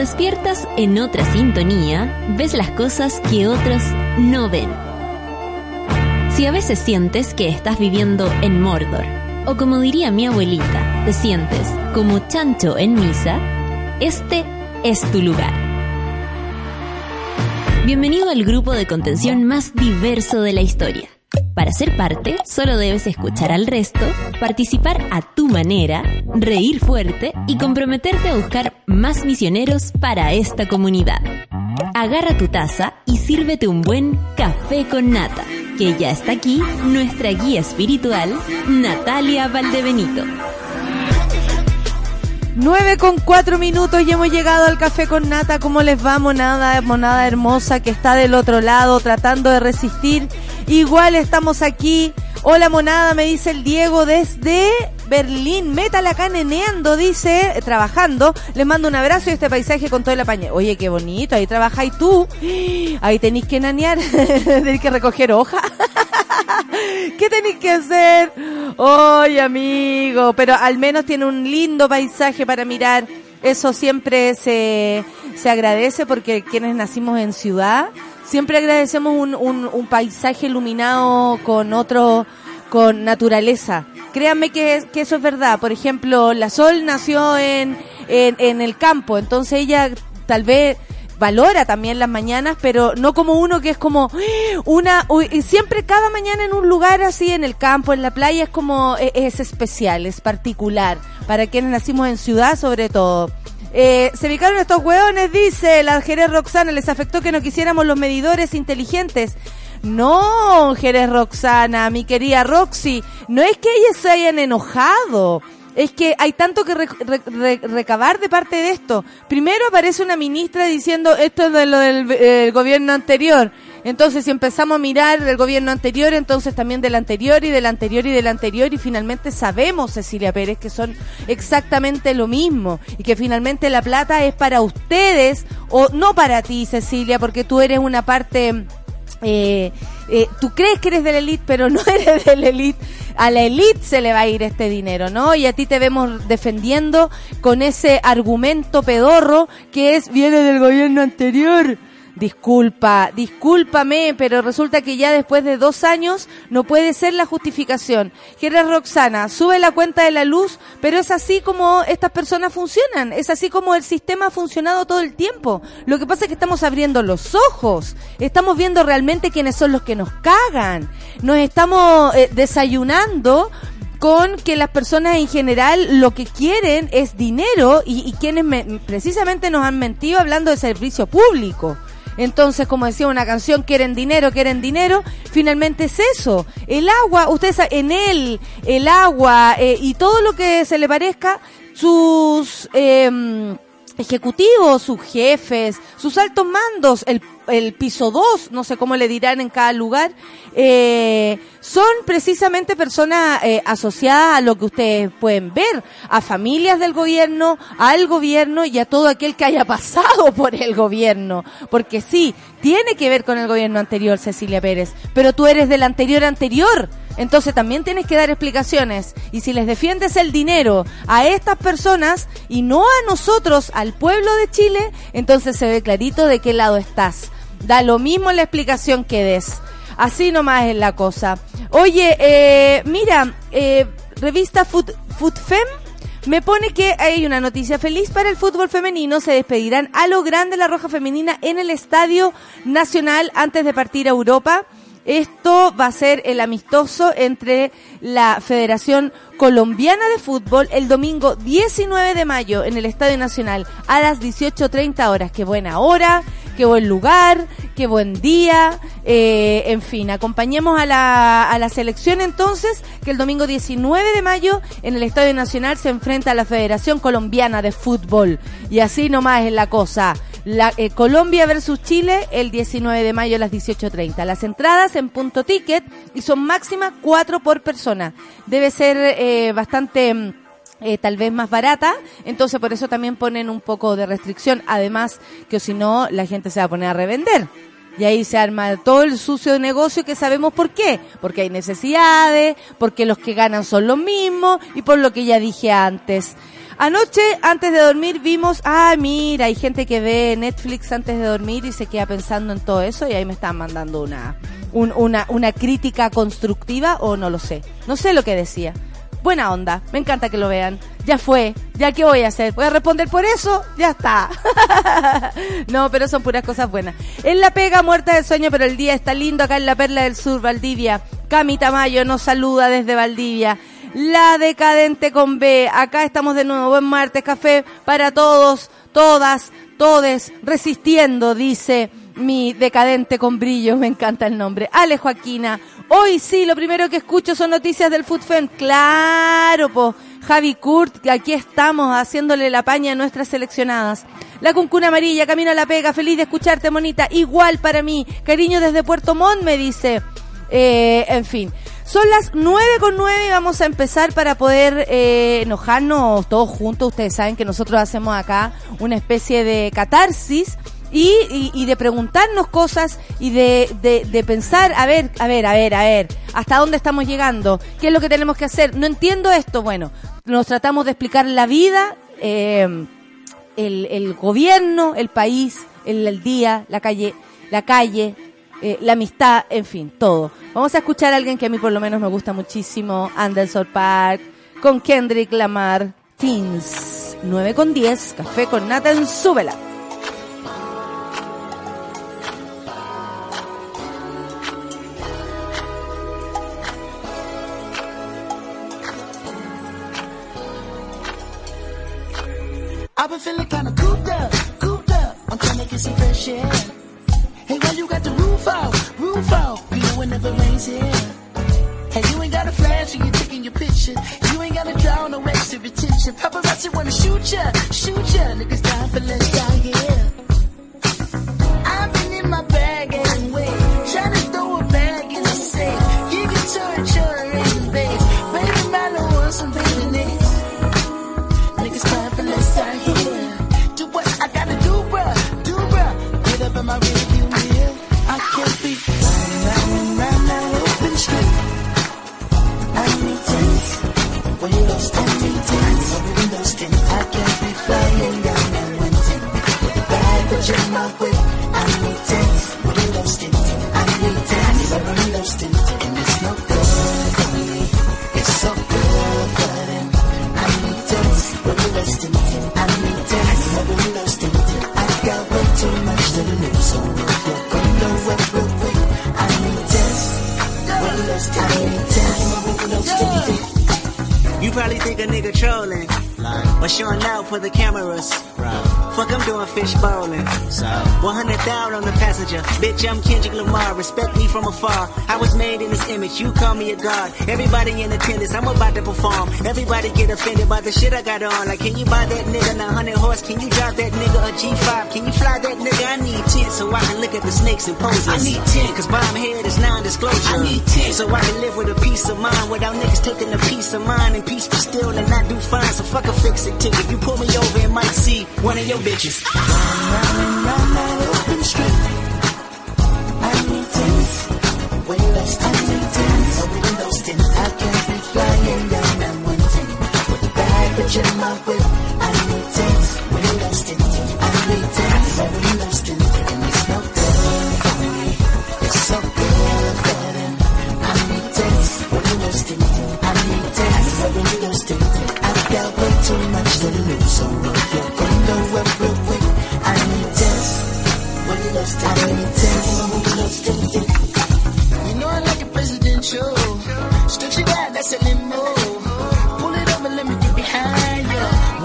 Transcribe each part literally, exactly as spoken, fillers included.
despiertas en otra sintonía, ves las cosas que otros no ven. Si a veces sientes que estás viviendo en Mordor, o como diría mi abuelita, te sientes como chancho en misa, este es tu lugar. Bienvenido al grupo de contención más diverso de la historia. Para ser parte, solo debes escuchar al resto, participar a tu manera, reír fuerte y comprometerte a buscar más misioneros para esta comunidad. Agarra tu taza y sírvete un buen café con nata, que ya está aquí nuestra guía espiritual, Natalia Valdebenito. nueve con cuatro minutos y hemos llegado al café con nata. ¿Cómo les va, monada, monada hermosa que está del otro lado tratando de resistir? Igual estamos aquí. Hola, monada, me dice el Diego desde Berlín. Métala acá neneando, dice, trabajando. Les mando un abrazo y este paisaje con todo el apañe. Oye, qué bonito, ahí trabajáis tú. Ahí tenéis que nanear, tenéis que recoger hoja. ¿Qué tenéis que hacer? Oye, amigo, pero al menos tiene un lindo paisaje para mirar. Eso siempre se, se agradece porque quienes nacimos en ciudad siempre agradecemos un, un, un paisaje iluminado con otro, con naturaleza. Créanme que, que eso es verdad. Por ejemplo, la Sol nació en, en, en el campo, entonces ella tal vez valora también las mañanas, pero no como uno que es como una, y siempre cada mañana en un lugar así, en el campo, en la playa, es como, es especial, es particular, para quienes nacimos en ciudad sobre todo. Eh, se picaron estos hueones, dice la Jerez Roxana, les afectó que no quisiéramos los medidores inteligentes. No, Jerez Roxana, mi querida Roxy, no es que ellos se hayan enojado, es que hay tanto que re, re, re, recabar de parte de esto. Primero aparece una ministra diciendo esto es de lo del eh, gobierno anterior. Entonces si empezamos a mirar del gobierno anterior, entonces también del anterior y del anterior y del anterior, y finalmente sabemos, Cecilia Pérez, que son exactamente lo mismo y que finalmente la plata es para ustedes o no para ti, Cecilia, porque tú eres una parte... Eh, eh, tú crees que eres de la élite, pero no eres de la élite. A la élite se le va a ir este dinero, ¿no? Y a ti te vemos defendiendo con ese argumento pedorro que es, viene del gobierno anterior. Disculpa, discúlpame, pero resulta que ya después de dos años no puede ser la justificación. Jerez Roxana, sube la cuenta de la luz, pero es así como estas personas funcionan, es así como el sistema ha funcionado todo el tiempo. Lo que pasa es que estamos abriendo los ojos, estamos viendo realmente quiénes son los que nos cagan, nos estamos eh, desayunando con que las personas en general lo que quieren es dinero y, y quienes me, precisamente nos han mentido hablando de servicio público. Entonces, como decía una canción, quieren dinero, quieren dinero, finalmente es eso. El agua, ustedes saben, en él, el agua eh, y todo lo que se le parezca, sus eh, ejecutivos, sus jefes, sus altos mandos, el el piso dos, no sé cómo le dirán en cada lugar, eh, son precisamente personas eh, asociadas a lo que ustedes pueden ver, a familias del gobierno, al gobierno y a todo aquel que haya pasado por el gobierno, porque sí, tiene que ver con el gobierno anterior, Cecilia Pérez, pero tú eres del anterior anterior, entonces también tienes que dar explicaciones, y si les defiendes el dinero a estas personas y no a nosotros, al pueblo de Chile, entonces se ve clarito de qué lado estás. Da lo mismo la explicación que des. Así nomás es la cosa. Oye, eh, mira, eh, revista Food, Food Fem me pone que hay una noticia feliz para el fútbol femenino. Se despedirán a lo grande la Roja Femenina en el Estadio Nacional antes de partir a Europa. Esto va a ser el amistoso entre la Federación Colombiana de Fútbol el domingo diecinueve de mayo en el Estadio Nacional a las dieciocho treinta horas. Qué buena hora, qué buen lugar, qué buen día, eh, en fin, acompañemos a la, a la selección entonces, que el domingo diecinueve de mayo en el Estadio Nacional se enfrenta a la Federación Colombiana de Fútbol. Y así nomás es la cosa. La, eh, Colombia versus Chile el diecinueve de mayo a las dieciocho treinta. Las entradas en Punto Ticket y son máximas cuatro por persona. Debe ser eh, bastante eh, tal vez más barata, entonces por eso también ponen un poco de restricción, además que si no la gente se va a poner a revender. Y ahí se arma todo el sucio de negocio que sabemos por qué. Porque hay necesidades, porque los que ganan son los mismos y por lo que ya dije antes. Anoche, antes de dormir, vimos... Ah, mira, hay gente que ve Netflix antes de dormir y se queda pensando en todo eso y ahí me están mandando una, un, una, una crítica constructiva o no lo sé. No sé lo que decía. Buena onda, me encanta que lo vean. Ya fue, ya qué voy a hacer. ¿Voy a responder por eso? Ya está. No, pero son puras cosas buenas. En la pega, muerta de sueño, pero el día está lindo acá en la Perla del Sur, Valdivia. Cami Tamayo nos saluda desde Valdivia. La Decadente con B, acá estamos de nuevo, buen martes, café para todos, todas, todes, resistiendo, dice mi Decadente con brillo, me encanta el nombre. Ale Joaquina, hoy sí, lo primero que escucho son noticias del Food Fem, claro, po, Javi Kurt, que aquí estamos haciéndole la paña a nuestras seleccionadas. La Cuncuna Amarilla, camino a la pega, feliz de escucharte, monita, igual para mí, cariño desde Puerto Montt, me dice, eh, en fin. Son las nueve con nueve y vamos a empezar para poder eh, enojarnos todos juntos. Ustedes saben que nosotros hacemos acá una especie de catarsis y, y, y de preguntarnos cosas y de, de, de pensar, a ver, a ver, a ver, a ver, hasta dónde estamos llegando, qué es lo que tenemos que hacer. No entiendo esto. Bueno, nos tratamos de explicar la vida, eh, el, el gobierno, el país, el, el día, la calle, la calle. Eh, la amistad, en fin, todo. Vamos a escuchar a alguien que a mí por lo menos me gusta muchísimo, Anderson Park, con Kendrick Lamar, Teens, nueve con diez, café con nata en Súbela. I've been feeling kinda cooped up, cooped up, I'm trying to get some fresh air. Hey, why you got the roof out, roof out, you know it never rains here. Hey, you ain't got a flash when you're taking your picture. You ain't got to draw no extra attention. Paparazzi wanna shoot ya, shoot ya. Niggas dying for less down here. I've been in my bag anyway, trying to throw a bag in the safe. Give it to a children in base. Baby, man, I want some baby names. Niggas dying for less down here. Do what I gotta do, bruh, do bruh. Get up in my rearview mirror. I can't be riding round and round that open street. I need tents, when you lost I need tents, when those tents. I can't be flying down that one tent, with a bag but in my whip. I need tents, when you lost it. I need tents, when those tents. And it's no good for me, it's so good for them. I need tents, when you lost it. I need tents, when those tents. I got way too much to lose, so if you're gonna work real quick, I need tents, when you lost it. I need tents, when you lost it. You probably think a nigga trolling, like, or showing out for the cameras. Right. Fuck, I'm doing fish bowling. So, one hundred thousand on the passenger. Bitch, I'm Kendrick Lamar. Respect me from afar. I was made in this image. You call me a god. Everybody in attendance. I'm about to perform. Everybody get offended by the shit I got on. Like, can you buy that nigga nine hundred horse? Can you drive that nigga a G five? Can you fly that nigga? I need ten so I can look at the snakes and poses. I need ten cause bomb head is non-disclosure. I need ten so I can live with a peace of mind without niggas taking a piece of mine and peace be still and not do fine. So fuck a fix-it ticket. You pull me over and might see one of your bitches. Round and round that open street. I need tents, way less I need tents, open those tents. I can't be flying down that one tent, with a bag bitch in my whip. I need tents, way less tents. I need tents, open those tents. And it's no good for me, it's so good for them. I need tents, way less tents. I need tents, open those tents. I've got way too much to lose, so if you're gonna work real quick, I need tents, when you lost it. I need tents, when you lost it. You know I like a presidential, stretch it out, that's a limo. Pull it up and let me get behind you.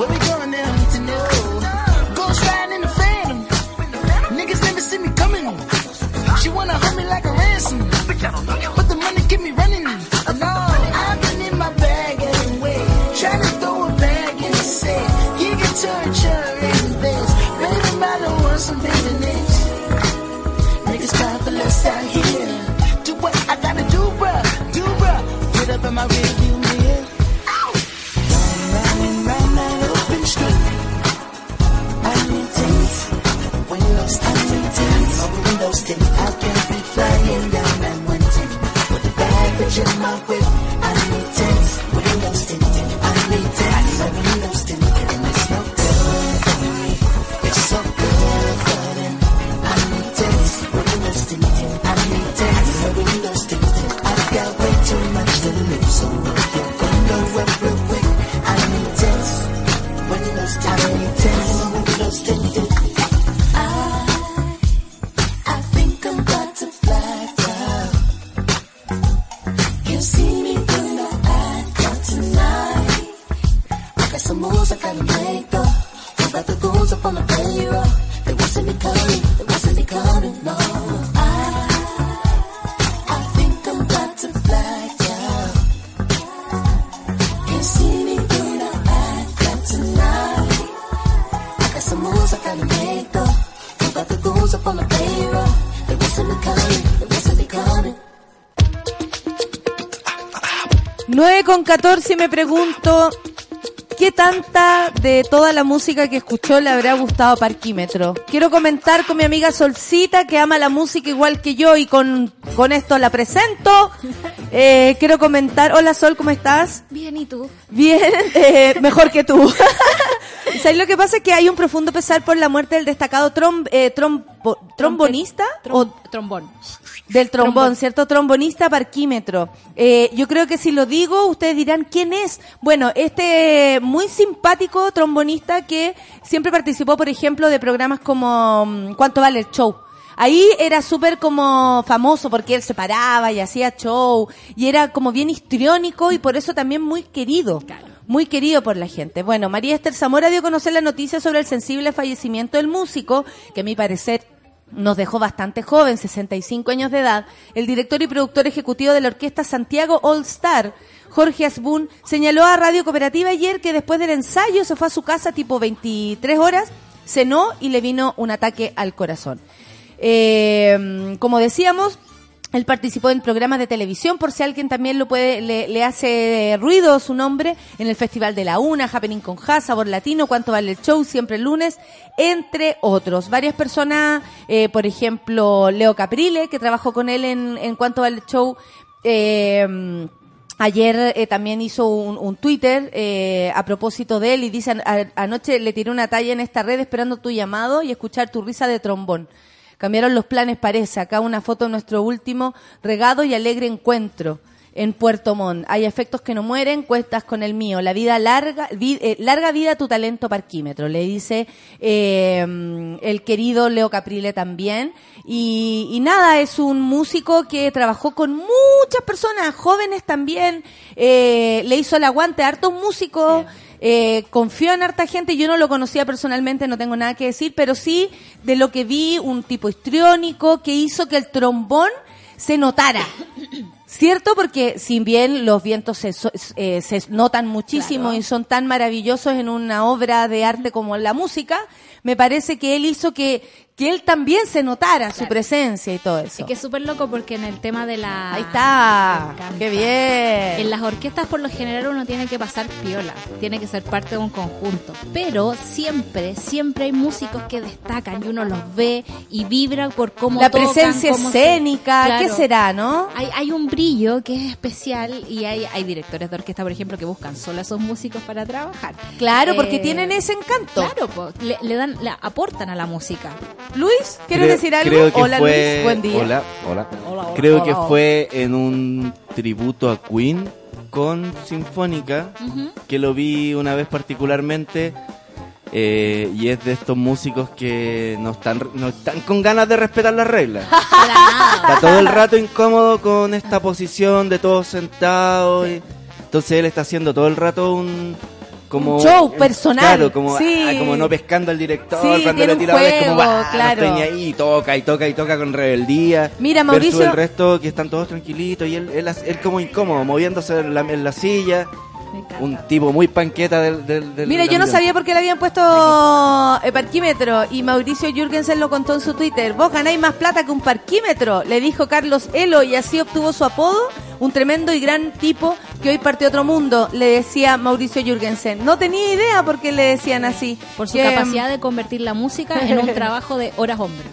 moves I gotta make though. Who got the goons up on the payroll? They wasn't it coming, they wasn't it coming, no. I, I think I'm about to black out. Can't see me when I act up tonight. I got some moves I gotta make though. Who got the goons up on the payroll? They wasn't it coming, they wasn't it coming. nueve con catorce, me pregunto, ¿qué tanta de toda la música que escuchó le habrá gustado Parquímetro? Quiero comentar con mi amiga Solcita, que ama la música igual que yo, y con, con esto la presento. Eh, quiero comentar, hola Sol, ¿cómo estás? Bien, ¿y tú? Bien, eh, mejor que tú. ¿Sabes lo que pasa? Es que hay un profundo pesar por la muerte del destacado trom, eh, trombo, trombonista Trom- o trombón. del trombón, Trombón. ¿cierto? Trombonista Parquímetro. Eh, yo creo que si lo digo, ustedes dirán, ¿quién es? Bueno, este muy simpático trombonista que siempre participó, por ejemplo, de programas como mm, ¿Cuánto vale el show? Ahí era súper como famoso porque él se paraba y hacía show y era como bien histriónico y por eso también muy querido. Claro. Muy querido por la gente. Bueno, María Esther Zamora dio a conocer la noticia sobre el sensible fallecimiento del músico, que a mi parecer nos dejó bastante joven, sesenta y cinco años de edad. El director y productor ejecutivo de la orquesta Santiago All Star, Jorge Asbun, señaló a Radio Cooperativa ayer que después del ensayo se fue a su casa tipo veintitrés horas, cenó y le vino un ataque al corazón. Eh, como decíamos, él participó en programas de televisión, por si alguien también lo puede, le, le hace ruido su nombre, en el Festival de la Una, Happening con Ja, Sabor Latino, Cuánto vale el show, Siempre el lunes, entre otros. Varias personas, eh, por ejemplo, Leo Caprile, que trabajó con él en, en Cuánto vale el show, eh, ayer eh, también hizo un, un Twitter eh, a propósito de él y dice, a, anoche le tiré una talla en esta red esperando tu llamado y escuchar tu risa de trombón. Cambiaron los planes, parece. Acá una foto de nuestro último regado y alegre encuentro en Puerto Montt. Hay efectos que no mueren, cuentas con el mío. La vida larga, vi, eh, larga vida tu talento Parquímetro, le dice eh, el querido Leo Caprile también. Y, y nada, es un músico que trabajó con muchas personas, jóvenes también, eh, le hizo el aguante a hartos músicos. Sí. Eh, confió en harta gente, yo no lo conocía personalmente, no tengo nada que decir, pero sí de lo que vi, un tipo histriónico que hizo que el trombón se notara, ¿cierto? Porque si bien los vientos se, eh, se notan muchísimo, claro, y son tan maravillosos en una obra de arte como la música, me parece que él hizo que que él también se notara, claro, su presencia y todo eso. Es que es súper loco porque en el tema de la... Ahí está, qué bien. En las orquestas por lo general uno tiene que pasar piola, tiene que ser parte de un conjunto, pero siempre, siempre hay músicos que destacan y uno los ve y vibra por cómo la tocan, presencia cómo escénica, se... claro, ¿qué será, no? Hay, hay un brillo que es especial y hay, hay directores de orquesta, por ejemplo, que buscan solo a esos músicos para trabajar. Claro, porque eh, tienen ese encanto. Claro, pues, le, le dan, le aportan a la música. Luis, ¿quieres creo, decir algo? Creo que hola fue, Luis, buen día. Hola, hola. Hola, hola creo hola, que hola. fue en un tributo a Queen con Sinfónica, uh-huh, que lo vi una vez particularmente, eh, y es de estos músicos que no están, no están con ganas de respetar las reglas. Para nada. Está todo el rato incómodo con esta posición de todos sentados, y entonces él está haciendo todo el rato un... como un show personal. Claro, como, sí, ah, como no pescando al director, sí, cuando le tira es como va, claro, no estoy ni ahí, y toca y toca y toca con rebeldía. Mira, Mauricio, versus el resto que están todos tranquilitos y él, él, él como incómodo, moviéndose en la, en la silla. Un tipo muy panqueta del... del, del Mira, yo no sabía por qué le habían puesto el parquímetro y Mauricio Jürgensen lo contó en su Twitter. Vos ganáis más plata que un parquímetro, le dijo Carlos Elo, y así obtuvo su apodo. Un tremendo y gran tipo que hoy partió a otro mundo, le decía Mauricio Jürgensen. No tenía idea por qué le decían así. Por su que, capacidad de convertir la música en un trabajo de horas hombre.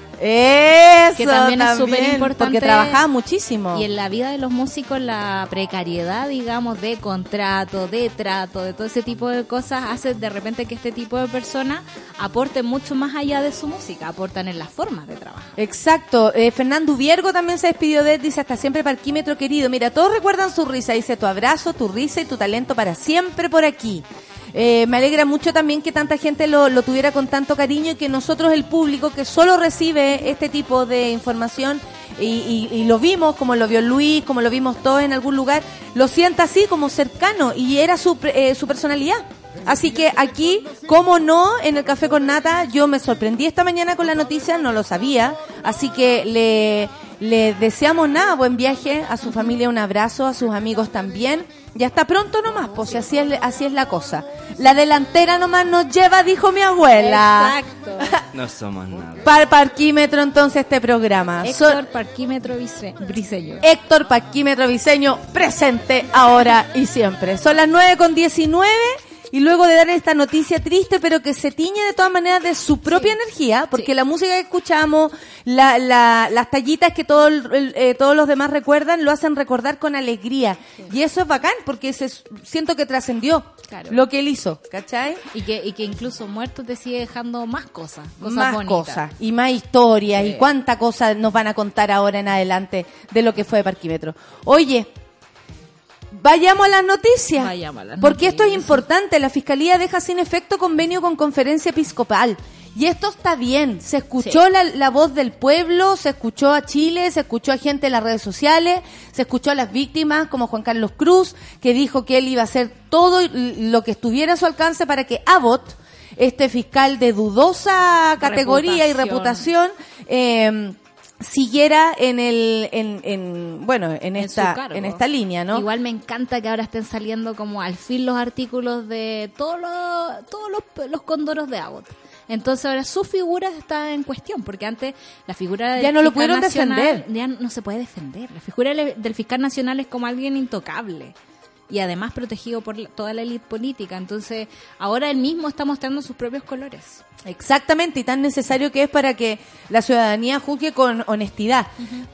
Eso, que también, también es súper importante, porque trabajaba muchísimo. Y en la vida de los músicos la precariedad, digamos, de contrato, de trato, de todo ese tipo de cosas hace de repente que este tipo de personas aporten mucho más allá de su música, aportan en las formas de trabajo. Exacto. eh, Fernando Viergo también se despidió de él, dice: hasta siempre Parquímetro querido, mira, todos recuerdan su risa, dice: tu abrazo, tu risa y tu talento para siempre por aquí. Eh, me alegra mucho también que tanta gente lo, lo tuviera con tanto cariño y que nosotros, el público, que solo recibe este tipo de información y, y, y lo vimos, como lo vio Luis, como lo vimos todos en algún lugar, lo sienta así como cercano, y era su, eh, su personalidad. Así que aquí, como no, en el Café con Nata, yo me sorprendí esta mañana con la noticia, no lo sabía, así que le, le deseamos nada, buen viaje a su familia, un abrazo, a sus amigos también, y hasta pronto nomás, pues así es, así es la cosa. La delantera nomás nos lleva, dijo mi abuela. Exacto. No somos nada. Para parquímetro entonces este programa. Héctor So- Parquímetro Brice- Briseño. Héctor Parquímetro Viseño, presente ahora y siempre. Son las nueve con diecinueve y luego de dar esta noticia triste, pero que se tiñe de todas maneras de su propia Sí. energía, porque Sí. la música que escuchamos, la, la, las tallitas que todo el- el- eh, todos los demás recuerdan, lo hacen recordar con alegría. Sí. Y eso es bacán, porque se, siento que trascendió Claro. lo que él hizo, ¿cachai? Y que, y que incluso muerto te sigue dejando más cosas, cosas Más bonitas. cosas y más historias Sí. y cuánta cosa nos van a contar ahora en adelante de lo que fue de Parquímetro. Oye, vayamos a las noticias. Vayamos a las porque esto es noticias. importante. La Fiscalía deja sin efecto convenio con Conferencia Episcopal. Y esto está bien. Se escuchó Sí. la, la voz del pueblo, se escuchó a Chile, se escuchó a gente en las redes sociales, se escuchó a las víctimas como Juan Carlos Cruz, que dijo que él iba a hacer todo lo que estuviera a su alcance para que Abbott, este fiscal de dudosa categoría y reputación, eh, siguiera en el en, en bueno en En esta su cargo. en esta línea, ¿no? Igual me encanta que ahora estén saliendo como al fin los artículos de todos los todos los, los cóndoros de Abbott. Entonces ahora su figura está en cuestión, porque antes la figura del Ya no lo fiscal pudieron nacional defender. ya no se puede defender. La figura del del fiscal nacional es como alguien intocable y además protegido por la- toda la élite política. Entonces ahora él mismo está mostrando sus propios colores. Exactamente, y tan necesario que es para que la ciudadanía juzgue con honestidad.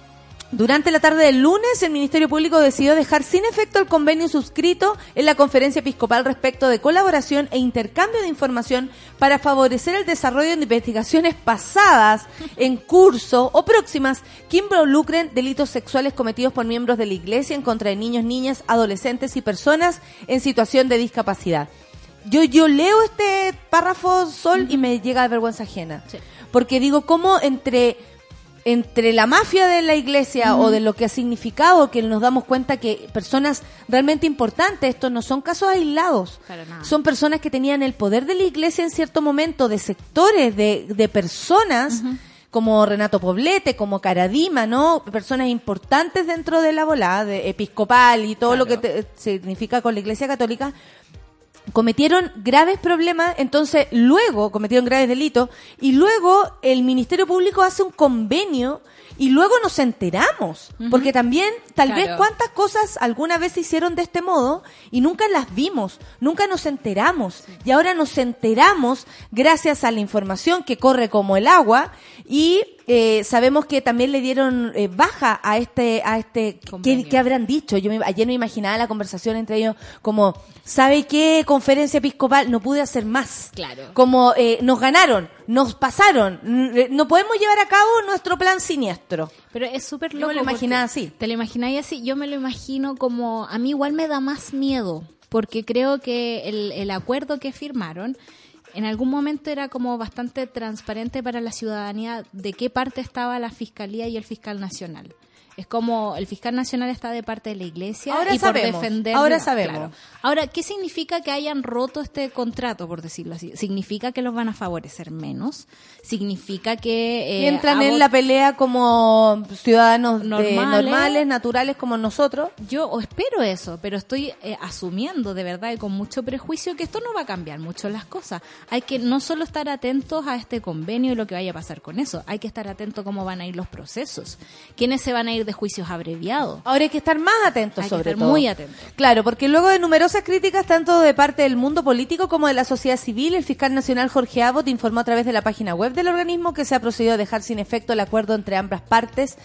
Durante la tarde del lunes, el Ministerio Público decidió dejar sin efecto el convenio suscrito en la Conferencia Episcopal respecto de colaboración e intercambio de información para favorecer el desarrollo de investigaciones pasadas, en curso o próximas que involucren delitos sexuales cometidos por miembros de la Iglesia en contra de niños, niñas, adolescentes y personas en situación de discapacidad. Yo yo leo este párrafo, Sol, y me llega de vergüenza ajena. Sí. Porque digo, ¿cómo entre... entre la mafia de la iglesia o de lo que ha significado, que nos damos cuenta que personas realmente importantes, estos no son casos aislados, Para nada. son personas que tenían el poder de la iglesia en cierto momento, de sectores, de, de personas, como Renato Poblete, como Caradima, ¿no? Personas importantes dentro de la volada, de episcopal y todo Claro. lo que te- significa con la iglesia católica, cometieron graves problemas, entonces luego cometieron graves delitos y luego el Ministerio Público hace un convenio y luego nos enteramos, Ujú. porque también tal Claro. vez cuántas cosas alguna vez se hicieron de este modo y nunca las vimos, nunca nos enteramos y ahora nos enteramos gracias a la información que corre como el agua y eh, sabemos que también le dieron eh, baja a este a este ¿qué, Convenio. qué habrán dicho? Yo me, ayer me imaginaba la conversación entre ellos como ¿sabe qué? Conferencia Episcopal, no pude hacer más. Claro. Como eh, nos ganaron, nos pasaron, n- no podemos llevar a cabo nuestro plan siniestro. Pero es súper Yo loco. me lo imaginaba porque así. ¿Te lo imagináis así? Yo me lo imagino como... A mí igual me da más miedo, porque creo que el, el acuerdo que firmaron en algún momento era como bastante transparente para la ciudadanía de qué parte estaba la Fiscalía y el Fiscal Nacional. Es como el fiscal nacional está de parte de la iglesia Ahora y por sabemos, defender. ahora sabemos. Ahora, ¿qué significa que hayan roto este contrato, por decirlo así? ¿Significa que los van a favorecer menos? ¿Significa que... Y eh, entran en Abbott- la pelea como ciudadanos de- Normales. normales, naturales como nosotros. Yo o espero eso, pero estoy eh, asumiendo de verdad y con mucho prejuicio que esto no va a cambiar mucho las cosas. Hay que no solo estar atentos a este convenio y lo que vaya a pasar con eso, hay que estar atentos a cómo van a ir los procesos, quiénes se van a ir de juicios abreviados. Ahora hay que estar más atentos, Hay que sobre estar todo. muy atentos. Claro, porque luego de numerosas críticas, tanto de parte del mundo político como de la sociedad civil, el fiscal nacional Jorge Abbott informó a través de la página web del organismo que se ha procedido a dejar sin efecto el acuerdo entre ambas partes,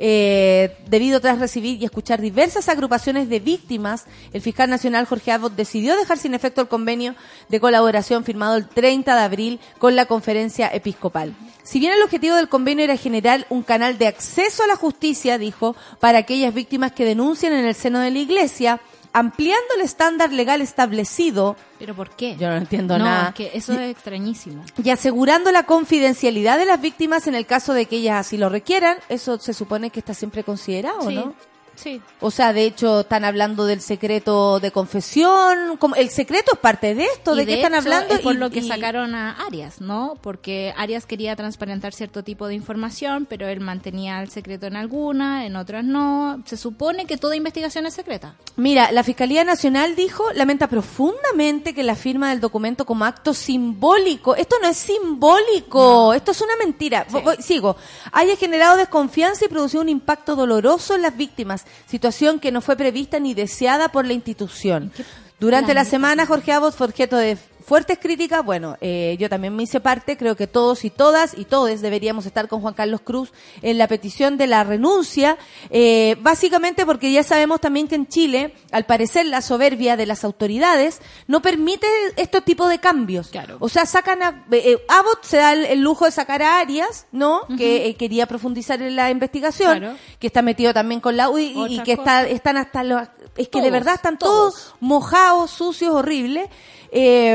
eh, debido tras recibir y escuchar diversas agrupaciones de víctimas. El fiscal nacional Jorge Abbott decidió dejar sin efecto el convenio de colaboración firmado el treinta de abril con la Conferencia Episcopal. Si bien el objetivo del convenio era generar un canal de acceso a la justicia, dijo, para aquellas víctimas que denuncian en el seno de la Iglesia, ampliando el estándar legal establecido, ¿Pero por qué? Yo no entiendo no, nada. es que eso es extrañísimo. y asegurando la confidencialidad de las víctimas en el caso de que ellas así lo requieran, eso se supone que está siempre considerado, Sí. ¿no? Sí. O sea, de hecho, están hablando del secreto de confesión. Como, el secreto es parte de esto, Y ¿de, de qué están hecho, hablando? Es por Y- lo que y- sacaron a Arias, ¿no? Porque Arias quería transparentar cierto tipo de información, pero él mantenía el secreto en algunas, en otras no. Se supone que toda investigación es secreta. Mira, la Fiscalía Nacional dijo, lamenta profundamente que la firma del documento como acto simbólico, esto no es simbólico, no. Esto es una mentira. Sí. Voy, sigo, haya generado desconfianza y producido un impacto doloroso en las víctimas, situación que no fue prevista ni deseada por la institución. Durante la semana, Jorge Abot fue objeto de fuertes críticas. Bueno, eh, yo también me hice parte, creo que todos y todas y todes deberíamos estar con Juan Carlos Cruz en la petición de la renuncia, eh, básicamente porque ya sabemos también que en Chile, al parecer, la soberbia de las autoridades no permite este tipo de cambios. Claro. O sea, sacan a... Eh, Abbott se da el, el lujo de sacar a Arias, ¿no? Uh-huh. Que eh, quería profundizar en la investigación, claro. Que está metido también con la U I y, y que está, están hasta los... Es que todos, de verdad están todos, todos mojados, sucios, horribles. Eh,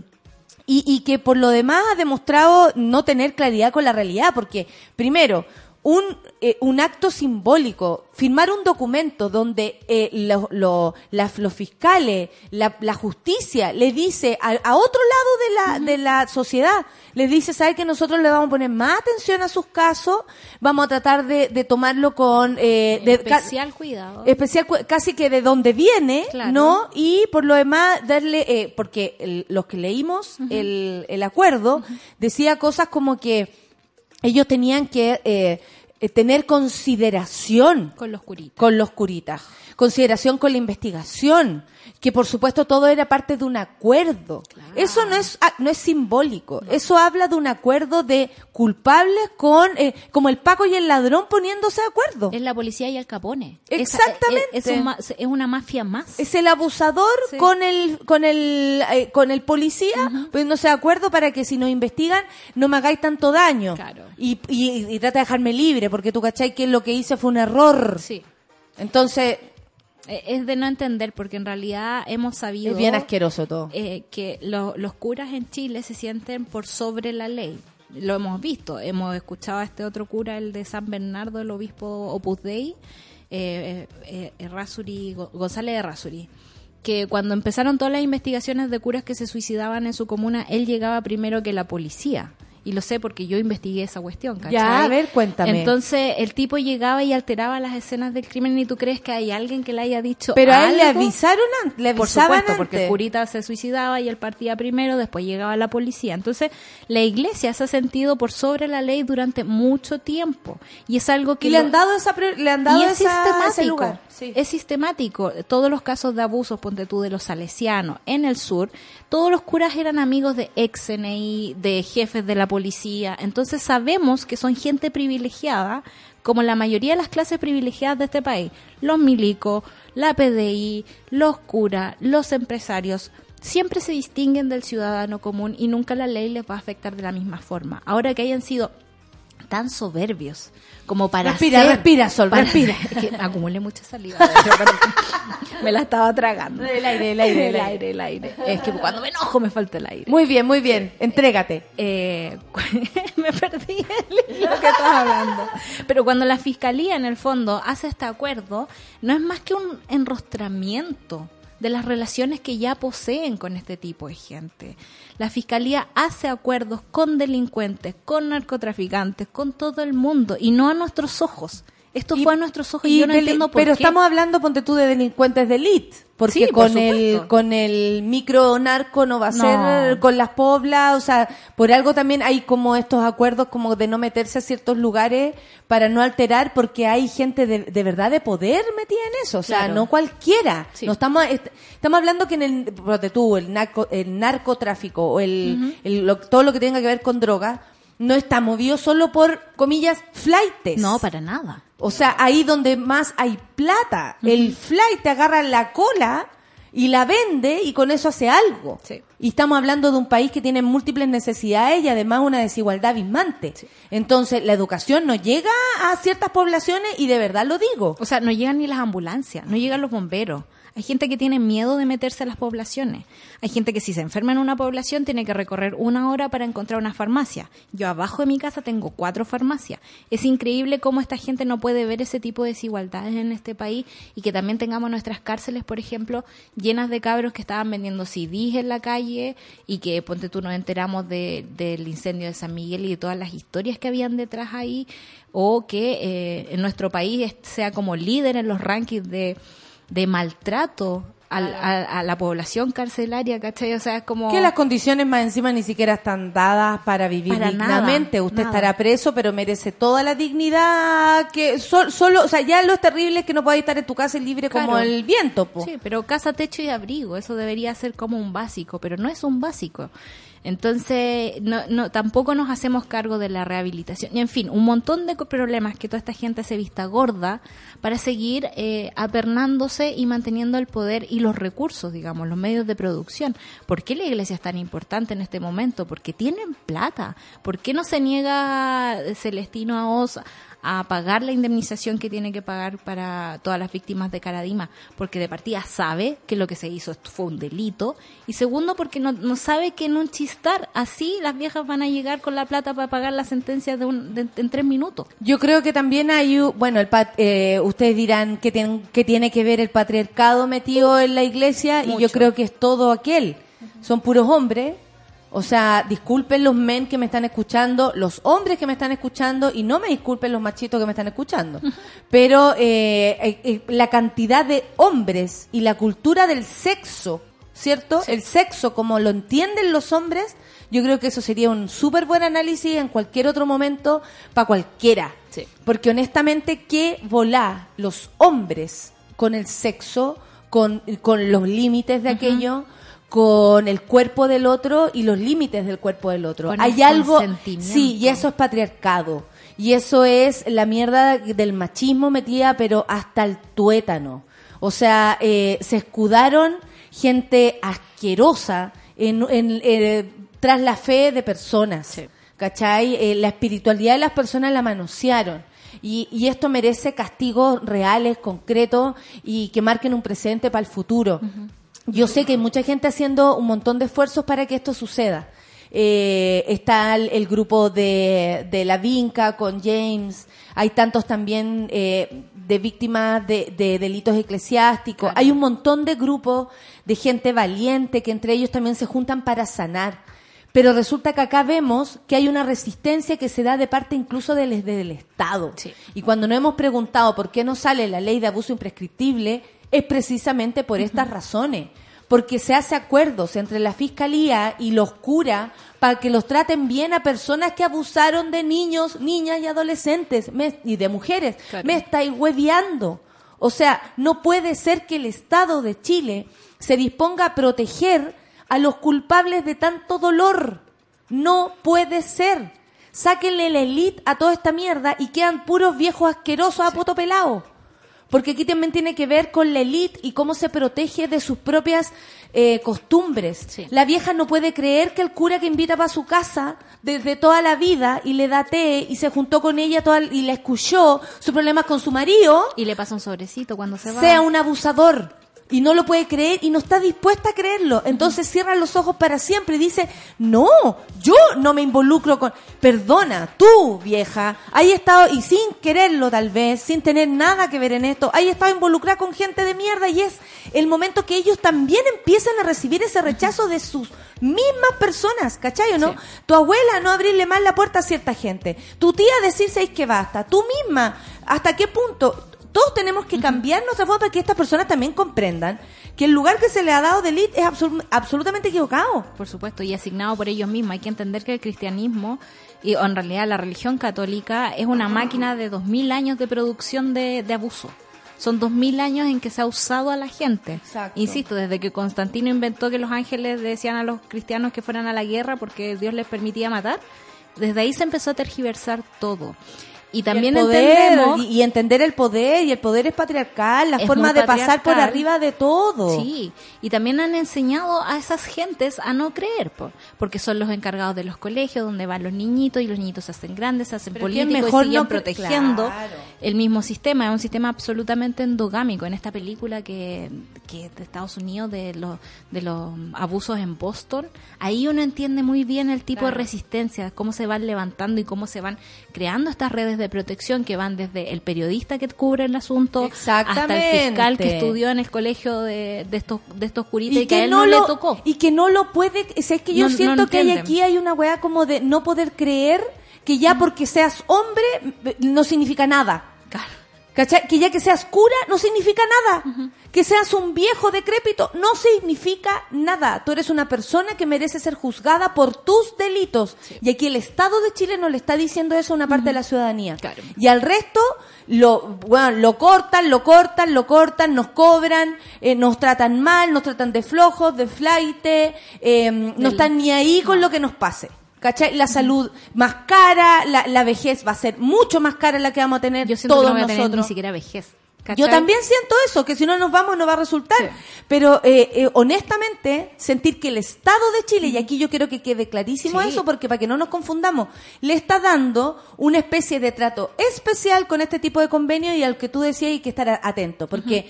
y, y que por lo demás ha demostrado no tener claridad con la realidad, porque primero, un, eh, un acto simbólico, firmar un documento donde eh, lo, lo, la, los fiscales, la, la justicia le dice a, a otro lado de la, uh-huh. de la sociedad, les dice, ¿sabe que nosotros le vamos a poner más atención a sus casos? Vamos a tratar de, de tomarlo con... Eh, de, especial ca- cuidado. Especial, casi que de donde viene, claro. ¿no? Y por lo demás, darle... Eh, porque el, los que leímos uh-huh. el, el acuerdo, uh-huh. decía cosas como que ellos tenían que eh, tener consideración con los curitas. Con los curitas. Consideración con la investigación. Que por supuesto todo era parte de un acuerdo. Claro. Eso no es no es simbólico. No. Eso habla de un acuerdo de culpables con eh, como el Paco y el ladrón poniéndose de acuerdo. Es la policía y el Capone. Exactamente. Es, es, un, es una mafia más. Es el abusador sí. con el con el eh, con el policía uh-huh. poniéndose de acuerdo para que si nos investigan no me hagáis tanto daño. Claro. Y, y, y trata de dejarme libre porque tú cachai que lo que hice fue un error. Sí. Entonces es de no entender, porque en realidad hemos sabido... Es bien asqueroso todo. Eh, que lo, los curas en Chile se sienten por sobre la ley. Lo hemos visto. Hemos escuchado a este otro cura, el de San Bernardo, el obispo Opus Dei, eh, eh, Errázuri, González Errázuri, que cuando empezaron todas las investigaciones de curas que se suicidaban en su comuna, él llegaba primero que la policía. Y lo sé porque yo investigué esa cuestión, ¿cachai? Ya, a ver, cuéntame. Entonces, el tipo llegaba y alteraba las escenas del crimen y tú crees que hay alguien que le haya dicho Pero algo. a él le avisaron antes, le Por avisaban supuesto, antes. porque el curita se suicidaba y él partía primero, después llegaba la policía. Entonces, la iglesia se ha sentido por sobre la ley durante mucho tiempo. Y es algo que... Y le han dado esa... Le han dado y es esa, sistemático. ese lugar. Sí. Es sistemático. Todos los casos de abusos, ponte tú, de los salesianos en el sur, todos los curas eran amigos de ex N I, de jefes de la policía. Entonces sabemos que son gente privilegiada, como la mayoría de las clases privilegiadas de este país. Los milicos, la P D I, los curas, los empresarios, siempre se distinguen del ciudadano común y nunca la ley les va a afectar de la misma forma. Ahora que hayan sido tan soberbios como para respira, hacer, respira, Sol, para, respira. Es que acumulé mucha saliva. Me la estaba tragando. El aire, el aire, el aire, el aire. Es que cuando me enojo me falta el aire. Muy bien, muy bien. Entrégate. Eh, me perdí en lo que estás hablando. Pero cuando la fiscalía en el fondo hace este acuerdo, no es más que un enrostramiento de las relaciones que ya poseen con este tipo de gente. La fiscalía hace acuerdos con delincuentes, con narcotraficantes, con todo el mundo y no a nuestros ojos. Esto y, fue a nuestros ojos y, y yo no deli- entiendo por pero qué. Pero estamos hablando, ponte tú, de delincuentes de élite. Porque sí, por con el con el micro narco no va a no. ser con las poblas, o sea, por algo también hay como estos acuerdos como de no meterse a ciertos lugares para no alterar, porque hay gente de, de verdad de poder metida en eso, o sea, claro. no cualquiera. Sí. No estamos est- estamos hablando que en el ponte tú, el narco el narcotráfico o el, uh-huh. el lo, todo lo que tenga que ver con droga no está movido solo por comillas flaites. No, para nada. O sea, ahí donde más hay plata, uh-huh. el flight te agarra la cola y la vende y con eso hace algo. Sí. Y estamos hablando de un país que tiene múltiples necesidades y además una desigualdad abismante. Sí. Entonces, la educación no llega a ciertas poblaciones y de verdad lo digo. O sea, no llegan ni las ambulancias, no llegan los bomberos. Hay gente que tiene miedo de meterse a las poblaciones. Hay gente que si se enferma en una población tiene que recorrer una hora para encontrar una farmacia. Yo abajo de mi casa tengo cuatro farmacias. Es increíble cómo esta gente no puede ver ese tipo de desigualdades en este país y que también tengamos nuestras cárceles, por ejemplo, llenas de cabros que estaban vendiendo C Ds en la calle y que, ponte tú, nos enteramos de, del incendio de San Miguel y de todas las historias que habían detrás ahí, o que eh, en nuestro país sea como líder en los rankings de, de maltrato a, a, a la población carcelaria, ¿cachai? O sea, es como... Que las condiciones más encima ni siquiera están dadas para vivir Para dignamente. nada, Usted nada. estará preso, pero merece toda la dignidad que so- solo, o sea, ya lo terrible es que no podáis estar en tu casa libre como Claro. el viento, po. Sí, pero casa, techo y abrigo, eso debería ser como un básico, pero no es un básico. Entonces, no, no, tampoco nos hacemos cargo de la rehabilitación. Y en fin, un montón de co- problemas que toda esta gente se vista gorda para seguir eh, apernándose y manteniendo el poder y los recursos, digamos, los medios de producción. ¿Por qué la iglesia es tan importante en este momento? Porque tienen plata. ¿Por qué no se niega Celestino a Oz a pagar la indemnización que tiene que pagar para todas las víctimas de Caradima? Porque de partida sabe que lo que se hizo fue un delito, y segundo porque no, no sabe que en un chistar así las viejas van a llegar con la plata para pagar la sentencia de un, de, en tres minutos. Yo creo que también hay, u- bueno, el pat- eh, ustedes dirán que, tienen, que tiene que ver el patriarcado metido en la iglesia, y yo Mucho. creo que es todo aquel. Son puros hombres. O sea, disculpen los men que me están escuchando, los hombres que me están escuchando, y no me disculpen los machitos que me están escuchando. Pero eh, eh, eh, la cantidad de hombres y la cultura del sexo, ¿cierto? El sexo como lo entienden los hombres, yo creo que eso sería un súper buen análisis en cualquier otro momento para cualquiera. Sí. Porque honestamente, ¿qué volá los hombres con el sexo, con, con los límites de aquello, con el cuerpo del otro y los límites del cuerpo del otro? Con Hay el algo, consentimiento. sí, y eso es patriarcado. Y eso es la mierda del machismo metida, pero hasta el tuétano. O sea, eh, se escudaron gente asquerosa en, en, eh, tras la fe de personas. Sí. ¿Cachai? Eh, la espiritualidad de las personas la manosearon. Y, y esto merece castigos reales, concretos, y que marquen un precedente para el futuro. Yo sé que hay mucha gente haciendo un montón de esfuerzos para que esto suceda. Eh, está el, el grupo de, de La Vinca con James. Hay tantos también eh, de víctimas de, de delitos eclesiásticos. Claro. Hay un montón de grupos de gente valiente que entre ellos también se juntan para sanar. Pero resulta que acá vemos que hay una resistencia que se da de parte incluso del, del Estado. Sí. Y cuando nos hemos preguntado por qué no sale la ley de abuso imprescriptible, es precisamente por estas razones. Porque se hace acuerdos entre la Fiscalía y los curas para que los traten bien a personas que abusaron de niños, niñas y adolescentes me- y de mujeres. Claro. Me estáis hueveando. O sea, no puede ser que el Estado de Chile se disponga a proteger a los culpables de tanto dolor. No puede ser. Sáquenle la elite a toda esta mierda y quedan puros viejos asquerosos a poto pelado. Porque aquí también tiene que ver con la elite y cómo se protege de sus propias eh, costumbres. Sí. La vieja no puede creer que el cura que invita para su casa desde toda la vida y le da té y se juntó con ella toda, y la escuchó sus problemas con su marido, Y le pasa un sobrecito cuando se va. sea un abusador. Y no lo puede creer y no está dispuesta a creerlo. Entonces cierra los ojos para siempre y dice, no, yo no me involucro con... Perdona, tú, vieja, hay estado, y sin quererlo tal vez, sin tener nada que ver en esto, hay estado involucrada con gente de mierda, y es el momento que ellos también empiezan a recibir ese rechazo de sus mismas personas, ¿cachai o no? Sí. Tu abuela no abrirle más la puerta a cierta gente. Tu tía decirse "Es que basta". Tú misma, ¿hasta qué punto? Todos tenemos que cambiar nuestra forma para que estas personas también comprendan que el lugar que se le ha dado de élite es absol- absolutamente equivocado. Por supuesto, y asignado por ellos mismos. Hay que entender que el cristianismo, y o en realidad la religión católica, es una máquina de dos mil años de producción de, de abuso. Son dos mil años en que se ha usado a la gente. Exacto. Insisto, desde que Constantino inventó que los ángeles decían a los cristianos que fueran a la guerra porque Dios les permitía matar, desde ahí se empezó a tergiversar todo. Y también y el poder, entendemos... Y, y entender el poder, y el poder es patriarcal, la Es forma muy de pasar por patriarcal. arriba de todo. Sí, y también han enseñado a esas gentes a no creer, po, porque son los encargados de los colegios donde van los niñitos y los niñitos se hacen grandes, se hacen Pero que es políticos mejor y siguen no cre- protegiendo claro. el mismo sistema. Es un sistema absolutamente endogámico. En esta película que, que de Estados Unidos, de los, de los abusos en Boston, ahí uno entiende muy bien el tipo Claro. de resistencia, cómo se van levantando y cómo se van creando estas redes de protección que van desde el periodista que cubre el asunto hasta el Exactamente. fiscal que estudió en el colegio de, de estos de estos curitas y, que, a él no no, lo, le tocó. y que no lo puede, o sea, es que yo No- no siento que hay entienden. aquí hay una weá como de no poder creer que ya porque seas hombre m- no significa nada. Claro. ¿Cachai? Que ya que seas cura no significa nada. Que seas un viejo decrépito no significa nada. Tú eres una persona que merece ser juzgada por tus delitos. Y aquí el Estado de Chile no le está diciendo eso a una parte de la ciudadanía. Claro. Y al resto lo, bueno, lo cortan, lo cortan, lo cortan, nos cobran, eh, nos tratan mal, nos tratan de flojos, de flaite, eh, no están ni ahí con lo que nos pase. ¿Cachai? La salud más cara, la, la vejez va a ser mucho más cara la que vamos a tener Yo siento todos que no voy a tener nosotros. ni siquiera vejez. ¿cachai? Yo también siento eso, que si no nos vamos no va a resultar. Sí. Pero eh, eh, honestamente, sentir que el Estado de Chile, y aquí yo quiero que quede clarísimo Sí. eso, porque para que no nos confundamos, le está dando una especie de trato especial con este tipo de convenio y al que tú decías hay que estar a- atento, porque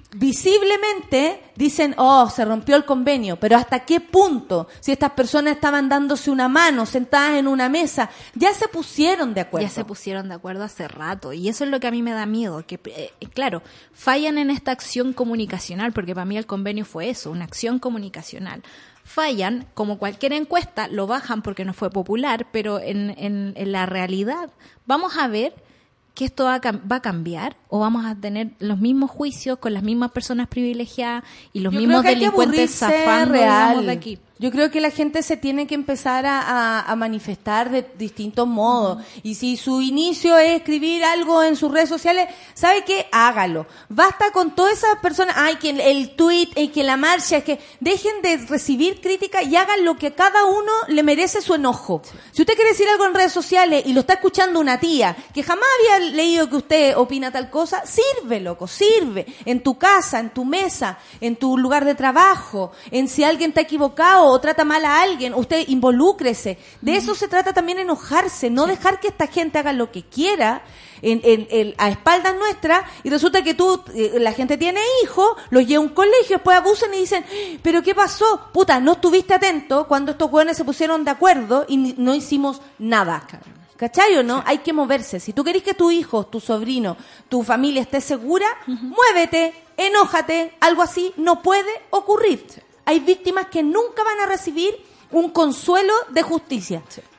visiblemente dicen, oh, se rompió el convenio, pero ¿hasta qué punto? Si estas personas estaban dándose una mano, sentadas en una mesa, ya se pusieron de acuerdo. Ya se pusieron de acuerdo hace rato y eso es lo que a mí me da miedo, que eh, claro, fallan en esta acción comunicacional, porque para mí el convenio fue eso, una acción comunicacional. Fallan, como cualquier encuesta, lo bajan porque no fue popular, pero en, en, en la realidad vamos a ver que esto va a, cam- va a cambiar o vamos a tener los mismos juicios con las mismas personas privilegiadas y los Yo mismos creo que hay que delincuentes aburrirse zafando real. digamos, de aquí. Yo creo que la gente se tiene que empezar a, a, a manifestar de distintos modos. Y si su inicio es escribir algo en sus redes sociales, ¿sabe qué? Hágalo. Basta con todas esas personas, ay, que el, el tweet, y que la marcha, es que dejen de recibir crítica y hagan lo que a cada uno le merece su enojo. Si usted quiere decir algo en redes sociales y lo está escuchando una tía que jamás había leído que usted opina tal cosa, sirve, loco, sirve. En tu casa, en tu mesa, en tu lugar de trabajo, en si alguien está equivocado o trata mal a alguien, usted involúcrese. De eso se trata también, enojarse, no dejar que esta gente haga lo que quiera en, en, en- a espaldas nuestras y resulta que tú, eh, la gente tiene hijos, los lleva a un colegio, después abusan y dicen, pero ¿qué pasó? Puta, no estuviste atento cuando estos jóvenes se pusieron de acuerdo y ni- no hicimos nada. ¿Cachai o no? Hay que moverse. Si tú querés que tu hijo, tu sobrino, tu familia esté segura, muévete, enójate, algo así no puede ocurrir. Hay víctimas que nunca van a recibir un consuelo de justicia.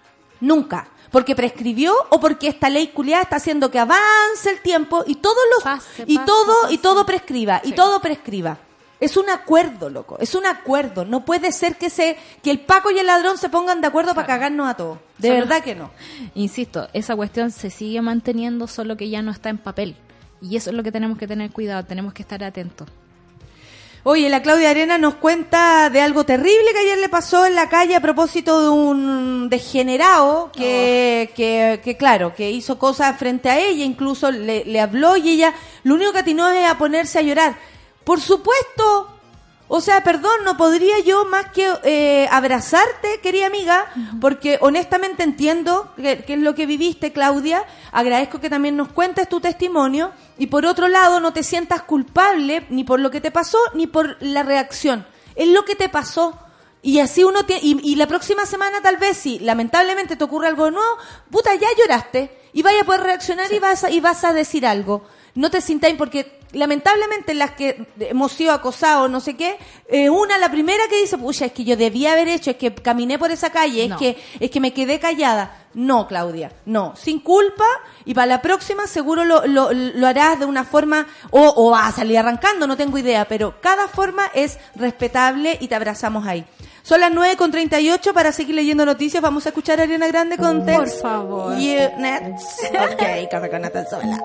Nunca. Porque prescribió o porque esta ley culiada está haciendo que avance el tiempo y todos los Pase, y pase, todo pase. y todo prescriba y Sí. todo prescriba. Es un acuerdo, loco. Es un acuerdo. No puede ser que se que el Paco y el ladrón se pongan de acuerdo para cagarnos a todos. De Solo- verdad que no. Insisto, esa cuestión se sigue manteniendo, solo que ya no está en papel. Y eso es lo que tenemos que tener cuidado, tenemos que estar atentos. Oye, la Claudia Arena nos cuenta de algo terrible que ayer le pasó en la calle a propósito de un degenerado que, que, que claro, que hizo cosas frente a ella, incluso le, le habló y ella lo único que atinó es a ponerse a llorar. Por supuesto, o sea, perdón, no podría yo más que eh, abrazarte, querida amiga, porque honestamente entiendo que, que es lo que viviste, Claudia. Agradezco que también nos cuentes tu testimonio y por otro lado no te sientas culpable ni por lo que te pasó ni por la reacción. Es lo que te pasó. Y así uno tiene, y, y la próxima semana tal vez si lamentablemente te ocurre algo nuevo, puta, ya lloraste y vaya a poder reaccionar y vas a, y vas a decir algo. No te sintáis porque lamentablemente las que hemos sido acosados, no sé qué, eh, una, la primera que dice, pucha, es que yo debía haber hecho, es que caminé por esa calle, No. es que es que me quedé callada. No, Claudia, no, sin culpa y para la próxima seguro lo, lo, lo harás de una forma, o, o vas a salir arrancando, no tengo idea, pero cada forma es respetable y te abrazamos ahí. Son las nueve con treinta y ocho para seguir leyendo noticias, vamos a escuchar a Ariana Grande con Por Text favor. You Next. Ok, café con Nata sola.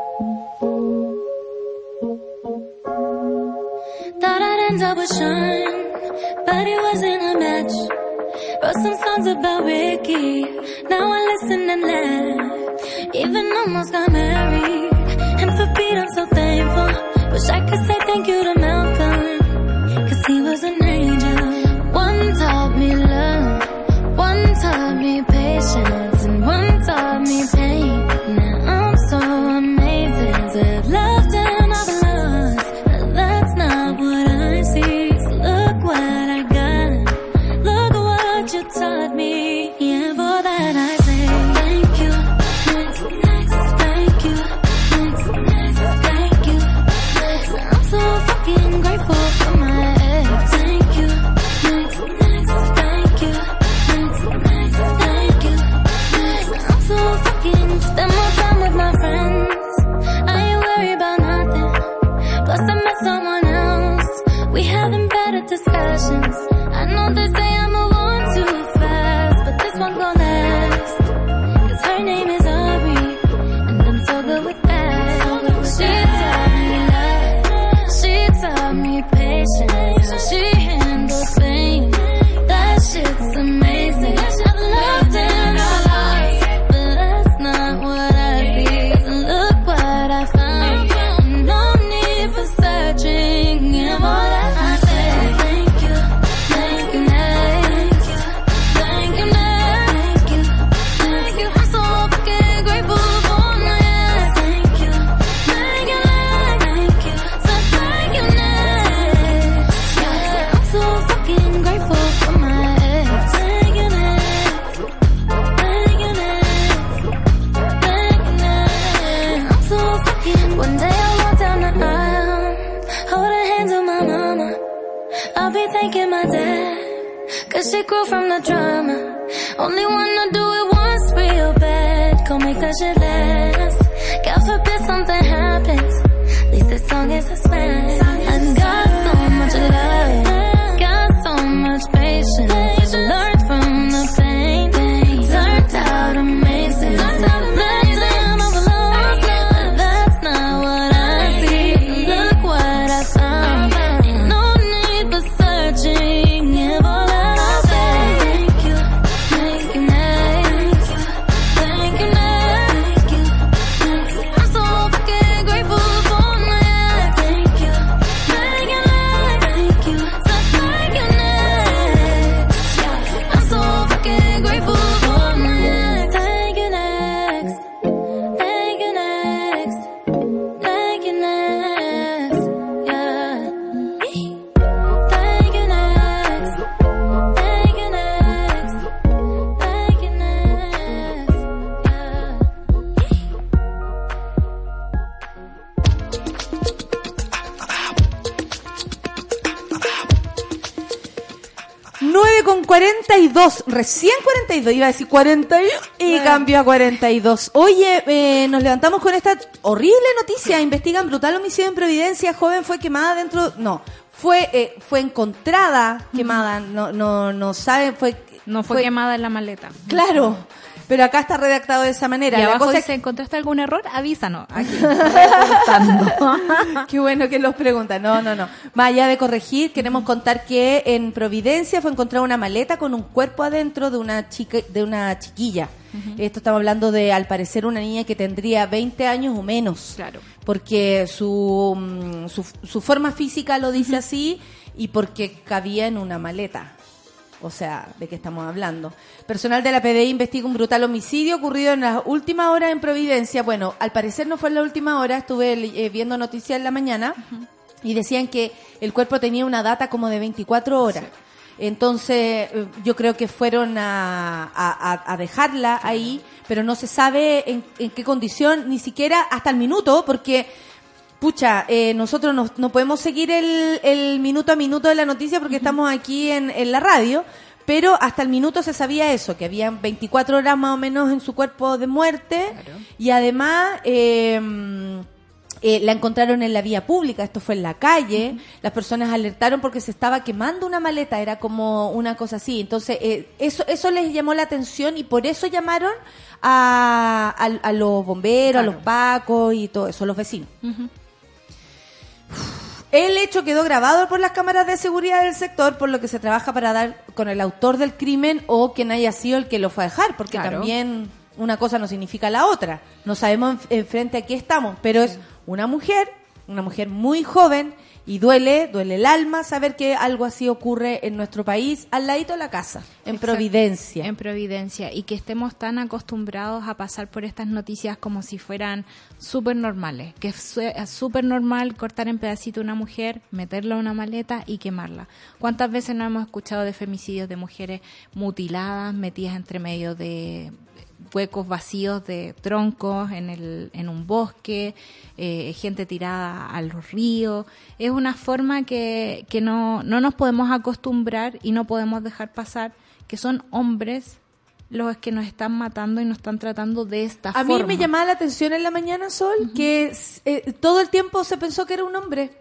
Thought I'd end up with Sean, but it wasn't a match. Wrote some songs about Ricky, now I listen and laugh. even almost got married. And for Pete, I'm so thankful. Wish I could say thank you to Malcolm, cause he was an angel. One taught me love, one taught me patience, and one taught me pain. Now I'm so amazing to have loved and I've lost, but that's not what I see. So look what I got, look what you taught me. Yeah, for that I say thank you. Next, next, thank you. Next, next, thank you. Next, I'm so fucking grateful for my ex. Thank you. Next, next, thank you. Next, next, thank you. Next, I'm so fucking spend more time with my friends. I ain't worried about nothing. Plus I met someone else. We having better discussions. I know they say I'm a one too fast, but this one gon' last. Cause her name is Aubrey, and I'm so good with that. She taught me love, she taught me patience, how she handles pain. That shit's amazing. I've loved and I've lost, but that's not what I see. So look what I found. No need for searching. Yeah, more than I say. Thank you, thank you, next. Thank you, next. Thank you, I'm so fucking grateful for my ex. Thank you, thank you, next. Thank you, so thank you, next. Yeah, I'm so fucking grateful for my ex. Thank you, next. Thank you, next. Thank you, next. I'm so fucking. One day I walk down the aisle, holding hands with my mama. I'll be thanking my dad, cause she grew from the drama. Only wanna do it once real bad, go make that shit last. God forbid something happens, at least this song is a smash. I got so much love, got so much patience, learned from the pain, turned out amazing. Let them overload, but that's not what I see. Look what I found, ain't no need for searching. If all that I say, thank you, thank you, next. Thank you, next. I'm so fucking grateful for my ex. Thank you, thank you, next. Thank you, so thank you, next. I'm so fucking grateful for my ex. Thank you, next. Thank you, next. Thank you, next. Yeah. Thank you, next. Thank you, next. Thank you, next. Yeah. nueve con cuarenta y dos, recién cuarenta y dos, iba a decir cuarenta y uno y cambió a cuarenta y dos. Oye, eh, nos levantamos con esta horrible noticia. Investigan brutal homicidio en Providencia. Joven fue quemada dentro, no, fue eh, fue encontrada quemada, no no no sabe, fue No fue, quemada en la maleta. Claro, pero acá está redactado de esa manera. Y La abajo cosa dice, es ¿encontraste algún error? Avísanos. Aquí, reportando. Qué bueno que los preguntan. No, no, no. Más allá de corregir, queremos contar que en Providencia fue encontrada una maleta con un cuerpo adentro de una chica, de una chiquilla. Uh-huh. Esto estamos hablando de, al parecer, una niña que tendría veinte años o menos. Claro. Porque su, su, su forma física lo dice uh-huh. así y porque cabía en una maleta. O sea, ¿de qué estamos hablando? Personal de la P D I investiga un brutal homicidio ocurrido en las últimas horas en Providencia. Bueno, al parecer no fue en la última hora, estuve eh, viendo noticias en la mañana uh-huh. y decían que el cuerpo tenía una data como de veinticuatro horas. Sí. Entonces, eh, yo creo que fueron a, a, a dejarla ahí, pero no se sabe en, en qué condición, ni siquiera hasta el minuto, porque... Pucha, eh, nosotros no, no podemos seguir el, el minuto a minuto de la noticia porque uh-huh. estamos aquí en, en la radio, pero hasta el minuto se sabía eso, que había veinticuatro horas más o menos en su cuerpo de muerte. Claro. Y además eh, eh, la encontraron en la vía pública, esto fue en la calle, uh-huh. las personas alertaron porque se estaba quemando una maleta, era como una cosa así. Entonces eh, eso eso les llamó la atención y por eso llamaron a, a, a los bomberos, claro. a los pacos y todo eso, a los vecinos. Uh-huh. El hecho quedó grabado por las cámaras de seguridad del sector, por lo que se trabaja para dar con el autor del crimen o quien haya sido el que lo fue a dejar, porque claro. también una cosa no significa la otra. No sabemos en, en frente a qué estamos, pero es una mujer, una mujer muy joven, y duele, duele el alma saber que algo así ocurre en nuestro país, al ladito de la casa, en Exacto. Providencia. En Providencia, y que estemos tan acostumbrados a pasar por estas noticias como si fueran súper normales, que es súper normal cortar en pedacitos a una mujer, meterla en una maleta y quemarla. ¿Cuántas veces no hemos escuchado de femicidios de mujeres mutiladas, metidas entre medio de huecos vacíos de troncos en el en un bosque, eh, gente tirada a los ríos? Es una forma que, que no, no nos podemos acostumbrar y no podemos dejar pasar, que son hombres los que nos están matando y nos están tratando de esta a forma. A mí me llamaba la atención en la mañana, Sol, uh-huh. que eh, todo el tiempo se pensó que era un hombre.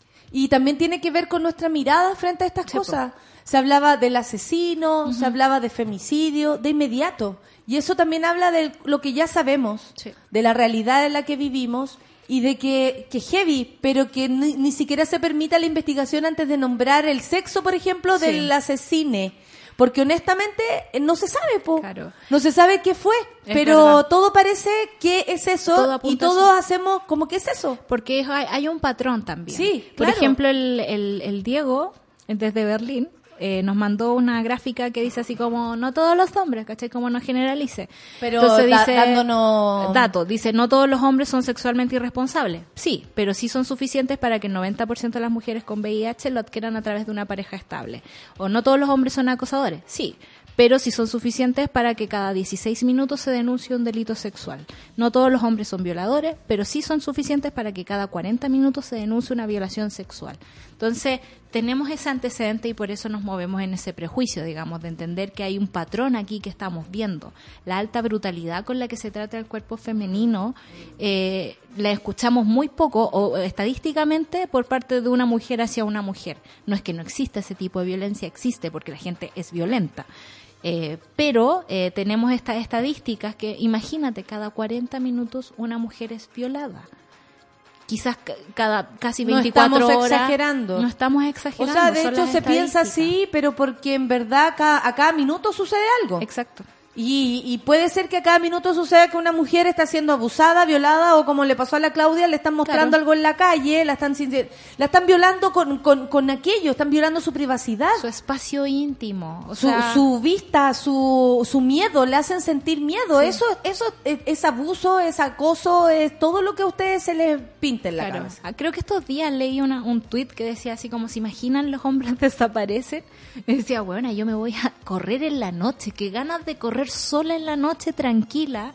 Y también tiene que ver con nuestra mirada frente a estas sí, cosas. Po. Se hablaba del asesino, uh-huh. se hablaba de femicidio, de inmediato. Y eso también habla de lo que ya sabemos, sí. de la realidad en la que vivimos y de que, que heavy, pero que ni, ni siquiera se permita la investigación antes de nombrar el sexo, por ejemplo, sí. del asesine. Porque honestamente no se sabe, po. Claro. No se sabe qué fue, es pero verdad. Todo parece que es eso todo y todos hacemos como que es eso. Porque hay, hay un patrón también. Sí, por claro. ejemplo, el, el, el Diego, desde Berlín, Eh, nos mandó una gráfica que dice así como, no todos los hombres, ¿cachai? Como no generalice. Pero Entonces da, dice, dándonos... Dato, dice, no todos los hombres son sexualmente irresponsables. Sí, pero sí son suficientes para que el noventa por ciento de las mujeres con V I H lo adquieran a través de una pareja estable. O no todos los hombres son acosadores. Sí, pero sí son suficientes para que cada dieciséis minutos se denuncie un delito sexual. No todos los hombres son violadores, pero sí son suficientes para que cada cuarenta minutos se denuncie una violación sexual. Entonces, tenemos ese antecedente y por eso nos movemos en ese prejuicio, digamos, de entender que hay un patrón aquí que estamos viendo. La alta brutalidad con la que se trata el cuerpo femenino, eh, la escuchamos muy poco, o estadísticamente, por parte de una mujer hacia una mujer. No es que no exista ese tipo de violencia, existe porque la gente es violenta. Eh, pero eh, tenemos estas estadísticas que, imagínate, cada cuarenta minutos una mujer es violada. Quizás cada casi veinticuatro no estamos horas. Exagerando. No estamos exagerando. O sea, de hecho se piensa así, pero porque en verdad cada, a cada minuto sucede algo. Exacto. Y, y puede ser que a cada minuto suceda que una mujer está siendo abusada, violada, o como le pasó a la Claudia, le están mostrando claro. algo en la calle, la están la están violando con, con, con aquello, están violando su privacidad. Su espacio íntimo. O su, sea... su vista, su, su miedo, le hacen sentir miedo. Sí. Eso, eso es, es abuso, es acoso, es todo lo que a ustedes se les pinta en la claro. cabeza. Creo que estos días leí una, un tuit que decía así como, ¿se imaginan los hombres desaparecen? Y decía, bueno, yo me voy a correr en la noche, qué ganas de correr sola en la noche, tranquila,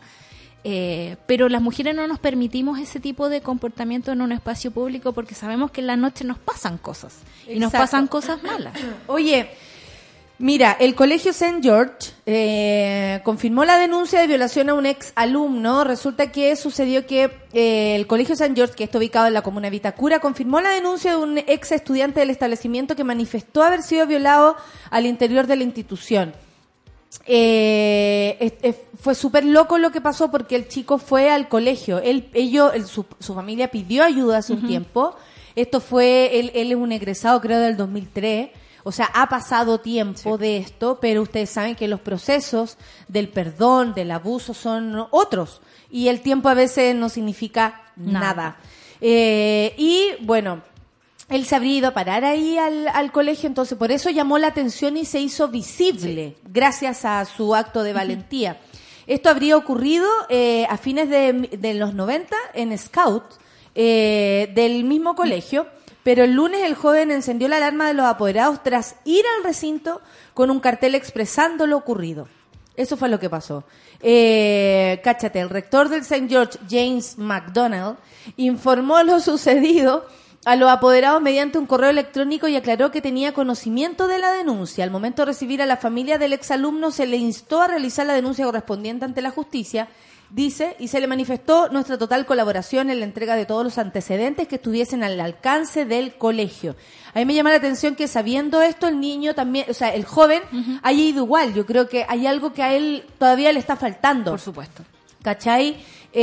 eh, pero las mujeres no nos permitimos ese tipo de comportamiento en un espacio público porque sabemos que en la noche nos pasan cosas. Exacto. Y nos pasan cosas malas. Oye, mira, el Colegio Saint George eh, confirmó la denuncia de violación a un ex alumno. Resulta que sucedió que eh, el Colegio Saint George, que está ubicado en la comuna de Vitacura, confirmó la denuncia de un ex estudiante del establecimiento que manifestó haber sido violado al interior de la institución. Eh, eh, eh, fue súper loco lo que pasó porque el chico fue al colegio. Él, ellos, el, su, su familia pidió ayuda hace uh-huh. un tiempo. Esto fue, él, él es un egresado creo del dos mil tres. O sea, ha pasado tiempo sí. de esto, pero ustedes saben que los procesos del perdón, del abuso son otros. Y el tiempo a veces no significa nada. nada. Eh, y bueno, él se habría ido a parar ahí al, al colegio, entonces por eso llamó la atención y se hizo visible, sí. gracias a su acto de valentía. Uh-huh. Esto habría ocurrido eh, a fines de, de los noventa en Scout, eh, del mismo colegio. Uh-huh. Pero el lunes el joven encendió la alarma de los apoderados tras ir al recinto con un cartel expresando lo ocurrido. Eso fue lo que pasó. Eh, cáchate, el rector del Saint George, James McDonald, informó lo sucedido a los apoderados mediante un correo electrónico y aclaró que tenía conocimiento de la denuncia. Al momento de recibir a la familia del exalumno se le instó a realizar la denuncia correspondiente ante la justicia, dice, y se le manifestó nuestra total colaboración en la entrega de todos los antecedentes que estuviesen al alcance del colegio. A mí me llama la atención que sabiendo esto el niño también, o sea, el joven uh-huh. haya ido igual. Yo creo que hay algo que a él todavía le está faltando. Por supuesto. ¿cachai?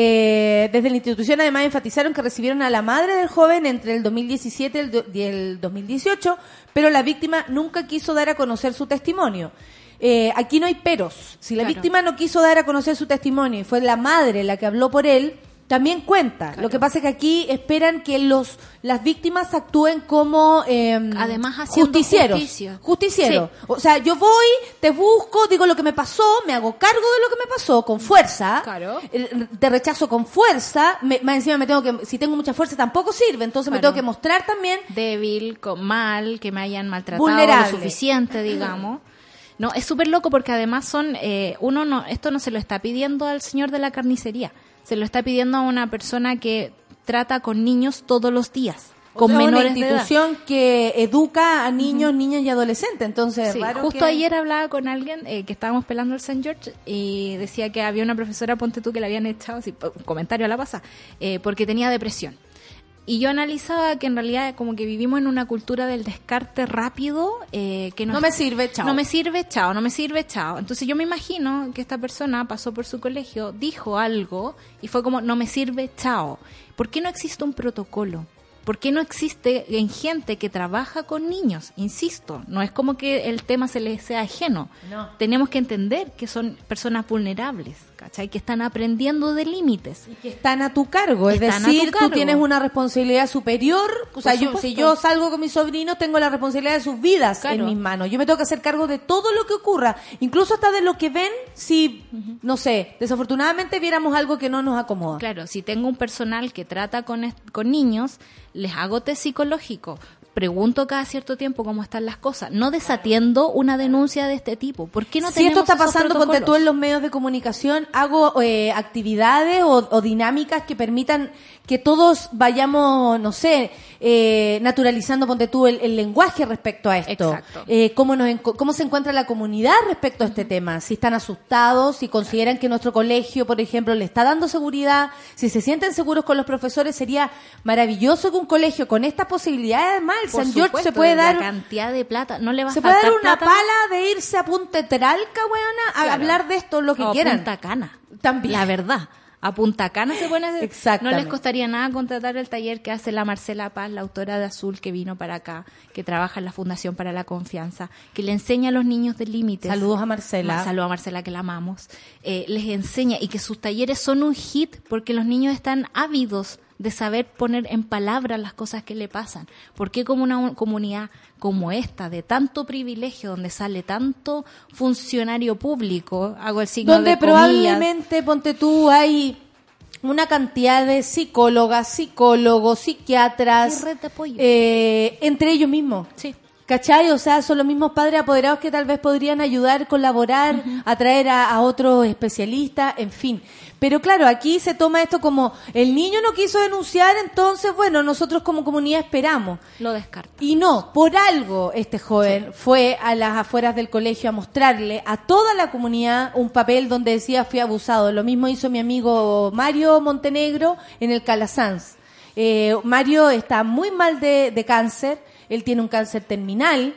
Eh, desde la institución además enfatizaron que recibieron a la madre del joven entre el dos mil diecisiete y el, do- y el dos mil dieciocho, pero la víctima nunca quiso dar a conocer su testimonio. Eh, aquí no hay peros. Si la Claro. víctima no quiso dar a conocer su testimonio y fue la madre la que habló por él, también cuenta. Claro. Lo que pasa es que aquí esperan que los las víctimas actúen como eh, Además, haciendo justicieros. justicia. Justicieros. Sí. O sea, yo voy, te busco, digo lo que me pasó, me hago cargo de lo que me pasó con fuerza. Claro. eh, Te rechazo con fuerza. Me, más encima me tengo que, si tengo mucha fuerza tampoco sirve, entonces me Claro. tengo que mostrar también. Débil, con mal, que me hayan maltratado Vulnerable. lo suficiente, digamos. No, es súper loco porque además son, eh, uno no, esto no se lo está pidiendo al señor de la carnicería, se lo está pidiendo a una persona que trata con niños todos los días, con O sea, menores una de edad. institución que educa a niños, niñas y adolescentes. Entonces, Sí, raro justo que- ayer hablaba con alguien eh, que estábamos pelando el Saint George y decía que había una profesora, ponte tú, que le habían echado, así, un comentario a la pasada, eh, porque tenía depresión. Y yo analizaba que en realidad como que vivimos en una cultura del descarte rápido. Eh, que nos- No me sirve, chao. No me sirve, chao, no me sirve, chao. Entonces yo me imagino que esta persona pasó por su colegio, dijo algo y fue como, no me sirve, chao. ¿Por qué no existe un protocolo? ¿Por qué no existe en gente que trabaja con niños? Insisto, no es como que el tema se les sea ajeno. No. Tenemos que entender que son personas vulnerables, ¿cachai? Que están aprendiendo de límites. que están a tu cargo, es Están a decir, tu tú cargo. tienes una responsabilidad superior, o sea, Por yo, supuesto. si yo salgo con mis sobrinos, tengo la responsabilidad de sus vidas Claro. en mis manos, yo me tengo que hacer cargo de todo lo que ocurra, incluso hasta de lo que ven, si, no sé, desafortunadamente viéramos algo que no nos acomoda. Claro, si tengo un personal que trata con, est- con niños, les hago test psicológico, pregunto cada cierto tiempo cómo están las cosas, no desatiendo una denuncia de este tipo. ¿Por qué no Si esto tenemos está esos pasando, ponte tú protocolos? en los medios de comunicación, hago eh, actividades o, o dinámicas que permitan que todos vayamos, no sé, eh, naturalizando, ponte tú, el, el lenguaje respecto a esto. Exacto. Eh, cómo, nos, enco- cómo se encuentra la comunidad respecto a este tema. Si están asustados, si consideran que nuestro colegio, por ejemplo, le está dando seguridad, si se sienten seguros con los profesores, sería maravilloso que un colegio con estas posibilidades, además, el Por San George se supuesto, puede la dar... cantidad de plata, no le va a Se puede faltar dar una plata. pala de irse a Punta Teralca, weona, a Claro. hablar de esto, lo que O quieran. Punta Cana. También. La verdad. A Punta Cana se pone a hacer- Exactamente. No les costaría nada contratar el taller que hace la Marcela Paz, la autora de Azul, que vino para acá, que trabaja en la Fundación para la Confianza, que le enseña a los niños de límites. Saludos a Marcela. Ma- Saludos a Marcela, que la amamos. Eh, les enseña y que sus talleres son un hit porque los niños están ávidos de saber poner en palabras las cosas que le pasan. ¿Por qué como una un- comunidad como esta, de tanto privilegio, donde sale tanto funcionario público, hago el signo Donde de comillas, probablemente, ponte tú, hay una cantidad de psicólogas, psicólogos, psiquiatras, Y red de apoyo. eh, entre ellos mismos. Sí. ¿Cachai? O sea, son los mismos padres apoderados que tal vez podrían ayudar, colaborar, atraer a, a otros especialistas, en fin. Pero claro, aquí se toma esto como, el niño no quiso denunciar, entonces, bueno, nosotros como comunidad esperamos. Lo descarta. Y no, por algo este joven fue a las afueras del colegio a mostrarle a toda la comunidad un papel donde decía fui abusado. Lo mismo hizo mi amigo Mario Montenegro en el Calasanz. Eh, Mario está muy mal de, de cáncer, él tiene un cáncer terminal.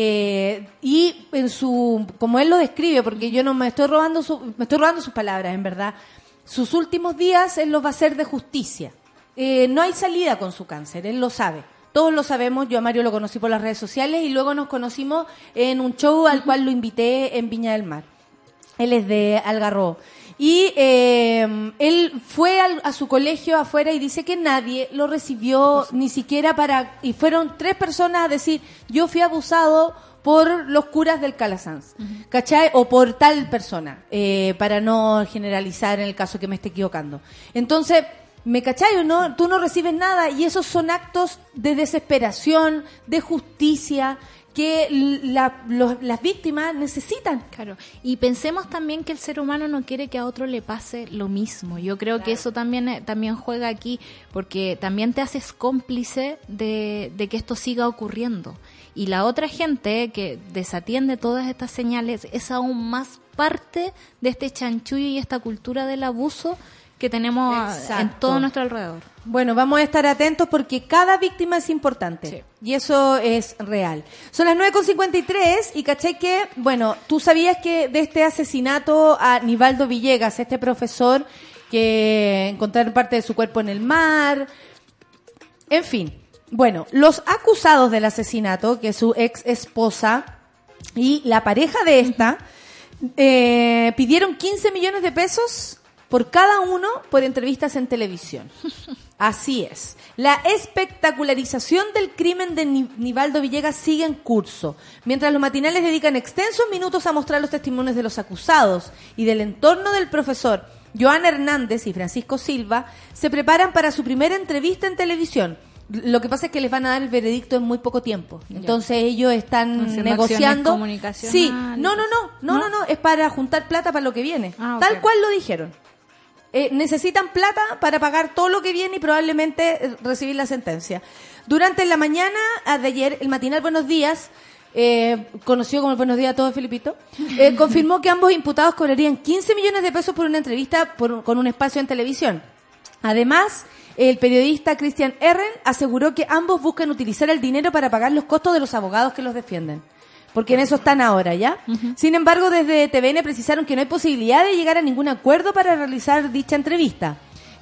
Eh, y en su, como él lo describe, porque yo no me estoy robando su, me estoy robando sus palabras, en verdad, sus últimos días él los va a hacer de justicia. Eh, no hay salida con su cáncer, él lo sabe. Todos lo sabemos, yo a Mario lo conocí por las redes sociales y luego nos conocimos en un show al cual lo invité en Viña del Mar. Él es de Algarrobo. Y eh, él fue al- a su colegio afuera y dice que nadie lo recibió ni siquiera para... Y fueron tres personas a decir, yo fui abusado por los curas del Calasanz, ¿cachai? O por tal persona, eh, para no generalizar en el caso que me esté equivocando. Entonces... ¿Me cachai o no? Tú no recibes nada y esos son actos de desesperación, de justicia que la- los- las víctimas necesitan. Claro, y pensemos también que el ser humano no quiere que a otro le pase lo mismo. Yo creo que eso también eh, también juega aquí, porque también te haces cómplice de, de que esto siga ocurriendo. Y la otra gente que desatiende todas estas señales es aún más parte de este chanchullo y esta cultura del abuso que tenemos a- en Exacto. todo nuestro alrededor. Bueno, vamos a estar atentos porque cada víctima es importante. Sí. Y eso es real. Son las nueve con cincuenta y tres y caché que, bueno, tú sabías que de este asesinato a Nivaldo Villegas, este profesor que encontraron parte de su cuerpo en el mar. En fin, bueno, los acusados del asesinato, que es su ex esposa y la pareja de esta, eh, pidieron quince millones de pesos por cada uno por entrevistas en televisión. Así es. La espectacularización del crimen de Ni- Nivaldo Villegas sigue en curso, mientras los matinales dedican extensos minutos a mostrar los testimonios de los acusados y del entorno del profesor. Joana Hernández y Francisco Silva se preparan para su primera entrevista en televisión. Lo que pasa es que les van a dar el veredicto en muy poco tiempo. Entonces ellos están Haciendo negociando. acciones comunicacionales. Sí, no, no, no, no, no, no, es para juntar plata para lo que viene. Ah, Tal ok. cual lo dijeron. Eh, necesitan plata para pagar todo lo que viene y probablemente eh, recibir la sentencia. Durante la mañana de ayer, el matinal Buenos Días, eh, conocido como el Buenos Días a todos, Felipito, eh, confirmó que ambos imputados cobrarían quince millones de pesos por una entrevista por- con un espacio en televisión. Además, el periodista Christian Herren aseguró que ambos buscan utilizar el dinero para pagar los costos de los abogados que los defienden. Porque en eso están ahora, ¿ya? Uh-huh. Sin embargo, desde T V N precisaron que no hay posibilidad de llegar a ningún acuerdo para realizar dicha entrevista.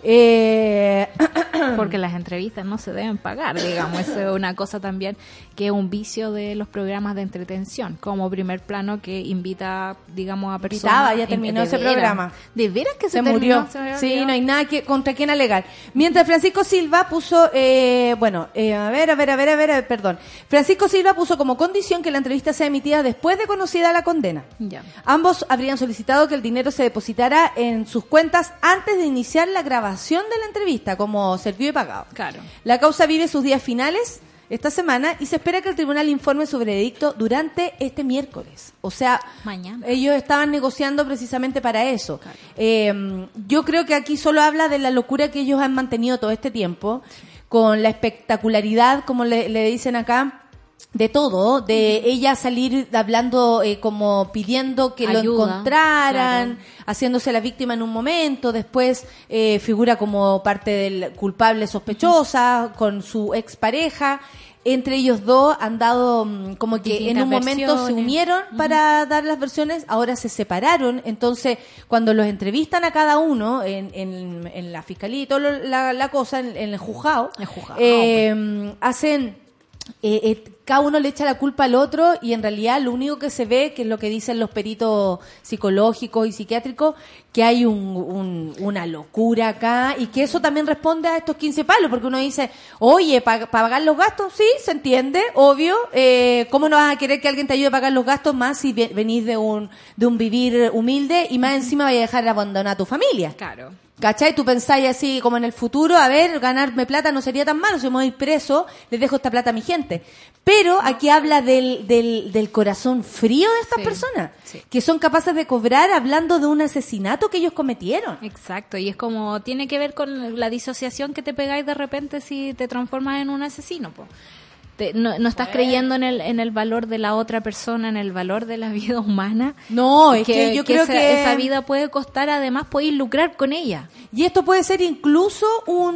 Eh... Porque las entrevistas no se deben pagar, digamos. Eso es una cosa también que es un vicio de los programas de entretención, como Primer Plano, que invita, digamos, a personas. Invitaba, ya terminó de ese veras, programa. De veras que se, se terminó, murió. Se me sí, olvidó. no hay nada que contra quién alegar. Mientras Francisco Silva puso, eh, bueno, eh, a ver, a ver, a ver, a ver, a ver, perdón. Francisco Silva puso como condición que la entrevista sea emitida después de conocida la condena. Ya. Ambos habrían solicitado que el dinero se depositara en sus cuentas antes de iniciar la grabación de la entrevista, como servido y pagado. Claro. La causa vive sus días finales esta semana y se espera que el tribunal informe su veredicto durante este miércoles. O sea, mañana. Ellos estaban negociando precisamente para eso. Claro. Eh, yo creo que aquí solo habla de la locura que ellos han mantenido todo este tiempo, con la espectacularidad, como le, le dicen acá, de todo, de uh-huh. ella salir hablando eh, como pidiendo que Ayuda, lo encontraran, claro. haciéndose la víctima en un momento, después eh, figura como parte del culpable sospechosa uh-huh. con su expareja. Entre ellos dos han dado um, como que distintas en un momento versiones. Se unieron uh-huh. para dar las versiones, ahora se separaron, entonces cuando los entrevistan a cada uno en, en, en la fiscalía y toda la, la cosa, en, en el juzgado, el juzgado eh, okay. hacen... Eh, eh, cada uno le echa la culpa al otro y en realidad lo único que se ve, que es lo que dicen los peritos psicológicos y psiquiátricos, que hay un, un, una locura acá y que eso también responde a estos quince palos, porque uno dice, oye, para pa pagar los gastos, sí, se entiende, obvio, eh, ¿cómo no vas a querer que alguien te ayude a pagar los gastos más si venís de un, de un vivir humilde y más encima vaya a dejar abandonar a tu familia? Claro. ¿Cachai? Tú pensáis así como en el futuro, a ver, ganarme plata no sería tan malo, si me voy preso, les dejo esta plata a mi gente. Pero aquí habla del, del, del corazón frío de estas sí, personas, sí. que son capaces de cobrar hablando de un asesinato que ellos cometieron. Exacto, y es como, tiene que ver con la disociación que te pegáis de repente si te transformas en un asesino, po. Te, no, no estás creyendo en el en el valor de la otra persona, en el valor de la vida humana. No, es que, que yo que creo esa, que esa vida puede costar, además puedes lucrar con ella. Y esto puede ser incluso un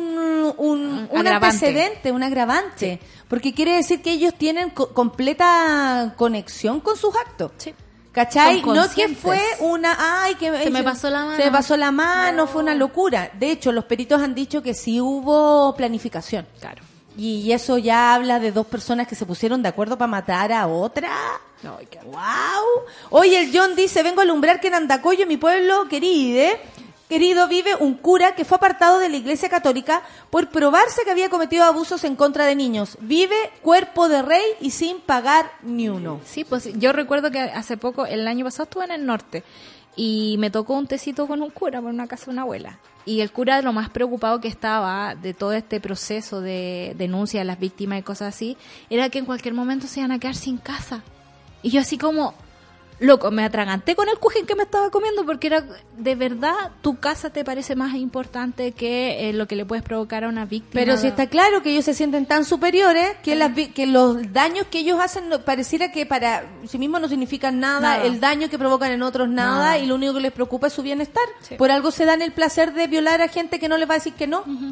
un, un antecedente, un agravante, sí. porque quiere decir que ellos tienen co- completa conexión con sus actos. Sí. ¿Cachai? No que fue una, ay, que se me pasó la mano. Se me pasó la mano, no. fue una locura. De hecho, los peritos han dicho que sí hubo planificación. Claro. Y eso ya habla de dos personas que se pusieron de acuerdo para matar a otra. Ay, qué ¡Wow! Oye, el John dice, vengo a alumbrar que en Andacoyo, mi pueblo querido, querido, vive un cura que fue apartado de la Iglesia Católica por probarse que había cometido abusos en contra de niños. Vive cuerpo de rey y sin pagar ni uno. Sí, pues yo recuerdo que hace poco, el año pasado estuve en el norte y me tocó un tecito con un cura por una casa de una abuela. Y el cura, lo más preocupado que estaba de todo este proceso de denuncia de las víctimas y cosas así, era que en cualquier momento se iban a quedar sin casa. Y yo así como, loco, me atraganté con el cujen que me estaba comiendo, porque era, de verdad, tu casa te parece más importante que eh, lo que le puedes provocar a una víctima. Pero si está claro que ellos se sienten tan superiores que, sí. las, que los daños que ellos hacen pareciera que para sí mismos no significan nada, nada. El daño que provocan en otros nada, nada, y lo único que les preocupa es su bienestar. Sí. Por algo se dan el placer de violar a gente que no les va a decir que no. Uh-huh.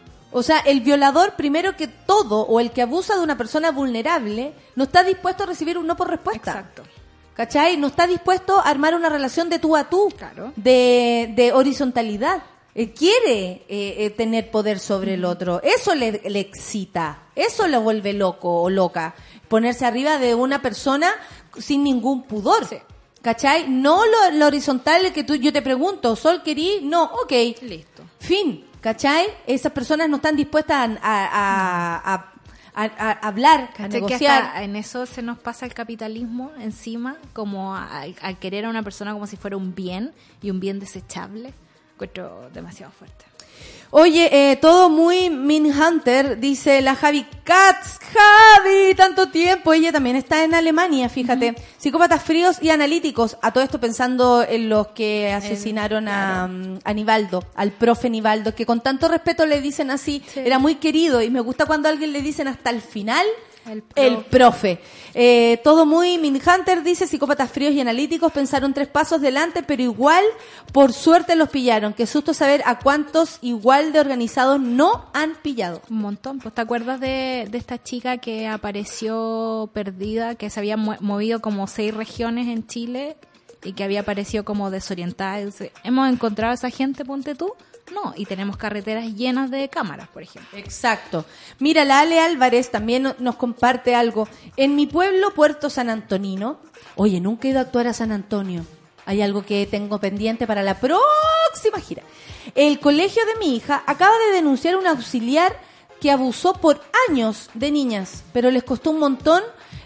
O sea, el violador, primero que todo, o el que abusa de una persona vulnerable, no está dispuesto a recibir un no por respuesta. Exacto. ¿Cachai? No está dispuesto a armar una relación de tú a tú, claro. de, de horizontalidad. Eh, quiere eh, eh, tener poder sobre el otro. Eso le, le excita. Eso lo vuelve loco o loca. Ponerse arriba de una persona sin ningún pudor. Sí. ¿Cachai? No lo, lo horizontal que tú, yo te pregunto, ¿Sol querí? No, ok. Listo. Fin. ¿Cachai? Esas personas no están dispuestas a, a, a, a, a, a hablar, a ¿Cachai? Que negociar. hasta en eso se nos pasa el capitalismo encima, como al al querer a una persona como si fuera un bien y un bien desechable. Encuentro demasiado fuerte. Oye, eh, todo muy Mindhunter, dice la Javi Katz. Javi, tanto tiempo. Ella también está en Alemania, fíjate. Uh-huh. Psicópatas fríos y analíticos. A todo esto pensando en los que asesinaron el, a, claro. a Nivaldo, al profe Nivaldo, que con tanto respeto le dicen así. Sí. Era muy querido y me gusta cuando a alguien le dicen hasta el final. El profe. El profe. Eh, todo muy Mindhunter, dice, psicópatas fríos y analíticos pensaron tres pasos delante, pero igual, por suerte los pillaron. Qué susto saber a cuántos igual de organizados no han pillado. Un montón. Pues, ¿te acuerdas de, de esta chica que apareció perdida, que se había mo- movido como seis regiones en Chile y que había aparecido como desorientada? ¿Hemos encontrado a esa gente, ponte tú? No, y tenemos carreteras llenas de cámaras, por ejemplo. Exacto. Mira, la Ale Álvarez también nos comparte algo. En mi pueblo, Puerto San Antonino, oye, nunca he ido a actuar a San Antonio. Hay algo que tengo pendiente para la próxima gira. El colegio de mi hija acaba de denunciar a un auxiliar que abusó por años de niñas, pero les costó un montón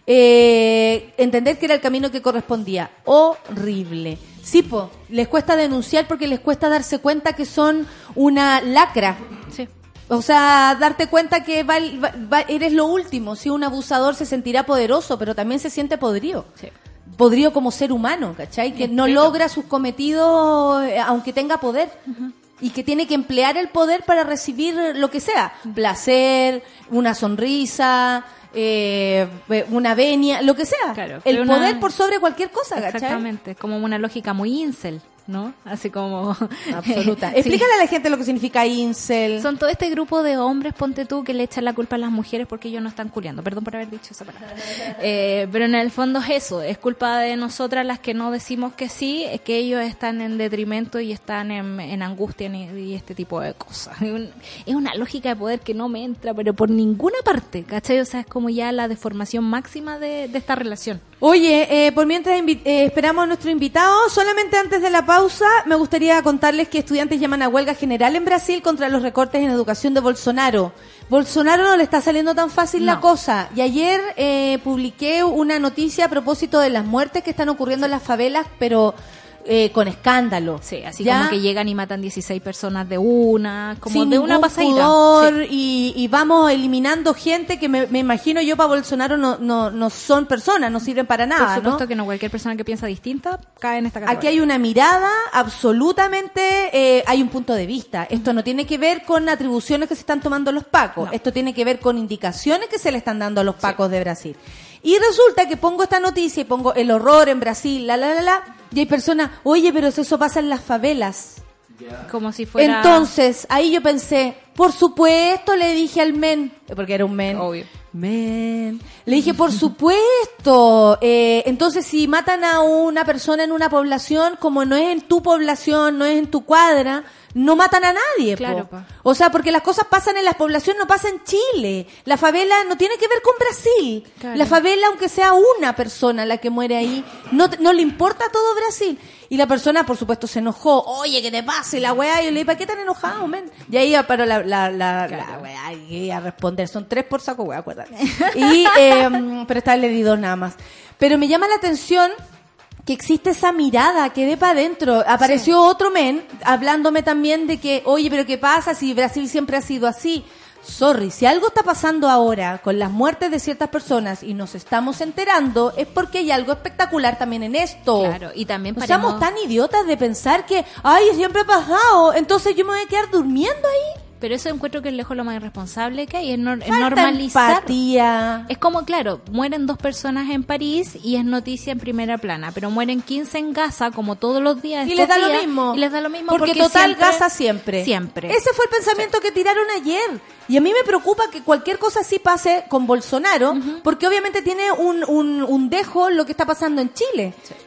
eh, entender que era el camino que correspondía. Horrible. Sí, po, les cuesta denunciar porque les cuesta darse cuenta que son una lacra. Sí. O sea, darte cuenta que va, va, va, eres lo último. Si un abusador se sentirá poderoso, pero también se siente podrido. Sí. Podrido como ser humano, ¿cachai? Que no logra sus cometidos eh, aunque tenga poder. Uh-huh. Y que tiene que emplear el poder para recibir lo que sea. Placer, una sonrisa... Eh, una venia, lo que sea, claro, el una... poder por sobre cualquier cosa, ¿cachai? Exactamente, como una lógica muy incel, ¿no? Así como... Absoluta. Explícale sí. a la gente lo que significa incel. Son todo este grupo de hombres, ponte tú, que le echan la culpa a las mujeres porque ellos no están culiando. Perdón por haber dicho esa palabra. eh, pero en el fondo es eso, es culpa de nosotras las que no decimos que sí, es que ellos están en detrimento y están en, en angustia y, y este tipo de cosas. Es, un, es una lógica de poder que no me entra, pero por ninguna parte, ¿cachai? O sea, es como ya la deformación máxima de, de esta relación. Oye, eh, por mientras invi- eh, esperamos a nuestro invitado, solamente antes de la pausa, me gustaría contarles que estudiantes llaman a huelga general en Brasil contra los recortes en educación de Bolsonaro. Bolsonaro no le está saliendo tan fácil no. la cosa. Y ayer eh, publiqué una noticia a propósito de las muertes que están ocurriendo en las favelas, pero... Eh, con escándalo. Sí, así ¿ya? Como que llegan y matan dieciséis personas de una, como sin de una pasadita. Pudor, sí. y, y vamos eliminando gente que me, me imagino yo para Bolsonaro no, no, no son personas, no sirven para nada. Por supuesto ¿no? que no, cualquier persona que piensa distinta cae en esta categoría. Aquí hay una mirada absolutamente, eh, hay un punto de vista. Esto no tiene que ver con atribuciones que se están tomando los pacos, no. Esto tiene que ver con indicaciones que se le están dando a los pacos sí. de Brasil. Y resulta que pongo esta noticia y pongo el horror en Brasil, la, la, la, la, y hay personas, oye, pero eso pasa en las favelas. Yeah. Como si fuera... Entonces, ahí yo pensé, por supuesto, le dije al men, porque era un men. Obvio. Men. Le dije, por supuesto. Eh, entonces, si matan a una persona en una población, como no es en tu población, no es en tu cuadra, no matan a nadie. Claro, po. O sea, porque las cosas pasan en las poblaciones, no pasa en Chile. La favela no tiene que ver con Brasil. Claro. La favela, aunque sea una persona la que muere ahí, no, no le importa a todo Brasil. Y la persona, por supuesto, se enojó. Oye, ¿qué te pasa? Y la weá, y yo le dije, ¿para qué tan enojado, men? Y ahí paró la, la, la, claro. la weá, y a responder. Son tres por saco, weá, acuérdate. Y, eh, pero esta vez le di dos nada más. Pero me llama la atención que existe esa mirada que de para adentro. Apareció sí. otro men hablándome también de que, oye, pero ¿qué pasa si Brasil siempre ha sido así? Sorry, si algo está pasando ahora con las muertes de ciertas personas y nos estamos enterando, es porque hay algo espectacular también en esto. Claro, y también no paremos... seamos tan idiotas de pensar que, ay, siempre ha pasado, entonces yo me voy a quedar durmiendo ahí. Pero eso encuentro que es lejos lo más irresponsable que hay, es, nor- es Falta normalizar. Empatía. Es como, claro, mueren dos personas en París y es noticia en primera plana, pero mueren quince en Gaza como todos los días. Y les da días, lo mismo. Y les da lo mismo porque, porque total siempre, Gaza siempre. Siempre. Ese fue el pensamiento sí. que tiraron ayer. Y a mí me preocupa que cualquier cosa así pase con Bolsonaro, uh-huh. porque obviamente tiene un, un, un dejo lo que está pasando en Chile. Sí.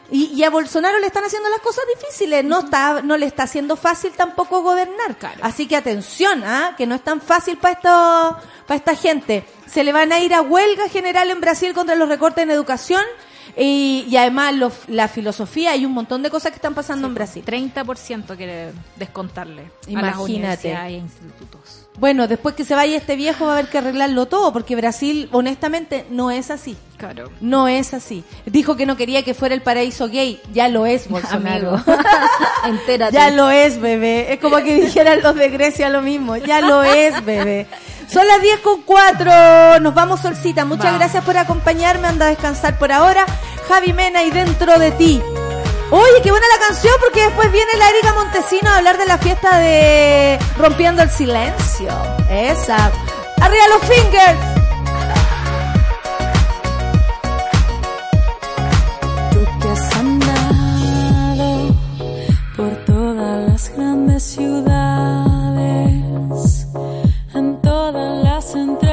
Y, y a Bolsonaro le están haciendo las cosas difíciles, no está, no le está haciendo fácil tampoco gobernar. Claro. Así que atención, ¿ah? Que no es tan fácil para esto, para esta gente. Se le van a ir a huelga general en Brasil contra los recortes en educación y, y además los, la filosofía, hay un montón de cosas que están pasando Sí, en Brasil. treinta por ciento quiere descontarle a las Imagínate. universidades e institutos. Bueno, después que se vaya este viejo va a haber que arreglarlo todo, porque Brasil, honestamente, no es así. Claro. No es así. Dijo que no quería que fuera el paraíso gay. Ya lo es, Bolsonaro. Amigo. Entérate. Ya lo es, bebé. Es como que dijeran los de Grecia lo mismo. Ya lo es, bebé. Son las diez con cuatro. Nos vamos, Solcita. Muchas Vamos. gracias por acompañarme. Anda a descansar por ahora. Javi Mena y Dentro de Ti. Oye, qué buena la canción, porque después viene la Erika Montesino a hablar de la fiesta de Rompiendo el Silencio. Esa. Arriba los fingers. Tú que has andado por todas las grandes ciudades, en todas las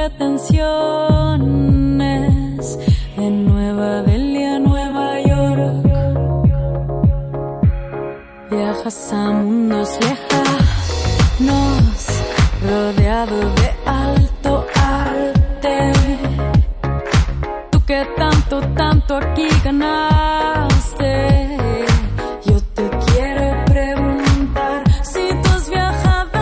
entretenciones, de Nueva Delhi a Nueva York, viajas a mundos lejanos, rodeado de alto arte. Tú que tanto, tanto aquí ganaste, yo te quiero preguntar si tú has viajado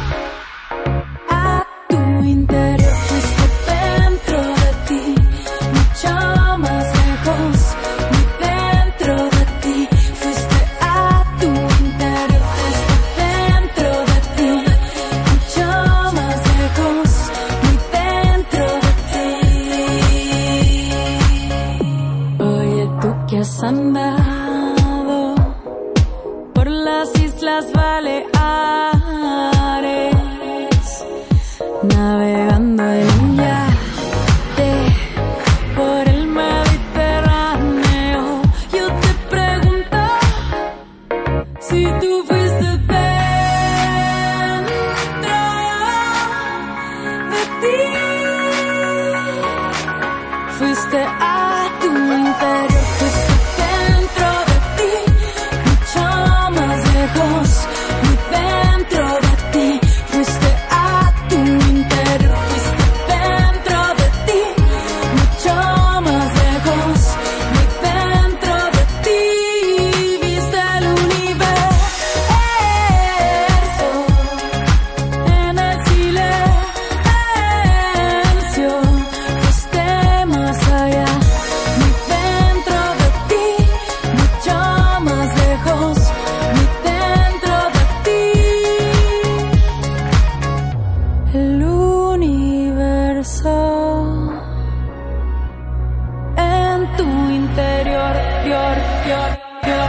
a tu interior. Fuiste dentro de ti, mucho más lejos, muy dentro de ti. Fuiste a tu interior, fuiste dentro de ti, mucho más lejos, muy dentro de ti. Oye, tú que has andado por las Islas Baleares, navegando en un yate por el Mediterráneo, yo te pregunto si tú fuiste dentro de ti. Fuiste a tu interior, fuiste dentro de ti, mucho más lejos, muy dentro de ti. Fuiste a tu interior, fuiste dentro de ti, mucho más lejos, muy dentro de ti. Viste el universo en el silencio. Fuiste más allá, muy dentro de ti, mucho más lejos, muy dentro de ti. El universo en tu interior, yor, yor, yor.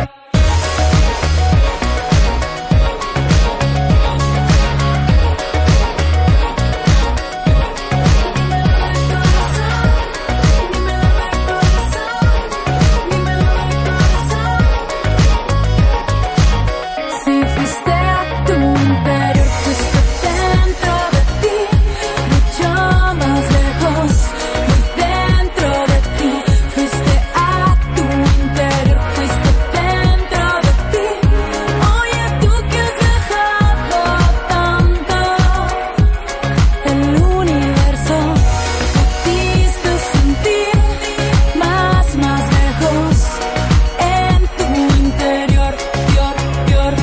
Si fuiste a tu interior, fuiste dentro de ti, mucho más lejos, muy dentro de ti. Fuiste a tu interior, fuiste dentro de ti. Oye, tú que has dejado tanto el universo, pudiste sentir más, más lejos en tu interior, yor, yor, yor.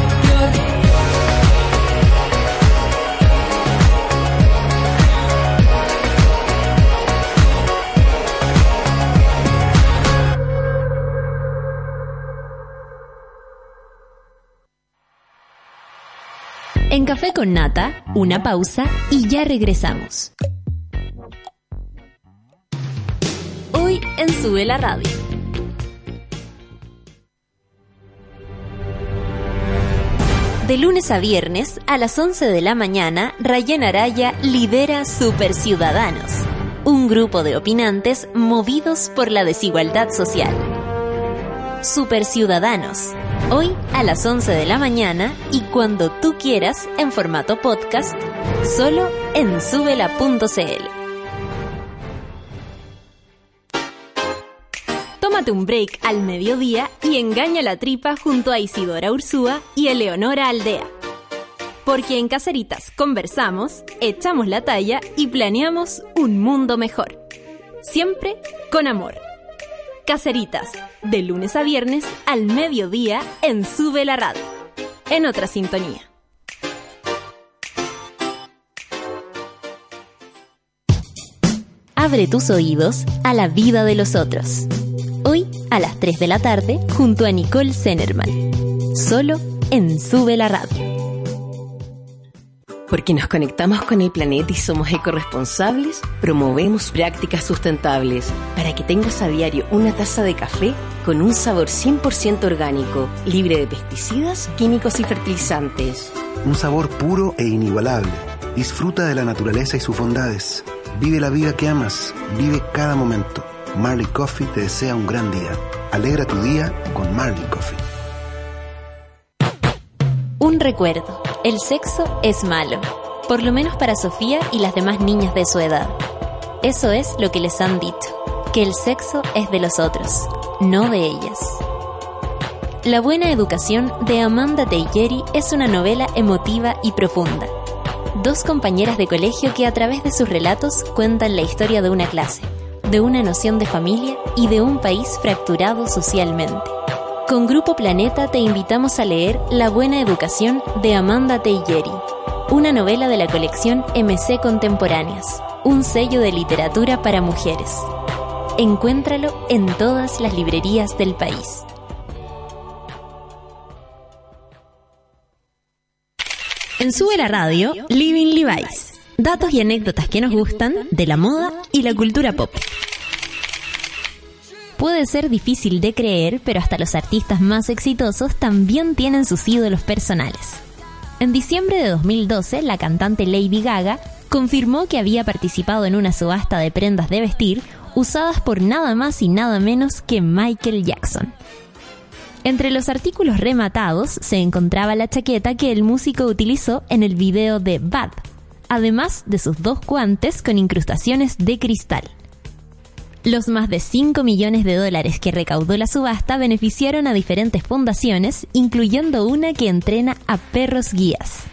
En Café con Nata, una pausa y ya regresamos. Hoy en Sube la Radio. De lunes a viernes, a las once de la mañana, Rayén Araya lidera Super Ciudadanos, un grupo de opinantes movidos por la desigualdad social. Super Ciudadanos, hoy a las once de la mañana y cuando tú quieras en formato podcast, solo en subela punto cl. Toma Tómate un break al mediodía y engaña la tripa junto a Isidora Ursúa y Eleonora Aldea. Porque en Caseritas conversamos, echamos la talla y planeamos un mundo mejor. Siempre con amor. Caseritas, de lunes a viernes al mediodía en Sube la Radio. En otra sintonía. Abre tus oídos a la vida de los otros. Hoy a las tres de la tarde junto a Nicole Zenerman. Solo en Sube la Radio. Porque nos conectamos con el planeta y somos ecorresponsables, promovemos prácticas sustentables para que tengas a diario una taza de café con un sabor cien por ciento orgánico, libre de pesticidas, químicos y fertilizantes. Un sabor puro e inigualable. Disfruta de la naturaleza y sus bondades. Vive la vida que amas. Vive cada momento. Marley Coffee te desea un gran día. Alegra tu día con Marley Coffee. Un recuerdo. El sexo es malo. Por lo menos para Sofía y las demás niñas de su edad. Eso es lo que les han dicho. Que el sexo es de los otros, no de ellas. La buena educación de Amanda Teicheri es una novela emotiva y profunda. Dos compañeras de colegio que a través de sus relatos cuentan la historia de una clase, de una noción de familia y de un país fracturado socialmente. Con Grupo Planeta te invitamos a leer La buena educación de Amanda Teicheri, una novela de la colección M C Contemporáneas, un sello de literatura para mujeres. Encuéntralo en todas las librerías del país. En Sube la Radio, Living Levi's. Datos y anécdotas que nos gustan de la moda y la cultura pop. Puede ser difícil de creer, pero hasta los artistas más exitosos también tienen sus ídolos personales. En diciembre de dos mil doce, la cantante Lady Gaga confirmó que había participado en una subasta de prendas de vestir usadas por nada más y nada menos que Michael Jackson. Entre los artículos rematados se encontraba la chaqueta que el músico utilizó en el video de Bad, además de sus dos guantes con incrustaciones de cristal. Los más de cinco millones de dólares que recaudó la subasta beneficiaron a diferentes fundaciones, incluyendo una que entrena a perros guías.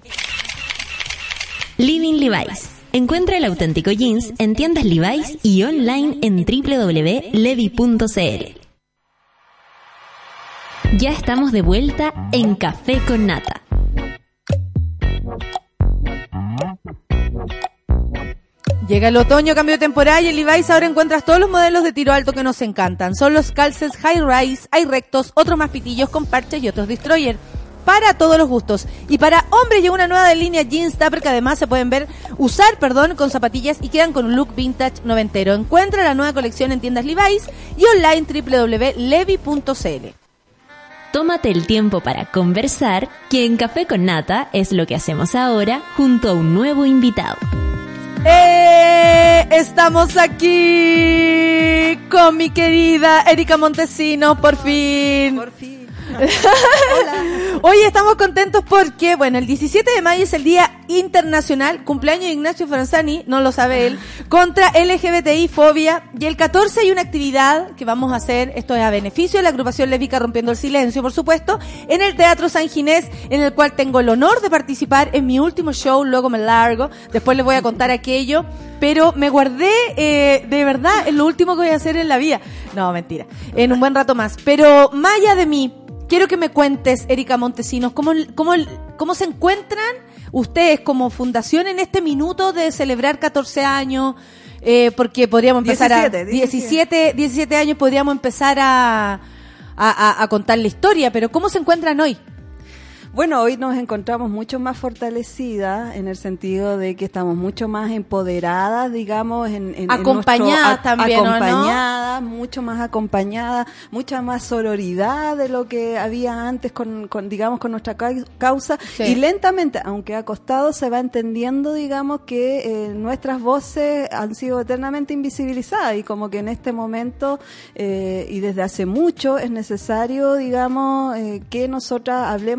Living Levi's. Encuentra el auténtico jeans en tiendas Levi's y online en doble u doble u doble u punto levi punto c l. Ya estamos de vuelta en Café con Nata. Llega el otoño, cambio de temporada y en Levi's ahora encuentras todos los modelos de tiro alto que nos encantan. Son los calces high rise, hay rectos, otros más pitillos con parches y otros destroyer. Para todos los gustos. Y para hombres llega una nueva línea jeans tupper que además se pueden ver, usar, perdón, con zapatillas y quedan con un look vintage noventero. Encuentra la nueva colección en tiendas Levi's y online doble u doble u doble u punto levi punto c l. Tómate el tiempo para conversar, que en Café con Nata es lo que hacemos ahora junto a un nuevo invitado. ¡Eh! Estamos aquí con mi querida Erika Montesinos, por fin. Por fin. Hola. Hoy estamos contentos porque, bueno, el diecisiete de mayo es el Día Internacional, cumpleaños de Ignacio Franzani, no lo sabe él, contra L G B T I fobia, y el catorce hay una actividad que vamos a hacer, esto es a beneficio de la agrupación lésbica Rompiendo el Silencio, por supuesto, en el Teatro San Ginés, en el cual tengo el honor de participar en mi último show, luego me largo, después les voy a contar aquello, pero me guardé, eh, de verdad, es lo último que voy a hacer en la vida. No, mentira, en un buen rato más, pero más allá de mí, quiero que me cuentes, Erika Montesinos, ¿cómo, cómo, cómo se encuentran ustedes como fundación en este minuto de celebrar catorce años? Eh, porque podríamos empezar diecisiete, a... diecisiete, diecisiete años podríamos empezar a, a, a, a contar la historia, pero ¿cómo se encuentran hoy? Bueno, hoy nos encontramos mucho más fortalecidas en el sentido de que estamos mucho más empoderadas, digamos, en, en acompañadas en también, acompañadas, ¿no? mucho más acompañadas, mucha más sororidad de lo que había antes con, con digamos, con nuestra causa. Sí. Y lentamente, aunque ha costado, se va entendiendo, digamos, que eh, nuestras voces han sido eternamente invisibilizadas y como que en este momento eh, y desde hace mucho es necesario, digamos, eh, que nosotras hablemos desde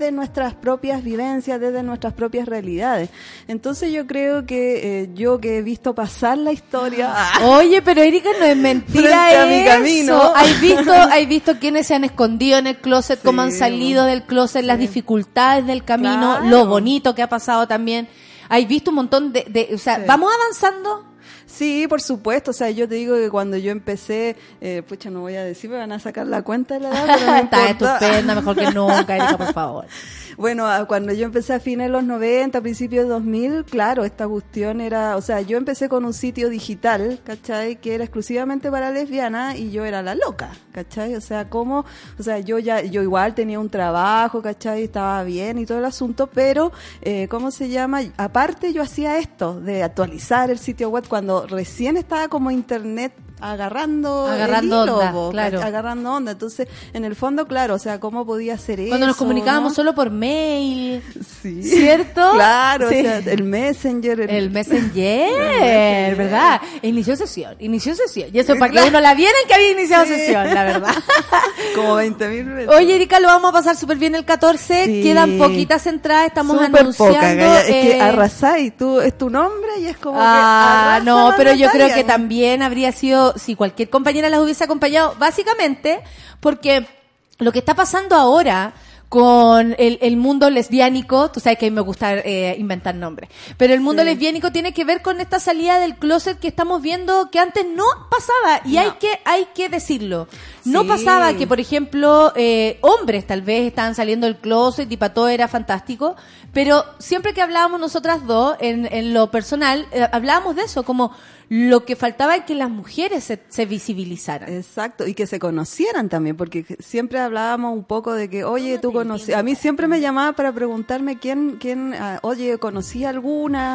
desde nuestras propias vivencias, desde nuestras propias realidades. Entonces yo creo que eh, yo que he visto pasar la historia... Oye, pero Erika, no es mentira frente a mi eso. camino. ¿Has visto, has visto quiénes se han escondido en el closet, Sí, cómo han salido del closet, sí. las dificultades del camino, Claro. lo bonito que ha pasado también? ¿Has visto un montón de... de o sea, Sí. ¿vamos avanzando? Sí, por supuesto. O sea, yo te digo que cuando yo empecé, eh, pucha, no voy a decir, me van a sacar la cuenta de la edad, pero no Está importa. estupenda, mejor que nunca, Erika, por favor. Bueno, a- cuando yo empecé a fines de los noventa, principios de dos mil, claro, esta cuestión era, o sea, yo empecé con un sitio digital, ¿cachai? Que era exclusivamente para lesbianas y yo era la loca, ¿cachai? O sea, como, o sea, yo ya, yo igual tenía un trabajo, ¿cachai? Estaba bien y todo el asunto, pero, eh, ¿cómo se llama? Aparte yo hacía esto, de actualizar el sitio web cuando recién estaba como internet agarrando Agarrando el hilo, onda, po, claro. agarrando onda. Entonces, en el fondo, claro, o sea, ¿cómo podía hacer eso? Cuando nos comunicábamos ¿no? solo por mail, Sí. ¿cierto? Claro, Sí. o sea, el Messenger. El, El Messenger, Messenger. ¿verdad? Inició sesión, inició sesión. Y eso para que Claro. uno la viera en que había iniciado Sí. sesión, la verdad. Como veinte mil veces. Oye, Erika, lo vamos a pasar súper bien el catorce. Sí. Quedan poquitas entradas, estamos Súper anunciando. poca, Gaya. Es que eh, arrasáis, tú, es tu nombre y es como Ah, que no, arrasa pero la yo creo Natalia. que también habría sido, si cualquier compañera las hubiese acompañado, básicamente, porque lo que está pasando ahora con el, el mundo lesbiánico, tú sabes que a mí me gusta eh, inventar nombres, pero el mundo Sí. lesbiánico tiene que ver con esta salida del closet que estamos viendo que antes no pasaba, y No. hay que hay que decirlo. No Sí. pasaba que, por ejemplo, eh, hombres tal vez estaban saliendo del closet y para todo era fantástico, pero siempre que hablábamos nosotras dos, en, en lo personal, eh, hablábamos de eso, como lo que faltaba es que las mujeres se, se visibilizaran. Exacto, y que se conocieran también, porque siempre hablábamos un poco de que, oye, tú conocí, a mí siempre me llamaba para preguntarme quién, quién, ah, oye, ¿conocí alguna,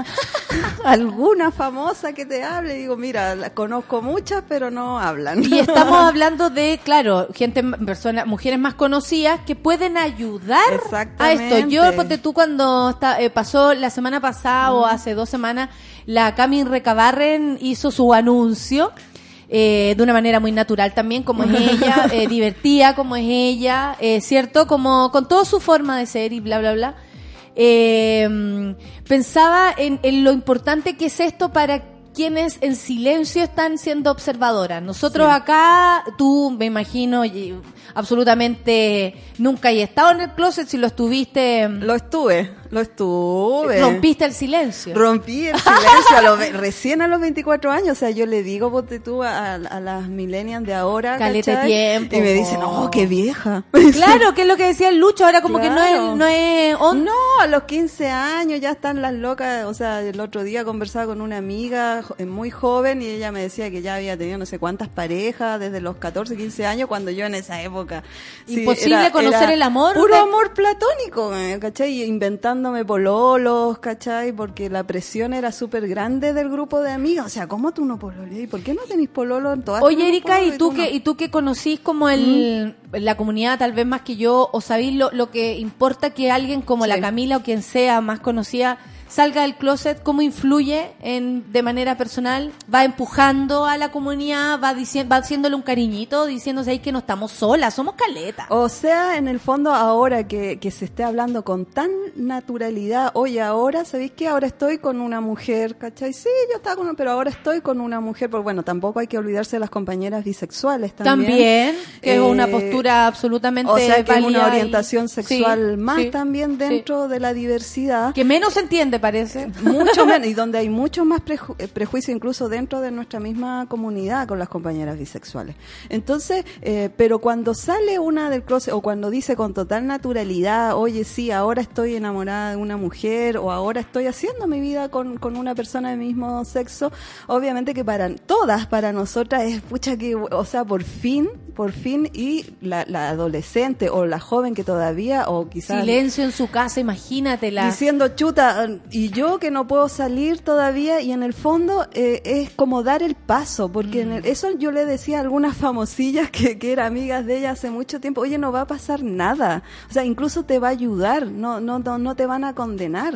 alguna famosa que te hable? Y digo, mira, la conozco muchas, pero no hablan. Y estamos hablando de, claro, gente, personas, mujeres más conocidas que pueden ayudar a Exactamente. esto. Yo, ponte tú, cuando está, eh, pasó la semana pasada o hace dos semanas, la Cami Recabarren hizo su anuncio. Eh, de una manera muy natural también, como es ella, eh, divertida como es ella, eh, ¿cierto? Como con toda su forma de ser y bla, bla, bla. Eh, pensaba en, en lo importante que es esto para quienes en silencio están siendo observadoras. Nosotros Sí. acá, tú me imagino, y absolutamente nunca he estado en el closet, si lo estuviste, Lo estuve, lo estuve. rompiste el silencio. Rompí el silencio a los ve- recién a los veinticuatro años. O sea, yo le digo, ponte tú, a, a las millennials de ahora, Caleta de ¿cachai? tiempo, y me dicen, po. oh, qué vieja. Claro, que es lo que decía el Lucho, ahora como que no Claro. es, no es on- No, a los quince años ya están las locas. O sea, el otro día conversaba con una amiga jo- muy joven y ella me decía que ya había tenido no sé cuántas parejas desde los catorce, quince años, cuando yo en esa época. sí, Imposible era- conocer era el amor Puro de- amor platónico, eh, ¿cachai? Y inventándome pololos, ¿cachai? Porque la presión era súper grande del grupo de amigas. O sea, ¿cómo tú no pololeas? ¿Y por qué no tenés pololo en todas? Oye, tenemos Erika, pololo ¿y tú no? que y tú que conocís como el la comunidad tal vez más que yo, o sabís lo, lo que importa que alguien como Sí. la Camila o quien sea más conocida salga del closet, cómo influye en de manera personal, va empujando a la comunidad, va diciendo, va haciéndole un cariñito, diciéndose ahí que no estamos solas, somos caletas. O sea, en el fondo, ahora que, que se esté hablando con tan naturalidad, oye, ahora, ¿sabéis qué? Ahora estoy con una mujer, ¿cachai? Sí, yo estaba con una, pero ahora estoy con una mujer, porque bueno, tampoco hay que olvidarse de las compañeras bisexuales también. También, que es una Eh, postura absolutamente O sea, que es válida una y- orientación sexual sí, más sí, también sí. dentro de la diversidad. Que menos se entiende, parece. Mucho menos, y donde hay mucho más preju- eh, prejuicio incluso dentro de nuestra misma comunidad con las compañeras bisexuales. Entonces, eh, pero cuando sale una del closet o cuando dice con total naturalidad, oye, sí, ahora estoy enamorada de una mujer o ahora estoy haciendo mi vida con, con una persona del mismo sexo, obviamente que para todas, para nosotras es, pucha que, o sea, por fin, por fin, y la, la adolescente o la joven que todavía, o quizás... Silencio en su casa, imagínatela. Diciendo, chuta, y yo que no puedo salir todavía, y en el fondo eh, es como dar el paso, porque en el- eso yo le decía a algunas famosillas que, que eran amigas de ella hace mucho tiempo, oye, no va a pasar nada, o sea, incluso te va a ayudar, no, no, no, no te van a condenar.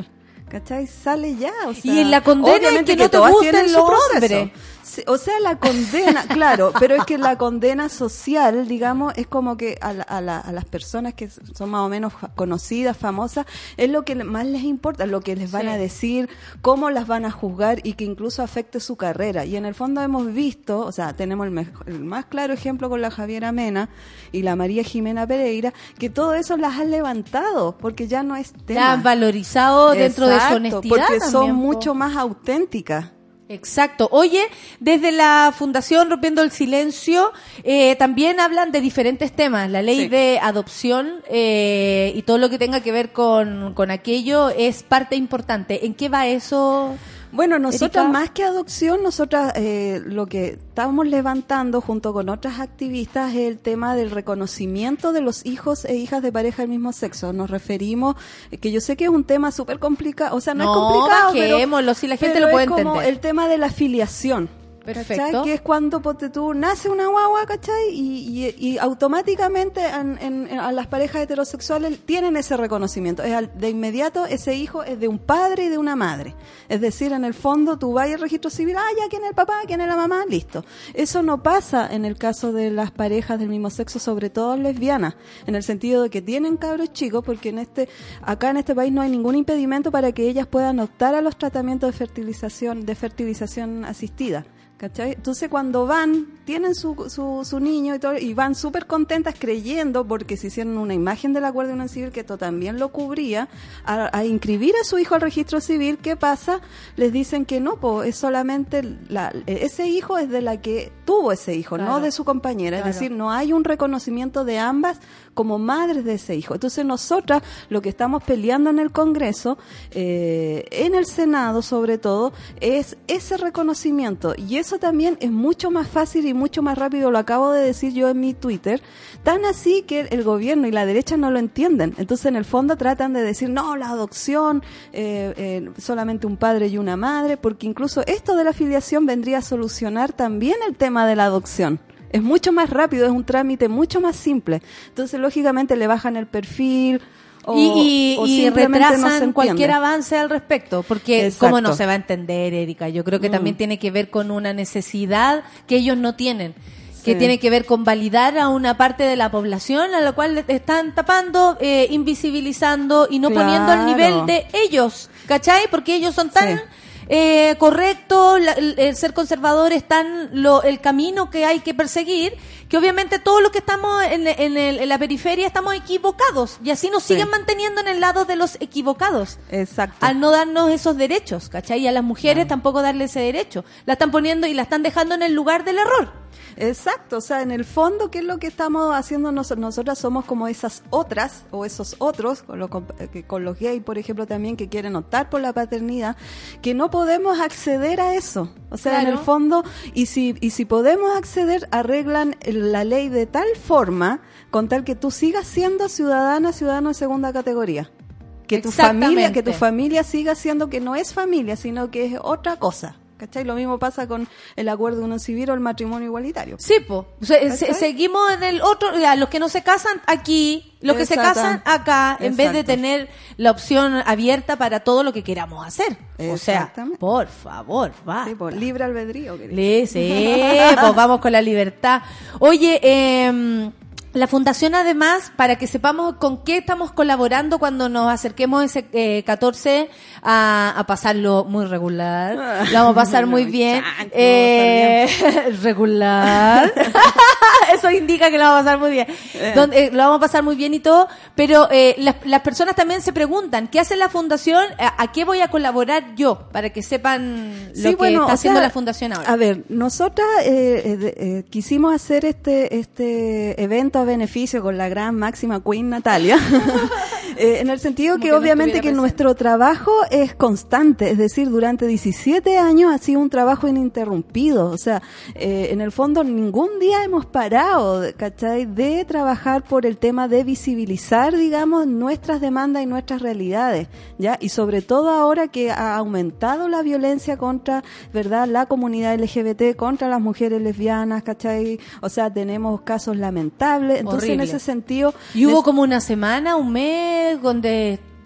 ¿cachai? Sale ya, o sea, y en la condena es que no te gusten los hombres. Sí, o sea, la condena, claro, pero es que la condena social, digamos, es como que a, la, a, la, a las personas que son más o menos conocidas, famosas, es lo que más les importa, lo que les van sí. a decir, cómo las van a juzgar y que incluso afecte su carrera. Y en el fondo hemos visto, o sea, tenemos el, mejor, el más claro ejemplo con la Javiera Mena y la María Jimena Pereira, que todo eso las han levantado, porque ya no es tema. La han valorizado dentro Exacto, de su honestidad porque también, son po. mucho más auténticas. Exacto. Oye, desde la Fundación Rompiendo el Silencio eh, también hablan de diferentes temas. La ley sí. de adopción eh, y todo lo que tenga que ver con, con aquello es parte importante. ¿En qué va eso? Bueno, nosotras Erika, más que adopción, nosotras eh, lo que estamos levantando junto con otras activistas es el tema del reconocimiento de los hijos e hijas de pareja del mismo sexo. Nos referimos, eh, que yo sé que es un tema súper complicado, o sea, no, no es complicado, bajémoslo, si la gente pero lo puede es como entender. el tema de la filiación. Perfecto. ¿Cachai? Que es cuando ponte tú, nace una guagua, ¿cachai? Y, y, y automáticamente en, en, en, a las parejas heterosexuales tienen ese reconocimiento. Es al, de inmediato ese hijo es de un padre y de una madre. Es decir, en el fondo tú vas al registro civil, ah, ya, ¿quién es el papá? ¿Quién es la mamá? Listo. Eso no pasa en el caso de las parejas del mismo sexo, sobre todo lesbianas, en el sentido de que tienen cabros chicos, porque en este, acá en este país no hay ningún impedimento para que ellas puedan optar a los tratamientos de fertilización, de fertilización asistida. ¿Cachai? Entonces cuando van, tienen su, su, su niño y todo, y van súper contentas creyendo, porque se hicieron una imagen de la Guardia Nacional Civil que esto también lo cubría, a, a inscribir a su hijo al registro civil. ¿Qué pasa? Les dicen que no, pues es solamente, la, ese hijo es de la que tuvo ese hijo, claro, no de su compañera. Claro. Es decir, no hay un reconocimiento de ambas como madres de ese hijo. Entonces nosotras lo que estamos peleando en el Congreso, eh, en el Senado sobre todo, es ese reconocimiento, y eso también es mucho más fácil y mucho más rápido, lo acabo de decir yo en mi Twitter, tan así que el gobierno y la derecha no lo entienden. Entonces en el fondo tratan de decir, no, la adopción, eh, eh, solamente un padre y una madre, porque incluso esto de la filiación vendría a solucionar también el tema de la adopción. Es mucho más rápido, es un trámite mucho más simple. Entonces, lógicamente, le bajan el perfil o, y, y, o y simplemente retrasan no cualquier avance al respecto. Porque, Exacto. ¿cómo no se va a entender, Erika? Yo creo que mm. también tiene que ver con una necesidad que ellos no tienen. Que sí. tiene que ver con validar a una parte de la población a la cual están tapando, eh, invisibilizando y no claro. poniendo al nivel de ellos, ¿cachai? Porque ellos son tan... Sí. Eh, correcto, la, el, el ser conservador es tan lo, el camino que hay que perseguir, que obviamente todos los que estamos en, en, el, en la periferia estamos equivocados, y así nos sí. siguen manteniendo en el lado de los equivocados. Exacto. Al no darnos esos derechos, ¿cachai? Y a las mujeres no. tampoco darle ese derecho. La están poniendo y la están dejando en el lugar del error. Exacto, o sea, en el fondo, ¿qué es lo que estamos haciendo nosotros? Nosotras somos como esas otras, o esos otros, con, lo, con los gays, por ejemplo, también, que quieren optar por la paternidad, que no podemos acceder a eso. O sea, claro. en el fondo, y si, y si podemos acceder, arreglan la ley de tal forma, con tal que tú sigas siendo ciudadana, ciudadano de segunda categoría. Que tu familia, que tu familia siga siendo, que no es familia, sino que es otra cosa. ¿Cachai? Lo mismo pasa con el acuerdo unión civil o el matrimonio igualitario. Sí, pues. Se, se, seguimos en el otro, ya, los que no se casan aquí, los que Exacto. se casan acá, en Exacto. vez de tener la opción abierta para todo lo que queramos hacer. O sea, por favor, va. Sí, por libre albedrío. Sí, sí, pues vamos con la libertad. Oye, eh... la Fundación, además, para que sepamos con qué estamos colaborando cuando nos acerquemos ese eh, catorce a, a pasarlo muy regular, lo vamos a pasar muy bien, eh, regular, eso indica que lo vamos a pasar muy bien, Donde, eh, lo vamos a pasar muy bien y todo, pero eh, las, las personas también se preguntan, ¿qué hace la Fundación? ¿A, a qué voy a colaborar yo? Para que sepan lo sí, que bueno, está haciendo sea, la Fundación ahora. A ver, nosotras eh, eh, eh, quisimos hacer este, este evento a beneficio con la gran máxima Queen Natalia, eh, en el sentido que, que obviamente no que presente. Nuestro trabajo es constante, es decir, durante diecisiete años ha sido un trabajo ininterrumpido, o sea, eh, en el fondo ningún día hemos parado, ¿cachai?, de trabajar por el tema de visibilizar, digamos, nuestras demandas y nuestras realidades, ¿ya? Y sobre todo ahora que ha aumentado la violencia contra, ¿verdad?, la comunidad L G B T, contra las mujeres lesbianas, ¿cachai? O sea, tenemos casos lamentables. Entonces, horrible. En ese sentido... Y hubo como una semana, un mes, donde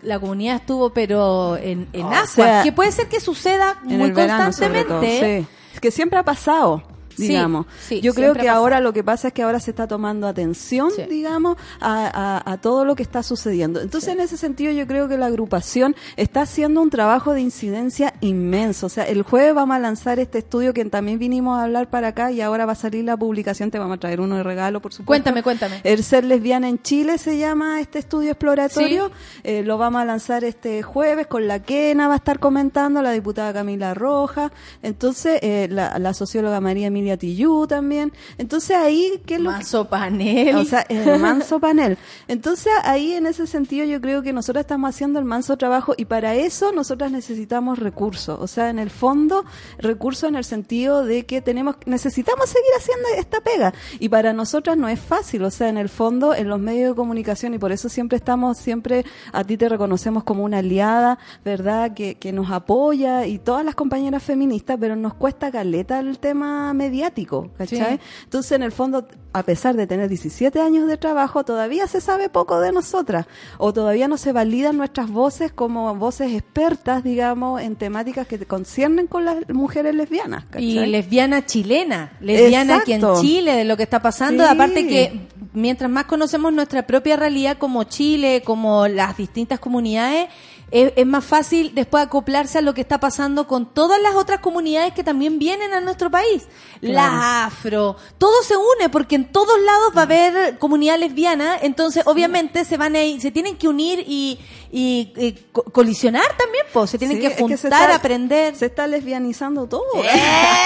la comunidad estuvo pero en, en O aguas, sea, que puede ser que suceda en muy el verano, sobre todo, constantemente. sí. Es que siempre ha pasado. Sí, Digamos, sí, yo creo siempre que ha pasado. ahora lo que pasa es que ahora se está tomando atención, Sí. digamos, a, a, a todo lo que está sucediendo. Entonces, en ese sentido, yo creo que la agrupación está haciendo un trabajo de incidencia inmenso. O sea, el jueves vamos a lanzar este estudio que también vinimos a hablar para acá y ahora va a salir la publicación. Te vamos a traer uno de regalo, por supuesto. Cuéntame, cuéntame. El ser lesbiana en Chile se llama este estudio exploratorio. Eh, lo vamos a lanzar este jueves con la Kena, va a estar comentando, la diputada Camila Rojas. Entonces, eh, la, la socióloga María Emilia Tillú también. Entonces ahí, ¿qué es lo Manso que... panel. O sea, el manso panel. Entonces ahí en ese sentido yo creo que nosotros estamos haciendo el manso trabajo y para eso nosotras necesitamos recursos. O sea, en el fondo, recursos en el sentido de que tenemos, necesitamos seguir haciendo esta pega. Y para nosotras no es fácil. O sea, en el fondo, en los medios de comunicación, y por eso siempre estamos, siempre a ti te reconocemos como una aliada, ¿verdad? Que, que nos apoya y todas las compañeras feministas, pero nos cuesta caleta el tema mediático, ¿cachai? Sí. Entonces, en el fondo, a pesar de tener diecisiete años de trabajo, todavía se sabe poco de nosotras, o todavía no se validan nuestras voces como voces expertas, digamos, en temáticas que conciernen con las mujeres lesbianas, ¿cachai? Y lesbiana chilena, lesbiana aquí en Chile, de lo que está pasando, sí. Aparte que mientras más conocemos nuestra propia realidad como Chile, como las distintas comunidades, Es, es más fácil después acoplarse a lo que está pasando con todas las otras comunidades que también vienen a nuestro país. Claro. La afro, todo se une porque en todos lados va a haber comunidad lesbiana, entonces sí. Obviamente se van a ir, se tienen que unir y, y, y co- colisionar también, pues se tienen sí, que juntar, es que se está, aprender. Se está lesbianizando todo. ¡Eh!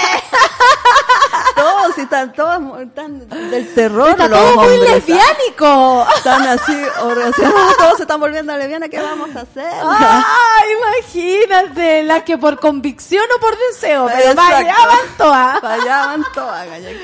Todos, y están todos están del terror. Está todo muy hombres, lesbiánico. Están así, o sea, todos se están volviendo lesbianas, ¿qué vamos a hacer? ¡Ah, imagínate! Las que por convicción o por deseo, pero para allá van todas. Para allá van todas.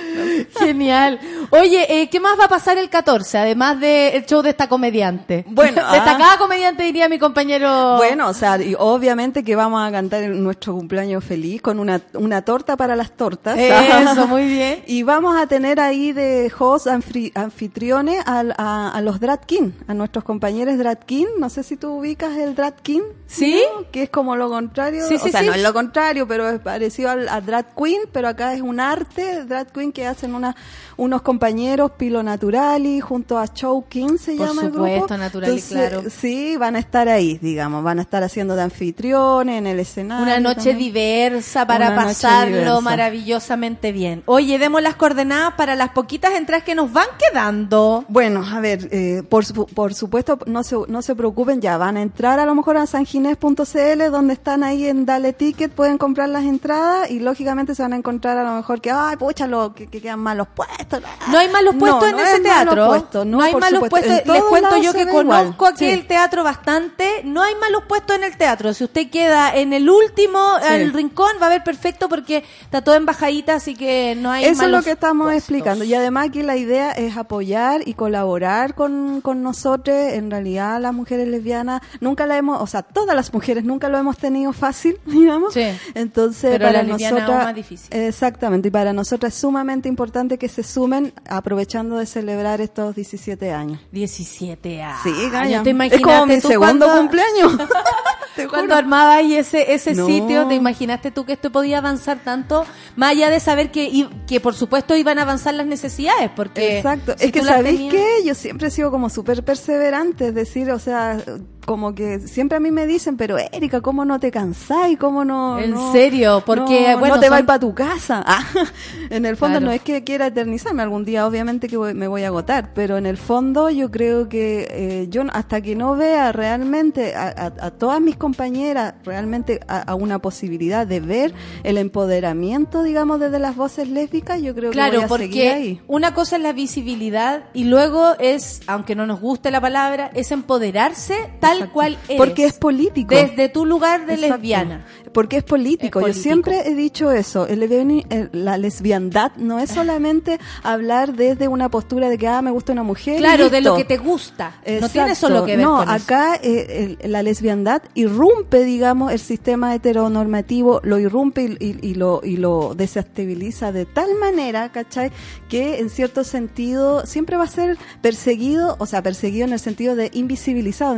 Genial. Oye, eh, ¿qué más va a pasar el catorce? Además del show de esta comediante. Bueno, destacada ah, comediante, diría mi compañero. Bueno, o sea, y obviamente que vamos a cantar en nuestro cumpleaños feliz con una, una torta para las tortas. Eso, muy bien. Y vamos a tener ahí de host anfri, anfitriones a, a, a los Drag King, a nuestros compañeros Drag King. No sé si tú ubicas el Drag King. ¿Sí? ¿No? Que es como lo contrario. Sí, sí, o sea, sí. no es lo contrario, pero es parecido al, a Drag Queen, pero acá es un arte Drag Queen que hacen una, unos compañeros, Pilo Naturali, junto a Show King se Por llama el grupo. Por supuesto, Naturali, Entonces, claro. Sí, van a estar ahí, digamos, van a estar haciendo de anfitriones en el escenario. Una noche también. diversa para Una pasarlo diversa. maravillosamente bien. Oye, demos las coordenadas para las poquitas entradas que nos van quedando. Bueno, a ver, eh, por, su, por supuesto, no se, no se preocupen, ya van a entrar a lo mejor a sanginés punto c l, donde están ahí en Dale Ticket, pueden comprar las entradas y lógicamente se van a encontrar a lo mejor que, ay, pucha, lo, que, que quedan malos puestos. No hay malos puestos no, en no ese teatro. Puesto, no, no hay por malos supuesto. puestos. Les cuento yo que conozco igual. aquel Sí. teatro bastante. No hay malos puestos en el teatro. Si usted queda en el último, Sí. el rincón, va a ver perfecto porque está todo en bajadita, así que no hay Eso malos es lo que estamos puestos. explicando. Y además que la idea es apoyar y colaborar con, con nosotros. En realidad las mujeres lesbianas nunca la hemos, o sea, todas las mujeres nunca lo hemos tenido fácil, digamos. Sí. Entonces, Pero para la lesbiana nosotras, aún más difícil. Exactamente, y para nosotras es sumamente importante que se sumen aprovechando de celebrar estos diecisiete años. diecisiete años. Sí, Gaya. ¿Te Es como mi tú segundo cuando- cumpleaños. Te Cuando juro. armaba ahí ese ese No. sitio, ¿te imaginaste tú que esto podía avanzar tanto? Más allá de saber que, y- que por supuesto iban a avanzar las necesidades, porque... Exacto. si es que, tú las ¿sabéis tenías- qué? Yo siempre he sido como súper perseverante, es decir, o sea, como que siempre a mí me dicen, pero Erika, ¿cómo no te cansáis? ¿Cómo no...? ¿En no- serio? Porque, no, bueno, no te son- vas para tu casa. Ah, en el fondo Claro. no es que quiera eternizarme, algún día obviamente que voy- me voy a agotar, pero en el fondo yo creo que eh, yo hasta que no vea realmente a, a- a todas mis compañeras realmente a, a una posibilidad de ver el empoderamiento, digamos, desde las voces lésbicas, yo creo que Claro, voy a seguir porque ahí. una cosa es la visibilidad y luego es, aunque no nos guste la palabra, es empoderarse tal Exacto. cual eres. Porque es político. Desde tu lugar de Exacto. lesbiana. Porque es político. Es Yo político. siempre he dicho eso. El lesbiani- el- la lesbiandad no es solamente hablar desde una postura de que, ah, me gusta una mujer. y Claro, de listo. lo que te gusta. No Exacto. tiene solo que ver no, con eso. acá eh, el- la lesbiandad irrumpe, digamos, el sistema heteronormativo, lo irrumpe y, y- y lo, y lo desestabiliza de tal manera, ¿cachai? Que en cierto sentido siempre va a ser perseguido, o sea, perseguido en el sentido de invisibilizado. Mientras más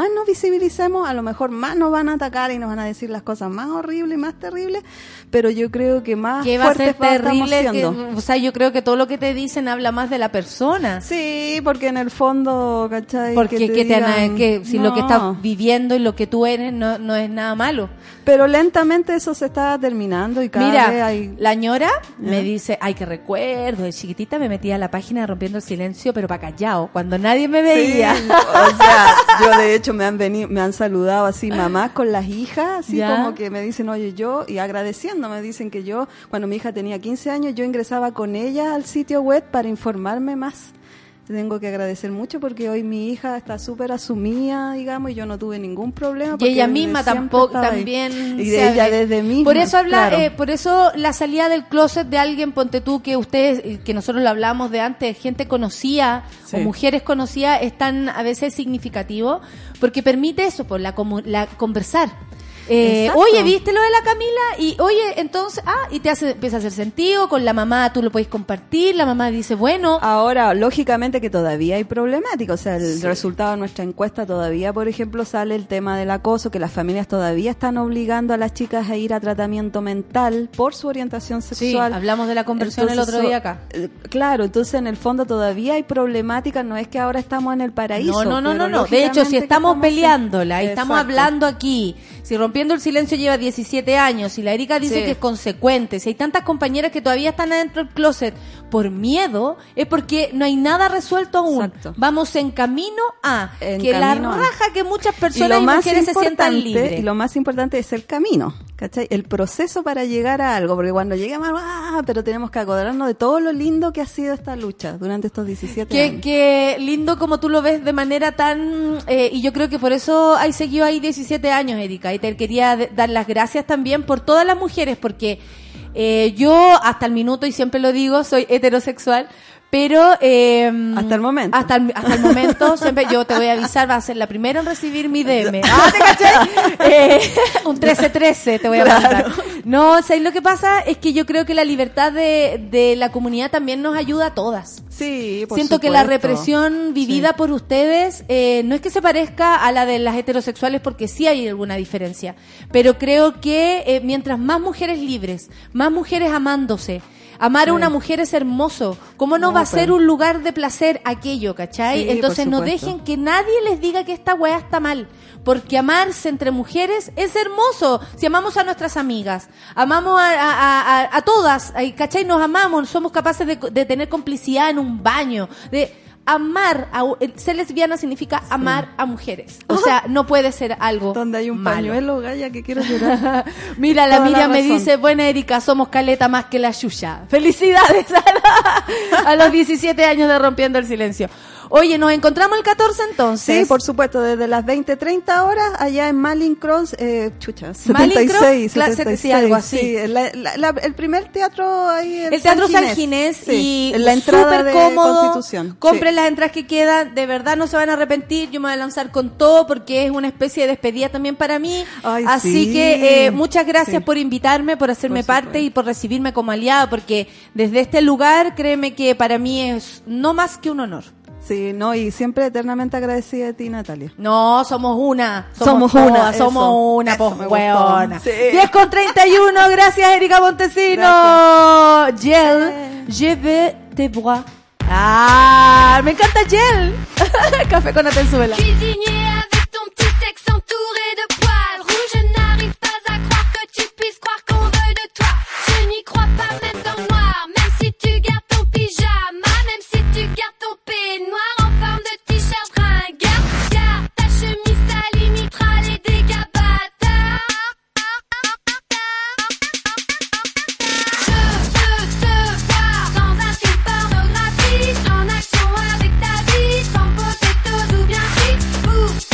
más nos visibilicemos, a lo mejor más nos van a atacar y nos van a decir las cosas más horribles y más terribles, pero yo creo que más que va a ser fuertes terrible, estamos que, siendo. o sea, yo creo que todo lo que te dicen habla más de la persona. Sí, porque en el fondo, ¿cachai? Porque que te que te digan, ana- que si no. lo que estás viviendo y lo que tú eres no, no es nada malo. Pero lentamente eso se está terminando y cada Mira, vez hay... la ñora me dice, ay, que recuerdo, de chiquitita me metía a la página de Rompiendo el Silencio, pero para callado, cuando nadie me veía. Sí, o sea, yo de hecho me han venido, me han saludado así mamás con las hijas, así ¿Ya? como que me dicen, oye, yo, y agradeciendo, me dicen que yo, cuando mi hija tenía quince años, yo ingresaba con ella al sitio web para informarme más. Tengo que agradecer mucho porque hoy mi hija está súper asumida, digamos, y yo no tuve ningún problema. Y porque ella misma siempre tampoco estaba ahí. también Y se de ella abre. desde misma. Por eso habla, claro. eh, por eso la salida del closet de alguien, ponte tú, que ustedes, que nosotros lo hablamos de antes, gente conocida Sí. o mujeres conocidas, es tan a veces significativo, porque permite eso, por la, comu- la conversar. Eh, Exacto. oye, ¿viste lo de la Camila? Y oye, entonces, ah, y te hace, empieza a hacer sentido, con la mamá tú lo puedes compartir, la mamá dice, bueno, Ahora, lógicamente que todavía hay problemática, o sea, el resultado de nuestra encuesta todavía, por ejemplo, sale el tema del acoso, que las familias todavía están obligando a las chicas a ir a tratamiento mental por su orientación sí, sexual. hablamos de la conversión el Entonces, otro día so- acá. eh, Claro, entonces en el fondo todavía hay problemática, no es que ahora estamos en el paraíso. No, no, no, pero no, no. De hecho, si lógicamente que estamos en- peleándola y estamos Exacto. hablando aquí, si Rompiendo el Silencio lleva diecisiete años y la Erika dice Sí. que es consecuente, si hay tantas compañeras que todavía están adentro del closet por miedo, es porque no hay nada resuelto aún. Exacto. Vamos en camino a En que camino la a. raja que muchas Y personas lo y, más mujeres se sientan importante, libres. y lo más importante es el camino, ¿cachai? El proceso para llegar a algo, porque cuando lleguemos a ah, pero tenemos que acordarnos de todo lo lindo que ha sido esta lucha durante estos diecisiete Qué, años. qué lindo como tú lo ves de manera tan... eh, y yo creo que por eso hay seguido ahí diecisiete años, Erika. Y te quería de- dar las gracias también por todas las mujeres, porque eh, yo hasta el minuto, y siempre lo digo, soy heterosexual, pero... eh, Hasta el momento. Hasta el, hasta el momento, siempre yo te voy a avisar, vas a ser la primera en recibir mi D M. Ah, ¿te caché? Eh, un trece trece te voy a mandar. No, ¿sabes? Lo que pasa es que yo creo que la libertad de, de la comunidad también nos ayuda a todas. Sí, por Siento que la supuesto. represión vivida Sí. por ustedes eh, no es que se parezca a la de las heterosexuales, porque sí hay alguna diferencia, pero creo que eh, mientras más mujeres libres, más mujeres amándose, amar a una mujer es hermoso. ¿Cómo no, No, va a ser pero- un lugar de placer aquello, cachai? Sí, Entonces por no supuesto. dejen que nadie les diga que esta weá está mal. Porque amarse entre mujeres es hermoso. Si amamos a nuestras amigas, amamos a, a, a, a todas, ay, ¿cachai? Nos amamos, somos capaces de, de tener complicidad en un baño, de amar, a, el ser lesbiana significa amar a mujeres. O sea, no puede ser algo Donde hay un malo. pañuelo, Gaya, que quiero llorar. Mira, la Toda la Miriam me razón. dice, buena Erika, somos caleta más que la Yuya. Felicidades a, la- a los diecisiete años de Rompiendo el Silencio. Oye, nos encontramos el catorce entonces. Sí, por supuesto, desde las veinte treinta horas allá en Malin Cross, eh, chucha, Malin setenta y seis, Cross, clase- setenta y sí, algo así. Sí, la- la- la- el primer teatro ahí. El Teatro San Ginés, sí, y en la entrada súper de cómodo. Constitución. Compren Sí. las entradas que quedan, de verdad no se van a arrepentir. Yo me voy a lanzar con todo porque es una especie de despedida también para mí. Ay, Así sí. que eh, muchas gracias Sí. por invitarme, por hacerme Por parte supuesto. y por recibirme como aliada, porque desde este lugar, créeme que para mí es no más que un honor. Sí, no, y siempre eternamente agradecida de ti, Natalia. No, somos una. Somos todas, una, Somos eso, una, eso pues, me gustó. weona. Sí. diez con treinta y uno, gracias Erika Montesino. Gel, je veux te boire. Ah, me encanta Gel. Café con Atenzuela. Cuisinier avec ton petit sexe entouré de poils rouges, je n'arrive pas à croire que tu puisses croire qu'on veuille de toi. Je n'y crois pas même dans le noir, même si tu gardes ton pyjama, même si tu gardes ton peignoir en forme de t-shirt ringard. Garde ta chemise, ça limitera les dégâts bâtards. Je veux te voir dans un film pornographique, en action avec ta vie, sans potatoes ou bien chic. Pour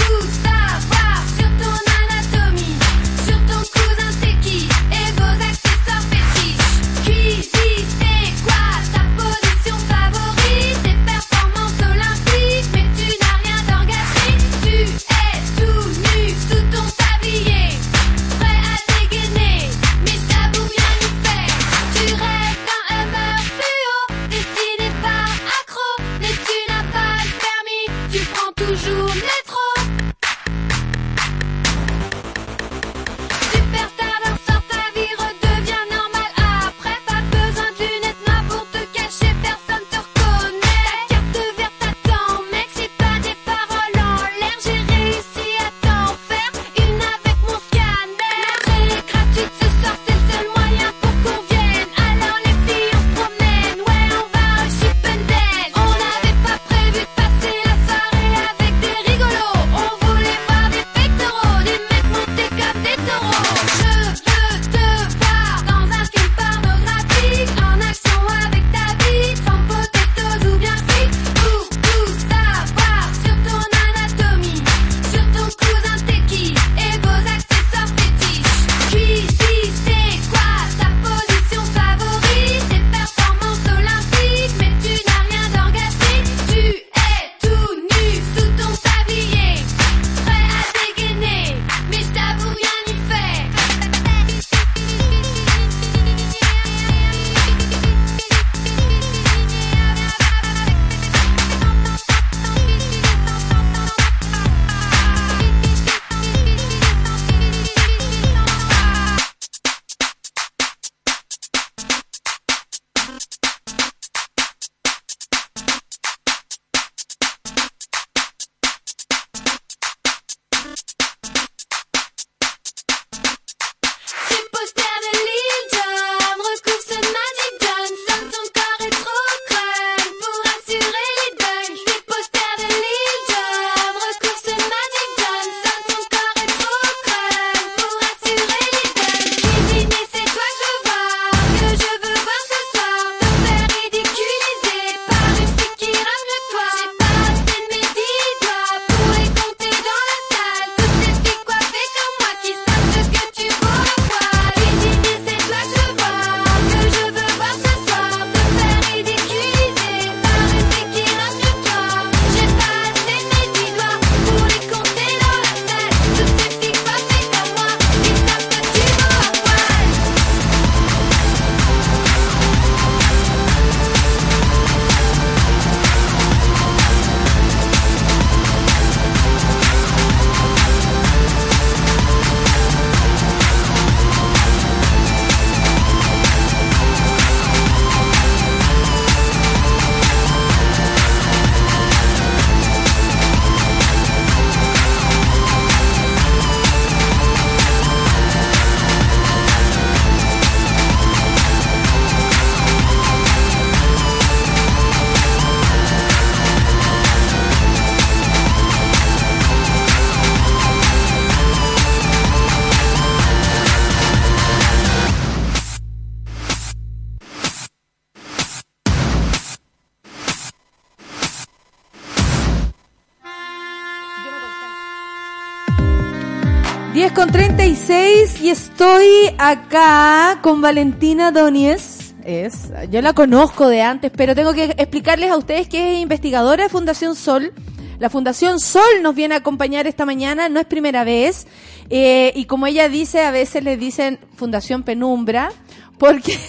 diez con treinta y seis y estoy acá con Valentina Donies. Es, yo la conozco de antes, pero tengo que explicarles a ustedes que es investigadora de Fundación Sol. La Fundación Sol nos viene a acompañar esta mañana, no es primera vez. Eh, y como ella dice, a veces le dicen Fundación Penumbra, porque...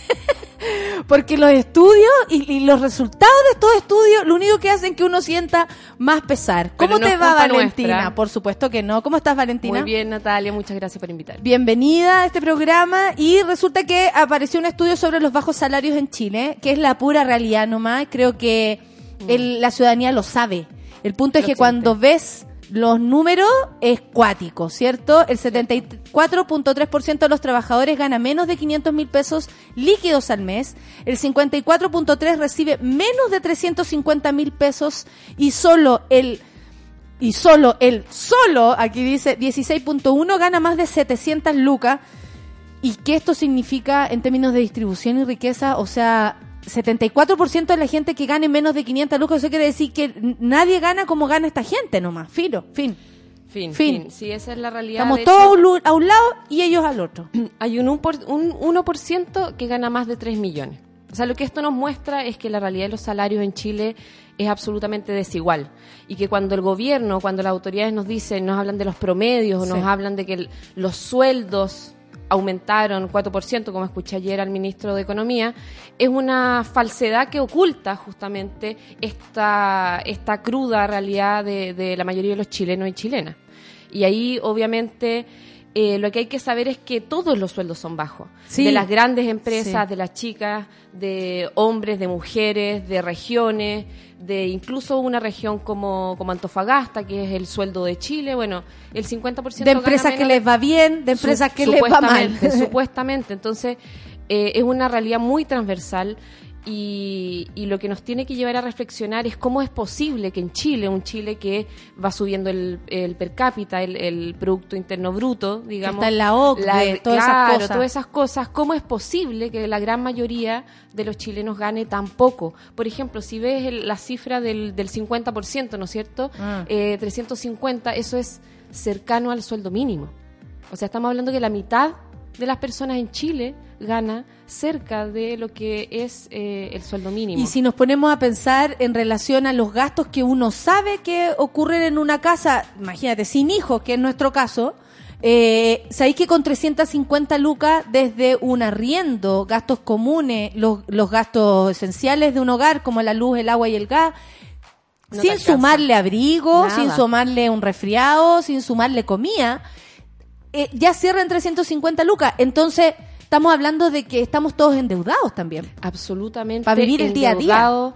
porque los estudios y, y los resultados de estos estudios lo único que hacen que uno sienta más pesar. ¿Cómo no te va, Valentina? Nuestra. Por supuesto que no. ¿Cómo estás, Valentina? Muy bien, Natalia, muchas gracias por invitarme. Bienvenida a este programa. Y resulta que apareció un estudio sobre los bajos salarios en Chile, que es la pura realidad nomás. Creo que el, la ciudadanía lo sabe. El punto es Lo que siente. cuando ves los números es cuático, ¿cierto? El setenta y cuatro punto tres por ciento de los trabajadores gana menos de quinientos mil pesos líquidos al mes, el cincuenta y cuatro punto tres por ciento recibe menos de trescientos cincuenta mil pesos y solo el, y solo el, solo, aquí dice dieciséis punto uno gana más de setecientas lucas. ¿Y qué esto significa en términos de distribución y riqueza? O sea, setenta y cuatro por ciento de la gente que gane menos de quinientas lucas, eso quiere decir que nadie gana como gana esta gente nomás. Filo, fin. Fin, Fin. fin. Sí, esa es la realidad. Estamos De todos a hecho, un, lu- a un lado y ellos al otro. hay un, un, por, un uno por ciento que gana más de tres millones. O sea, lo que esto nos muestra es que la realidad de los salarios en Chile es absolutamente desigual. Y que cuando el gobierno, cuando las autoridades nos dicen, nos hablan de los promedios, o Sí. nos hablan de que el- los sueldos aumentaron cuatro por ciento, como escuché ayer al ministro de Economía, es una falsedad que oculta justamente esta, esta cruda realidad de, de la mayoría de los chilenos y chilenas. Y ahí, obviamente, eh, lo que hay que saber es que todos los sueldos son bajos. Sí. De las grandes empresas, Sí. de las chicas, de hombres, de mujeres, de regiones, de incluso una región como, como Antofagasta, que es el sueldo de Chile. Bueno, el cincuenta por ciento De gana empresas que menos les va bien, de empresas Su- que les va mal. supuestamente, Supuestamente. Entonces, eh, es una realidad muy transversal y, y lo que nos tiene que llevar a reflexionar es cómo es posible que en Chile, un Chile que va subiendo el, el per cápita, el, el Producto Interno Bruto, digamos. está en la O C D, todas esas claro, cosas. todas esas cosas, ¿cómo es posible que la gran mayoría de los chilenos gane tan poco? Por ejemplo, si ves el- la cifra del, del cincuenta por ciento, ¿no es cierto? Ah. Eh, trescientos cincuenta, eso es cercano al sueldo mínimo. O sea, estamos hablando que la mitad de las personas en Chile gana cerca de lo que es eh, el sueldo mínimo. Y si nos ponemos a pensar en relación a los gastos que uno sabe que ocurren en una casa, imagínate, sin hijos, que es nuestro caso, eh, sabéis que con trescientas cincuenta lucas desde un arriendo, gastos comunes, los, los gastos esenciales de un hogar como la luz, el agua y el gas, No te sin alcanza. sumarle abrigo, Nada. sin sumarle un resfriado, sin sumarle comida, eh, ya cierran trescientas cincuenta lucas. Entonces, estamos hablando de que estamos todos endeudados también. Absolutamente. Para vivir el día a día. endeudado,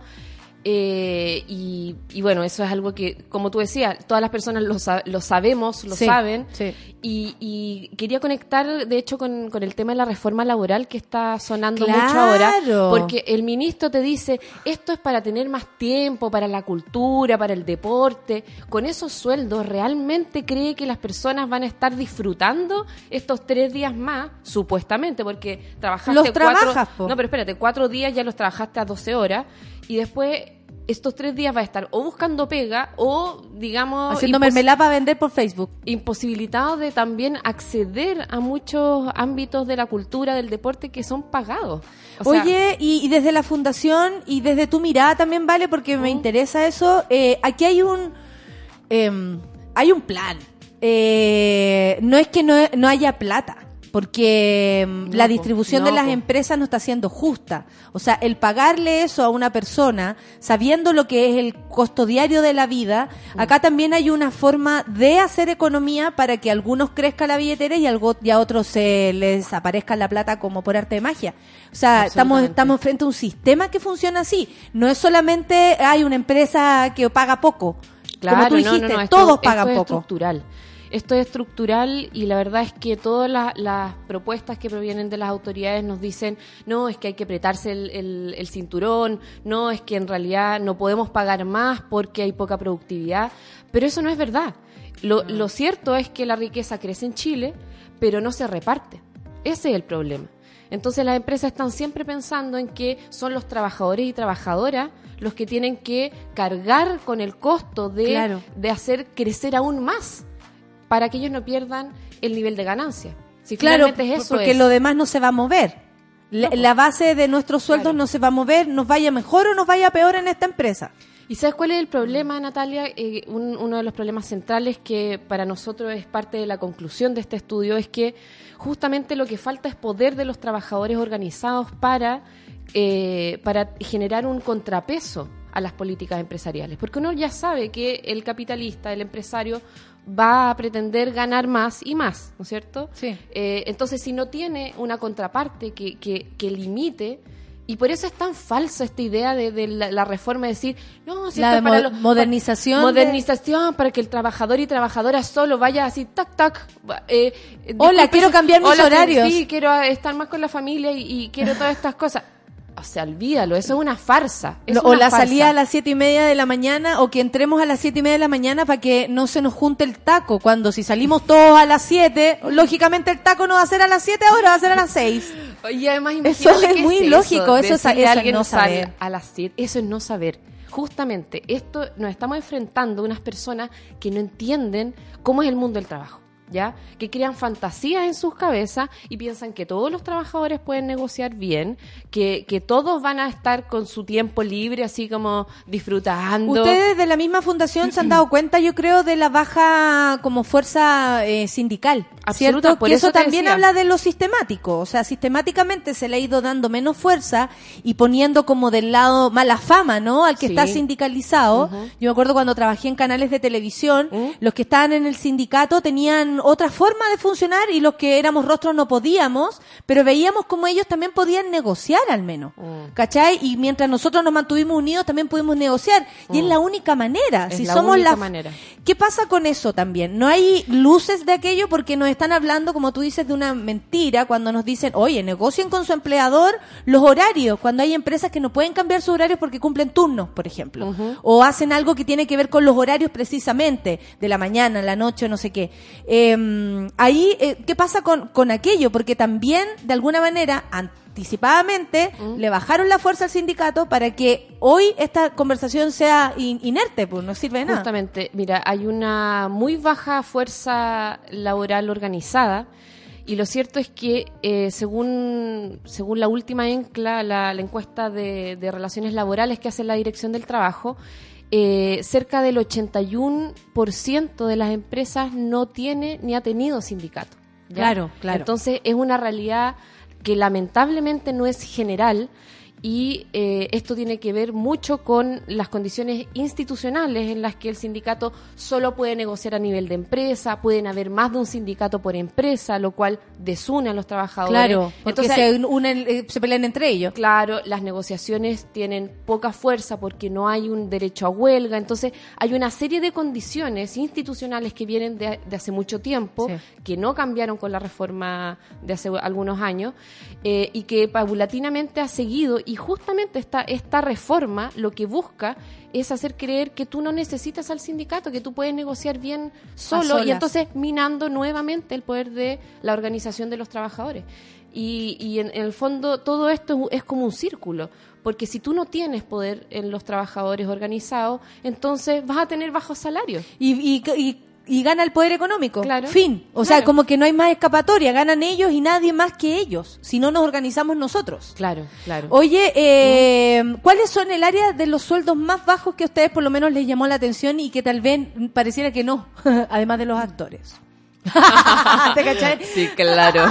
eh, y, y bueno, eso es algo que, como tú decías, todas las personas lo, sa- lo sabemos, lo Sí, saben. sí. Y, y quería conectar, de hecho, con, con el tema de la reforma laboral que está sonando Claro. mucho ahora. Porque el ministro te dice, esto es para tener más tiempo, para la cultura, para el deporte. Con esos sueldos, ¿realmente cree que las personas van a estar disfrutando estos tres días más? Supuestamente, porque trabajaste Los cuatro... trabajas, po. No, pero espérate, cuatro días ya los trabajaste a doce horas y después estos tres días vas a estar o buscando pega o, digamos... Haciendo impos- mermelada para vender por Facebook. imposibilitado de también acceder a muchos ámbitos de la cultura, del deporte que son pagados. O sea, Oye, y, y desde la fundación y desde tu mirada también, vale, porque me interesa eso. Eh, aquí hay un em, hay un plan. Eh, no es que no, no haya plata, porque em, No, la po, distribución no, de las po. empresas no está siendo justa. O sea, el pagarle eso a una persona, sabiendo lo que es el costo diario de la vida, acá también hay una forma de hacer economía para que a algunos crezca la billetera y, algo, y a otros se les aparezca la plata como por arte de magia. O sea, estamos, Absolutamente. estamos frente a un sistema que funciona así. No es solamente hay una empresa que paga poco. Claro, Como tú no, dijiste, no, no, esto- todos esto pagan es poco. estructural. Esto es estructural y la verdad es que todas la- las propuestas que provienen de las autoridades nos dicen, no, es que hay que apretarse el, el- el cinturón, no, es que en realidad no podemos pagar más porque hay poca productividad, pero eso no es verdad. Lo, lo cierto es que la riqueza crece en Chile, pero no se reparte. Ese es el problema. Entonces las empresas están siempre pensando en que son los trabajadores y trabajadoras los que tienen que cargar con el costo de, Claro. de hacer crecer aún más para que ellos no pierdan el nivel de ganancia. Si Claro, finalmente es eso, porque es. lo demás no se va a mover. La, No, la base de nuestros sueldos Claro. no se va a mover, nos vaya mejor o nos vaya peor en esta empresa. ¿Y sabes cuál es el problema, Natalia? Eh, un- uno de los problemas centrales que para nosotros es parte de la conclusión de este estudio es que justamente lo que falta es poder de los trabajadores organizados para, eh, para generar un contrapeso a las políticas empresariales. Porque uno ya sabe que el capitalista, el empresario, va a pretender ganar más y más, ¿no es cierto? Sí. Eh, entonces, si no tiene una contraparte que, que, que limite, y por eso es tan falsa esta idea de, de la, la reforma, de decir, no, si La esto es para mo- lo- modernización pa- de- modernización para que el trabajador y trabajadora solo vaya así, tac, tac. eh, Hola, disculpe, quiero sí, cambiar mis hola, horarios. Sí, quiero estar más con la familia y, y quiero todas estas cosas. O sea, olvídalo, eso es una farsa. es Lo- o una la farsa. salida a las siete y media de la mañana, o que entremos a las siete y media de la mañana para que no se nos junte el taco. Cuando si salimos todos a las siete, lógicamente el taco no va a ser a las siete ahora, va a ser a las seis. Y además, Eso imagínate es qué muy eso, lógico, eso es- decirle eso a es alguien no sal saber. a las siete, eso es no saber. Justamente, esto nos estamos enfrentando a unas personas que no entienden cómo es el mundo del trabajo, ¿ya? Que crean fantasías en sus cabezas y piensan que todos los trabajadores pueden negociar bien, que, que todos van a estar con su tiempo libre, así como disfrutando. Ustedes de la misma fundación se han dado cuenta, yo creo, de la baja como fuerza eh, sindical, Absoluta, ¿cierto? por Que eso eso te también decía. habla de lo sistemático, o sea, sistemáticamente se le ha ido dando menos fuerza y poniendo como del lado mala fama, ¿no? Al que Sí. está sindicalizado. Ujú. Yo me acuerdo cuando trabajé en canales de televisión, ¿Mm? los que estaban en el sindicato tenían otra forma de funcionar y los que éramos rostros no podíamos, pero veíamos como ellos también podían negociar al menos, Mm. ¿cachai? Y mientras nosotros nos mantuvimos unidos también pudimos negociar y es la única manera. Es si la somos única la manera. ¿Qué pasa con eso también? No hay luces de aquello porque nos están hablando, como tú dices, de una mentira cuando nos dicen, oye, negocien con su empleador los horarios, cuando hay empresas que no pueden cambiar sus horarios porque cumplen turnos, por ejemplo, Ujú. o hacen algo que tiene que ver con los horarios precisamente, de la mañana, la noche, no sé qué. Eh, ahí, eh, ¿qué pasa con, con aquello? Porque también, de alguna manera, anticipadamente, Mm. le bajaron la fuerza al sindicato para que hoy esta conversación sea in- inerte, pues no sirve de nada. Justamente, mira, hay una muy baja fuerza laboral organizada y lo cierto es que eh, según según la última ENCLA, la, la encuesta de, de relaciones laborales que hace la Dirección del Trabajo, eh, cerca del ochenta y uno por ciento de las empresas no tiene ni ha tenido sindicato. ¿ya? Claro, claro. Entonces es una realidad que lamentablemente no es general y eh, esto tiene que ver mucho con las condiciones institucionales en las que el sindicato solo puede negociar a nivel de empresa, pueden haber más de un sindicato por empresa, lo cual desune a los trabajadores. Claro, porque Entonces, se unen, eh, se pelean entre ellos. Claro, las negociaciones tienen poca fuerza porque no hay un derecho a huelga, entonces hay una serie de condiciones institucionales que vienen de, de hace mucho tiempo, Sí. que no cambiaron con la reforma de hace algunos años eh, y que paulatinamente ha seguido, y justamente esta, esta reforma lo que busca es hacer creer que tú no necesitas al sindicato, que tú puedes negociar bien solo, solas. y entonces minando nuevamente el poder de la organización de los trabajadores. Y, y en, en el fondo todo esto es, es como un círculo, porque si tú no tienes poder en los trabajadores organizados, entonces vas a tener bajos salarios. Y, y, y, y gana el poder económico. Claro. Fin. O Claro. sea, como que no hay más escapatoria. Ganan ellos y nadie más que ellos. Si no nos organizamos nosotros. Claro, claro. Oye, eh, ¿cuáles son el área de los sueldos más bajos que a ustedes por lo menos les llamó la atención y que tal vez pareciera que no? Además de los actores. ¿Te cachai? Sí, claro.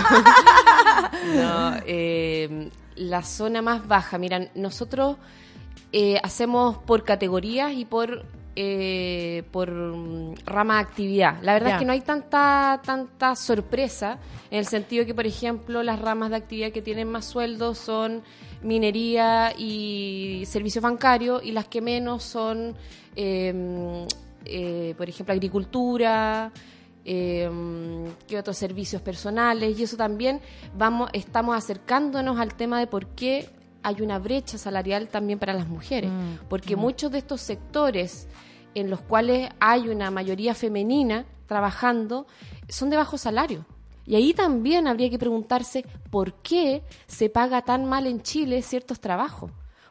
No, eh, la zona más baja, mira, nosotros eh, hacemos por categorías y por eh, por mm, rama de actividad. La verdad Ya. es que no hay tanta tanta sorpresa en el sentido que, por ejemplo, las ramas de actividad que tienen más sueldos son minería y servicios bancarios, y las que menos son, eh, eh, por ejemplo, agricultura. Eh, que otros servicios personales, y eso también vamos estamos acercándonos al tema de por qué hay una brecha salarial también para las mujeres, Mm, porque muchos de estos sectores en los cuales hay una mayoría femenina trabajando son de bajo salario. Y ahí también habría que preguntarse por qué se paga tan mal en Chile ciertos trabajos.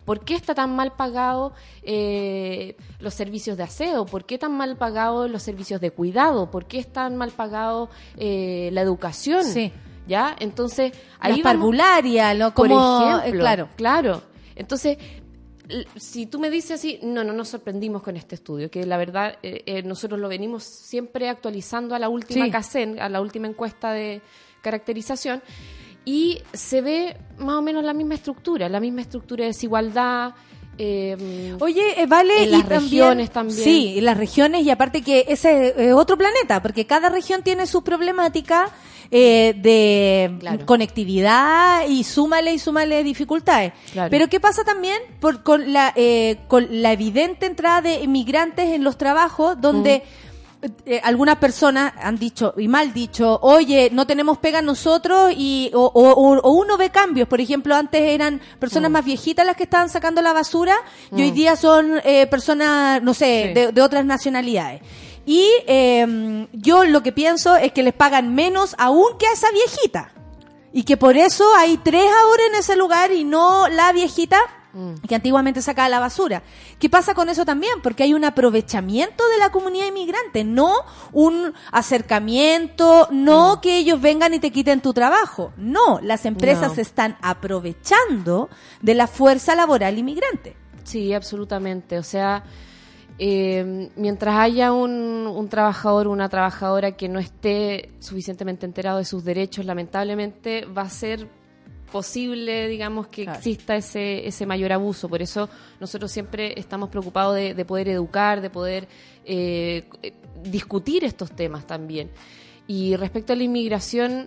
¿Por qué está tan mal pagado eh, los servicios de aseo? ¿Por qué tan mal pagados los servicios de cuidado? ¿Por qué están mal pagado eh, la educación? Sí. ¿Ya? Entonces, ahí Las parvularias, lo como, por ejemplo, eh, claro. Claro. Entonces, l- si tú me dices así, no, no nos sorprendimos con este estudio, que la verdad eh, eh, nosotros lo venimos siempre actualizando a la última Sí. CACEN, a la última encuesta de caracterización, y se ve más o menos la misma estructura, la misma estructura de desigualdad. Eh, Oye, eh, vale, en y las también- regiones también. Sí, en las regiones, y aparte que ese es eh, otro planeta, porque cada región tiene su problemática eh, de Claro. conectividad y súmale y súmale dificultades. Claro. Pero ¿qué pasa también por, con, la, eh, con la evidente entrada de inmigrantes en los trabajos donde... Eh, algunas personas han dicho, y mal dicho, oye, no tenemos pega nosotros, y o, o, o uno ve cambios. Por ejemplo, antes eran personas Mm. más viejitas las que estaban sacando la basura, y hoy Mm. día son eh, personas, no sé, Sí. de, de otras nacionalidades. Y eh, yo lo que pienso es que les pagan menos aún que a esa viejita. Y que por eso hay tres ahora en ese lugar y no la viejita que antiguamente sacaba la basura. ¿Qué pasa con eso también? Porque hay un aprovechamiento de la comunidad inmigrante, no un acercamiento, no que ellos vengan y te quiten tu trabajo. No, las empresas No. se están aprovechando de la fuerza laboral inmigrante. Sí, absolutamente. O sea, eh, mientras haya un, un trabajador o una trabajadora que no esté suficientemente enterado de sus derechos, lamentablemente va a ser posible, digamos, que Claro. exista ese ese mayor abuso. Por eso nosotros siempre estamos preocupados de, de poder educar, de poder eh, discutir estos temas también. Y respecto a la inmigración,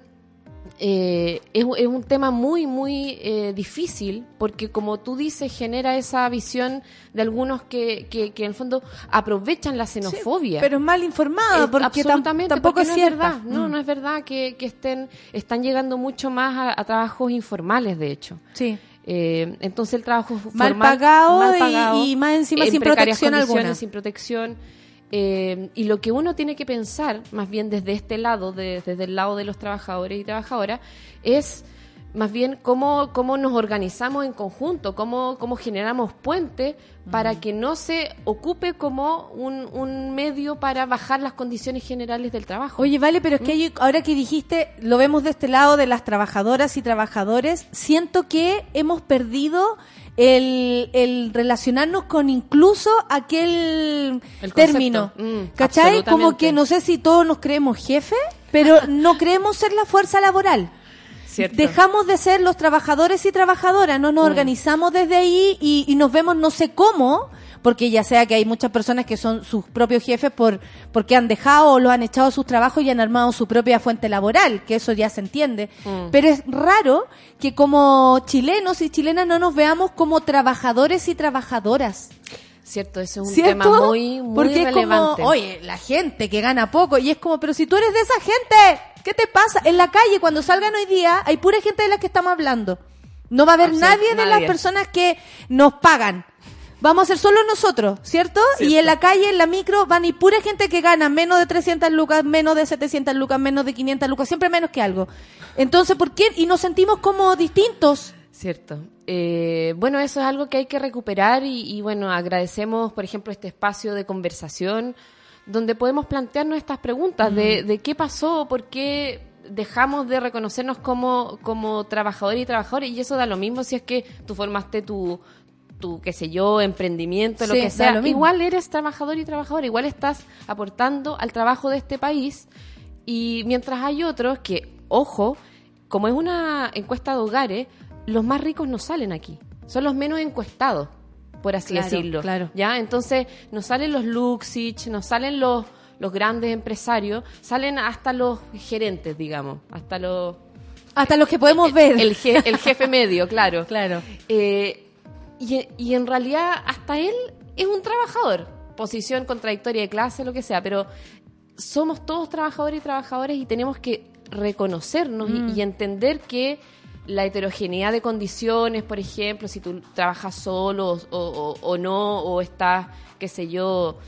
eh, es, es un tema muy, muy eh, difícil, porque como tú dices, genera esa visión de algunos que, que, que en el fondo aprovechan la xenofobia. Pero es mal informada, Eh, porque tam- absolutamente, tampoco porque es no cierta. verdad. No, Mm. no es verdad que, que estén están llegando mucho más a, a trabajos informales, de hecho. Sí. Eh, entonces el trabajo Mal formal, pagado mal y- pagado, y más encima en sin precarias protección condiciones, alguna. sin protección. Eh, y lo que uno tiene que pensar, más bien desde este lado, de- desde el lado de los trabajadores y trabajadoras, es más bien cómo, cómo nos organizamos en conjunto, cómo, cómo generamos puentes para que no se ocupe como un, un medio para bajar las condiciones generales del trabajo. Oye, vale, pero es que hay- ahora que dijiste, lo vemos de este lado de las trabajadoras y trabajadores, siento que hemos perdido el, el relacionarnos con incluso aquel El término. concepto. Mm, ¿Cachai? Como absolutamente. que no sé si todos nos creemos jefes, pero no creemos ser la fuerza laboral. Cierto. Dejamos de ser los trabajadores y trabajadoras, no nos Mm. organizamos desde ahí y, y nos vemos no sé cómo, porque ya sea que hay muchas personas que son sus propios jefes por porque han dejado o los han echado de sus trabajos y han armado su propia fuente laboral, que eso ya se entiende. Mm. Pero es raro que como chilenos y chilenas no nos veamos como trabajadores y trabajadoras. Cierto, ese es un ¿Cierto? tema muy, muy Porque relevante. es como, oye, la gente que gana poco, y es como, pero si tú eres de esa gente, ¿qué te pasa? En la calle, cuando salgan hoy día, hay pura gente de la que estamos hablando. No va a haber Absolut- nadie de las nadie. personas que nos pagan. Vamos a ser solo nosotros, ¿cierto? Cierto. Y en la calle, en la micro, van a ir pura gente que gana menos de trescientas lucas, menos de setecientas lucas, menos de quinientas lucas, siempre menos que algo. Entonces, ¿por qué? Y nos sentimos como distintos. Cierto. Eh, bueno, eso es algo que hay que recuperar y, y, bueno, agradecemos, por ejemplo, este espacio de conversación donde podemos plantearnos estas preguntas de, de qué pasó, por qué dejamos de reconocernos como, como trabajadores y trabajadoras, y eso da lo mismo si es que tú formaste tu, tu qué sé yo, emprendimiento, lo Sí, que da sea. lo mismo. Igual eres trabajador y trabajadora, igual estás aportando al trabajo de este país, y mientras hay otros que, ojo, como es una encuesta de hogares, los más ricos no salen aquí, son los menos encuestados, por así Claro, decirlo. claro. ¿Ya? Entonces, nos salen los Luxich, nos salen los, los grandes empresarios, salen hasta los gerentes, digamos, hasta los... Hasta los que podemos ver. El, je- el jefe medio, claro. Claro. Eh, y, y en realidad, hasta él es un trabajador, posición contradictoria de clase, lo que sea, pero somos todos trabajadores y trabajadoras y tenemos que reconocernos y- y entender que la heterogeneidad de condiciones, por ejemplo, si tú trabajas solo o, o- o no, o estás, qué sé yo,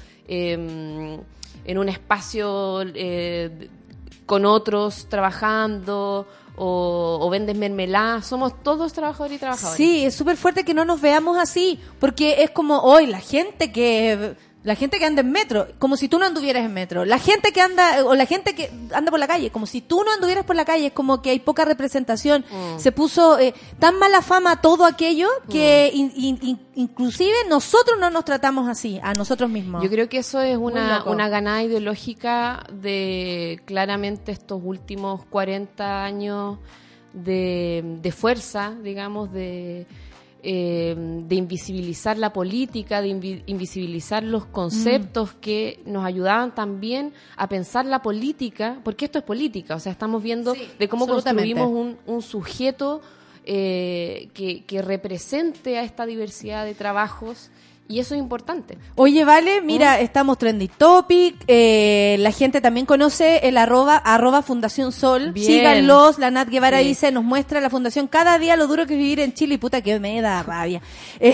em, en un espacio eh, con otros trabajando, o, o vendes mermelada, somos todos trabajadores y trabajadoras. Sí, es súper fuerte que no nos veamos así, porque es como hoy la gente que la gente que anda en metro, como si tú no anduvieras en metro, la gente que anda o la gente que anda por la calle, como si tú no anduvieras por la calle, es como que hay poca representación. Mm. Se puso eh, tan mala fama todo aquello que mm. in, in, in, inclusive nosotros no nos tratamos así a nosotros mismos. Yo creo que eso es una una ganada ideológica de claramente estos últimos cuarenta años de, de fuerza, digamos, de Eh, de invisibilizar la política, de invi- invisibilizar los conceptos mm. que nos ayudaban también a pensar la política, porque esto es política, o sea, estamos viendo sí, de cómo construimos un, un sujeto eh, que, que represente a esta diversidad de trabajos. Y eso es importante. Oye, vale, mira, ¿Mm? estamos Trending Topic, eh, la gente también conoce el arroba, arroba Fundación Sol. Bien. Síganlos, la Nat Guevara sí. dice, nos muestra la fundación cada día lo duro que es vivir en Chile, y puta que me da rabia. Eh,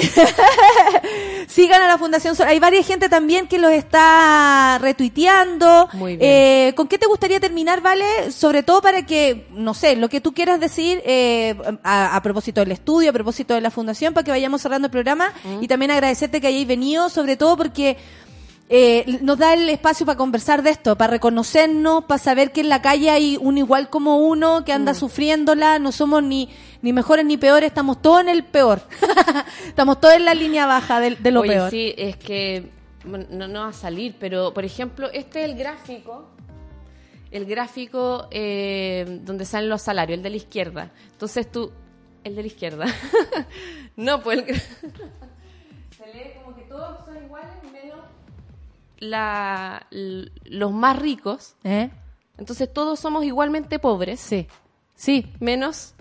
sigan a la Fundación Sol. Hay varias gente también que los está retuiteando. Muy bien. Eh, ¿Con qué te gustaría terminar, vale? Sobre todo para que, no sé, lo que tú quieras decir eh, a, a propósito del estudio, a propósito de la fundación, para que vayamos cerrando el programa ¿Mm? y también agradecerte que hayáis venido, sobre todo porque eh, nos da el espacio para conversar de esto, para reconocernos, para saber que en la calle hay uno igual como uno que anda mm. sufriéndola, no somos ni ni mejores ni peores, estamos todos en el peor. Estamos todos en la línea baja de, de lo Oye, peor. Sí, es que no, no va a salir, pero por ejemplo, este es el gráfico, el gráfico eh, donde salen los salarios, el de la izquierda. Entonces tú, el de la izquierda. no, pues el se lee como que todos son iguales menos la, l- los más ricos. ¿Eh? Entonces todos somos igualmente pobres. Sí, sí. Menos...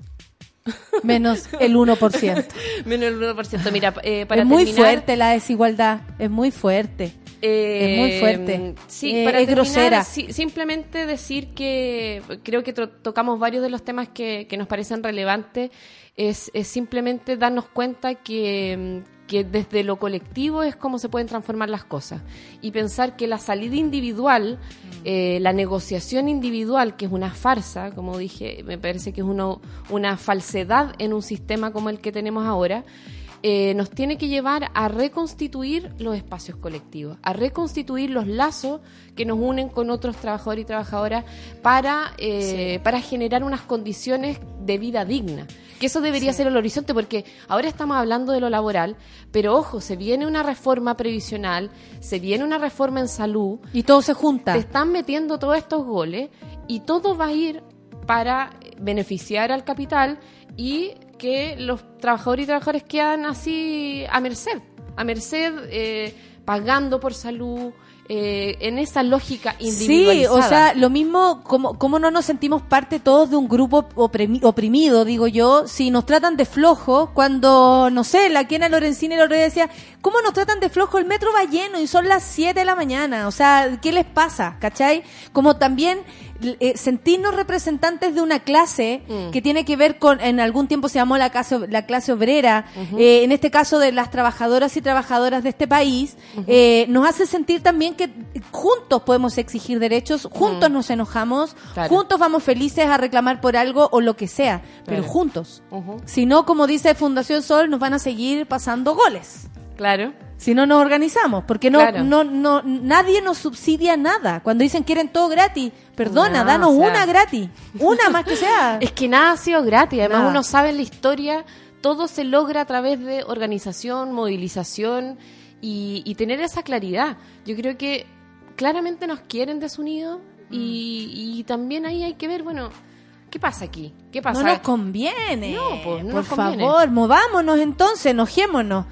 menos el uno por ciento. Menos el uno por ciento. Mira, eh, para es muy terminar, fuerte la desigualdad, es muy fuerte. Eh, es muy fuerte. Sí, eh, para es terminar, grosera. Sí, simplemente decir que creo que to- tocamos varios de los temas que, que nos parecen relevantes. Es, es simplemente darnos cuenta que, que desde lo colectivo es como se pueden transformar las cosas. Y pensar que la salida individual, mm. eh, la negociación individual, que es una farsa, como dije, me parece que es uno, una falsedad en un sistema como el que tenemos ahora, Eh, nos tiene que llevar a reconstituir los espacios colectivos, a reconstituir los lazos que nos unen con otros trabajadores y trabajadoras para, eh, sí. para generar unas condiciones de vida digna. Que eso debería sí. ser el horizonte, porque ahora estamos hablando de lo laboral, pero ojo, se viene una reforma previsional, se viene una reforma en salud. Y todo se junta. Te están metiendo todos estos goles y todo va a ir para beneficiar al capital y que los trabajadores y trabajadoras quedan así a merced, a merced, eh, pagando por salud, eh, en esa lógica individualizada. Sí, o sea, lo mismo, como, como no nos sentimos parte todos de un grupo oprimi, oprimido, digo yo, si nos tratan de flojos, cuando, no sé, la Kena Lorenzini el otro día decía, ¿cómo nos tratan de flojos? El metro va lleno y son las siete de la mañana, o sea, ¿qué les pasa? ¿Cachai? Como también eh, sentirnos representantes de una clase mm. que tiene que ver con, en algún tiempo se llamó la clase, la clase obrera, uh-huh. eh, en este caso de las trabajadoras y trabajadoras de este país, uh-huh. eh, nos hace sentir también que juntos podemos exigir derechos, juntos mm. nos enojamos, claro. juntos vamos felices a reclamar por algo o lo que sea, claro. pero juntos. Uh-huh. Si no, como dice Fundación Sol, nos van a seguir pasando goles. Claro. Si no nos organizamos, porque no, claro. no, no, nadie nos subsidia nada. Cuando dicen quieren todo gratis, perdona, no, danos o sea, una gratis, una más que sea. Es que nada ha sido gratis, además nada. Uno sabe en la historia, todo se logra a través de organización, movilización y, y tener esa claridad. Yo creo que claramente nos quieren desunidos mm. y, y también ahí hay que ver, bueno, ¿qué pasa aquí? ¿Qué pasa? No nos conviene. No, pues, no por nos conviene. favor, movámonos entonces, enojémonos.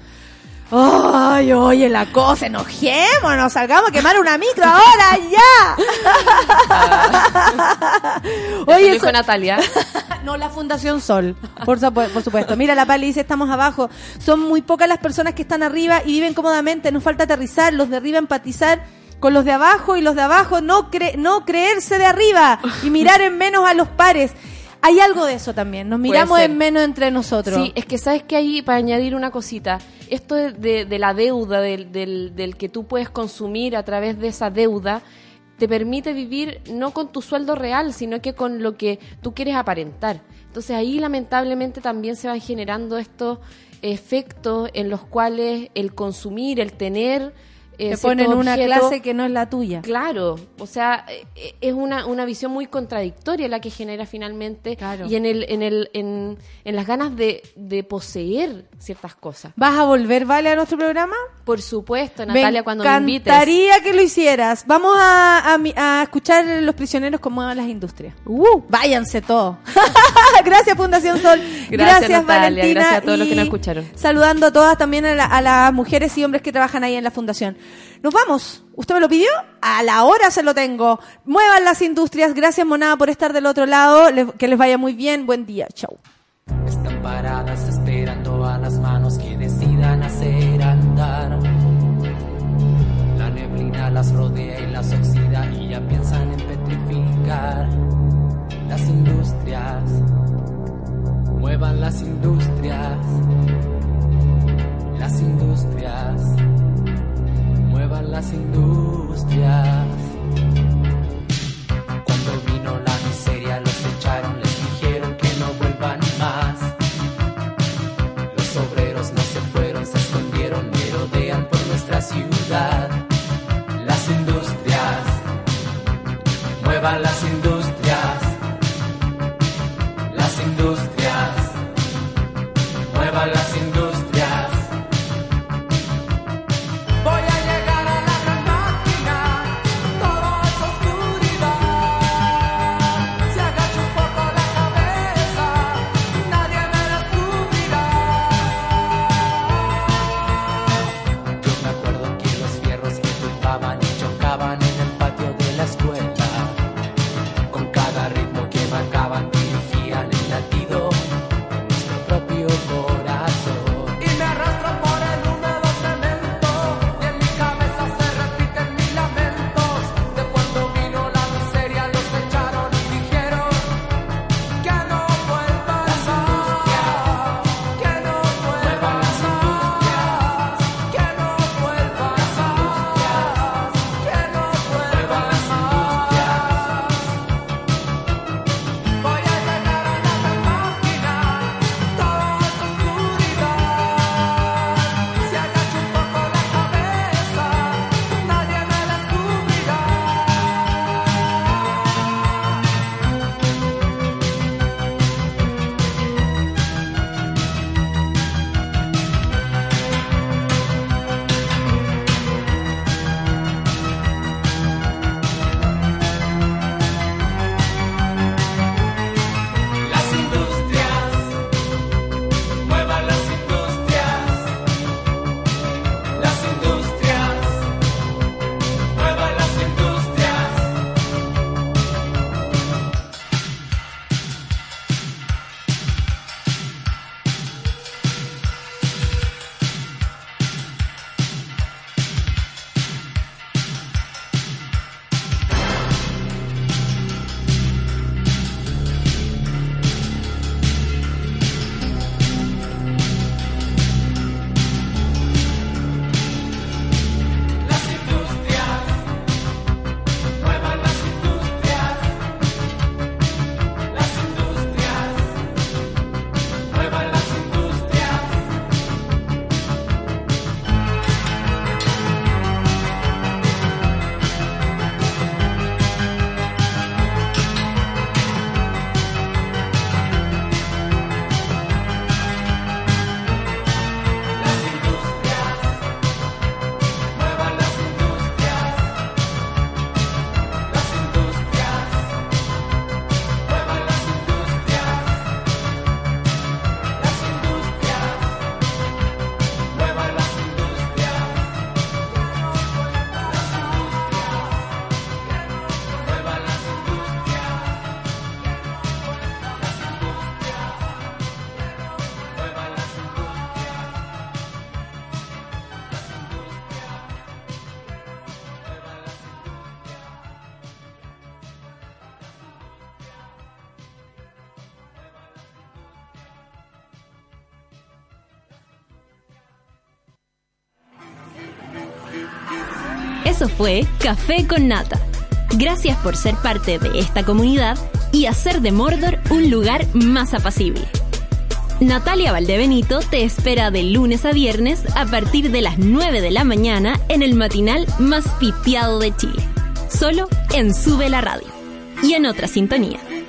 ¡Ay, oye, la cosa! ¡Enojémonos! ¡Salgamos a quemar una micro ahora, ya! Oye, eso dijo Natalia. No, la Fundación Sol, por, por supuesto. Mira, la Pali dice, estamos abajo. Son muy pocas las personas que están arriba y viven cómodamente. Nos falta aterrizar, los de arriba empatizar con los de abajo y los de abajo no, cre- no creerse de arriba y mirar en menos a los pares. Hay algo de eso también, nos miramos en menos entre nosotros. Sí, es que sabes que ahí, para añadir una cosita, esto de, de, de la deuda, del, del, del que tú puedes consumir a través de esa deuda, te permite vivir no con tu sueldo real, sino que con lo que tú quieres aparentar. Entonces ahí lamentablemente también se van generando estos efectos en los cuales el consumir, el tener... Te ponen una objeto, clase que no es la tuya. Claro, o sea, es una, una visión muy contradictoria la que genera finalmente, claro. Y en el en el en, en las ganas de, de poseer ciertas cosas. ¿Vas a volver, Vale, a nuestro programa? Por supuesto, Natalia, me cuando me invites. Me encantaría que lo hicieras. Vamos a, a, a escuchar Los Prisioneros como muevan las industrias. Uh, váyanse todos. Gracias, Fundación Sol. Gracias, gracias Natalia, Valentina. Gracias a todos los que nos escucharon. Saludando a todas, también a, la, a las mujeres y hombres que trabajan ahí en la Fundación. Nos vamos. ¿Usted me lo pidió? A la hora se lo tengo. Muevan las industrias. Gracias, Monada, por estar del otro lado. Les, que les vaya muy bien. Buen día. Chau. Están paradas esperando a las manos que decidan hacer andar. La neblina las rodea y las oxida y ya piensan en petrificar. Las industrias, muevan las industrias. Las industrias, muevan las industrias. Cuando vino la miseria los echaron, les dijeron que no vuelvan más. Los obreros no se fueron, se escondieron, merodean por nuestra ciudad. Las industrias, muevan las industrias. Las industrias, muevan las industrias. Eso fue Café con Nata. Gracias por ser parte de esta comunidad y hacer de Mordor un lugar más apacible. Natalia Valdebenito te espera de lunes a viernes a partir de las nueve de la mañana en el matinal más pipiado de Chile. Solo en Sube la Radio y en otra sintonía.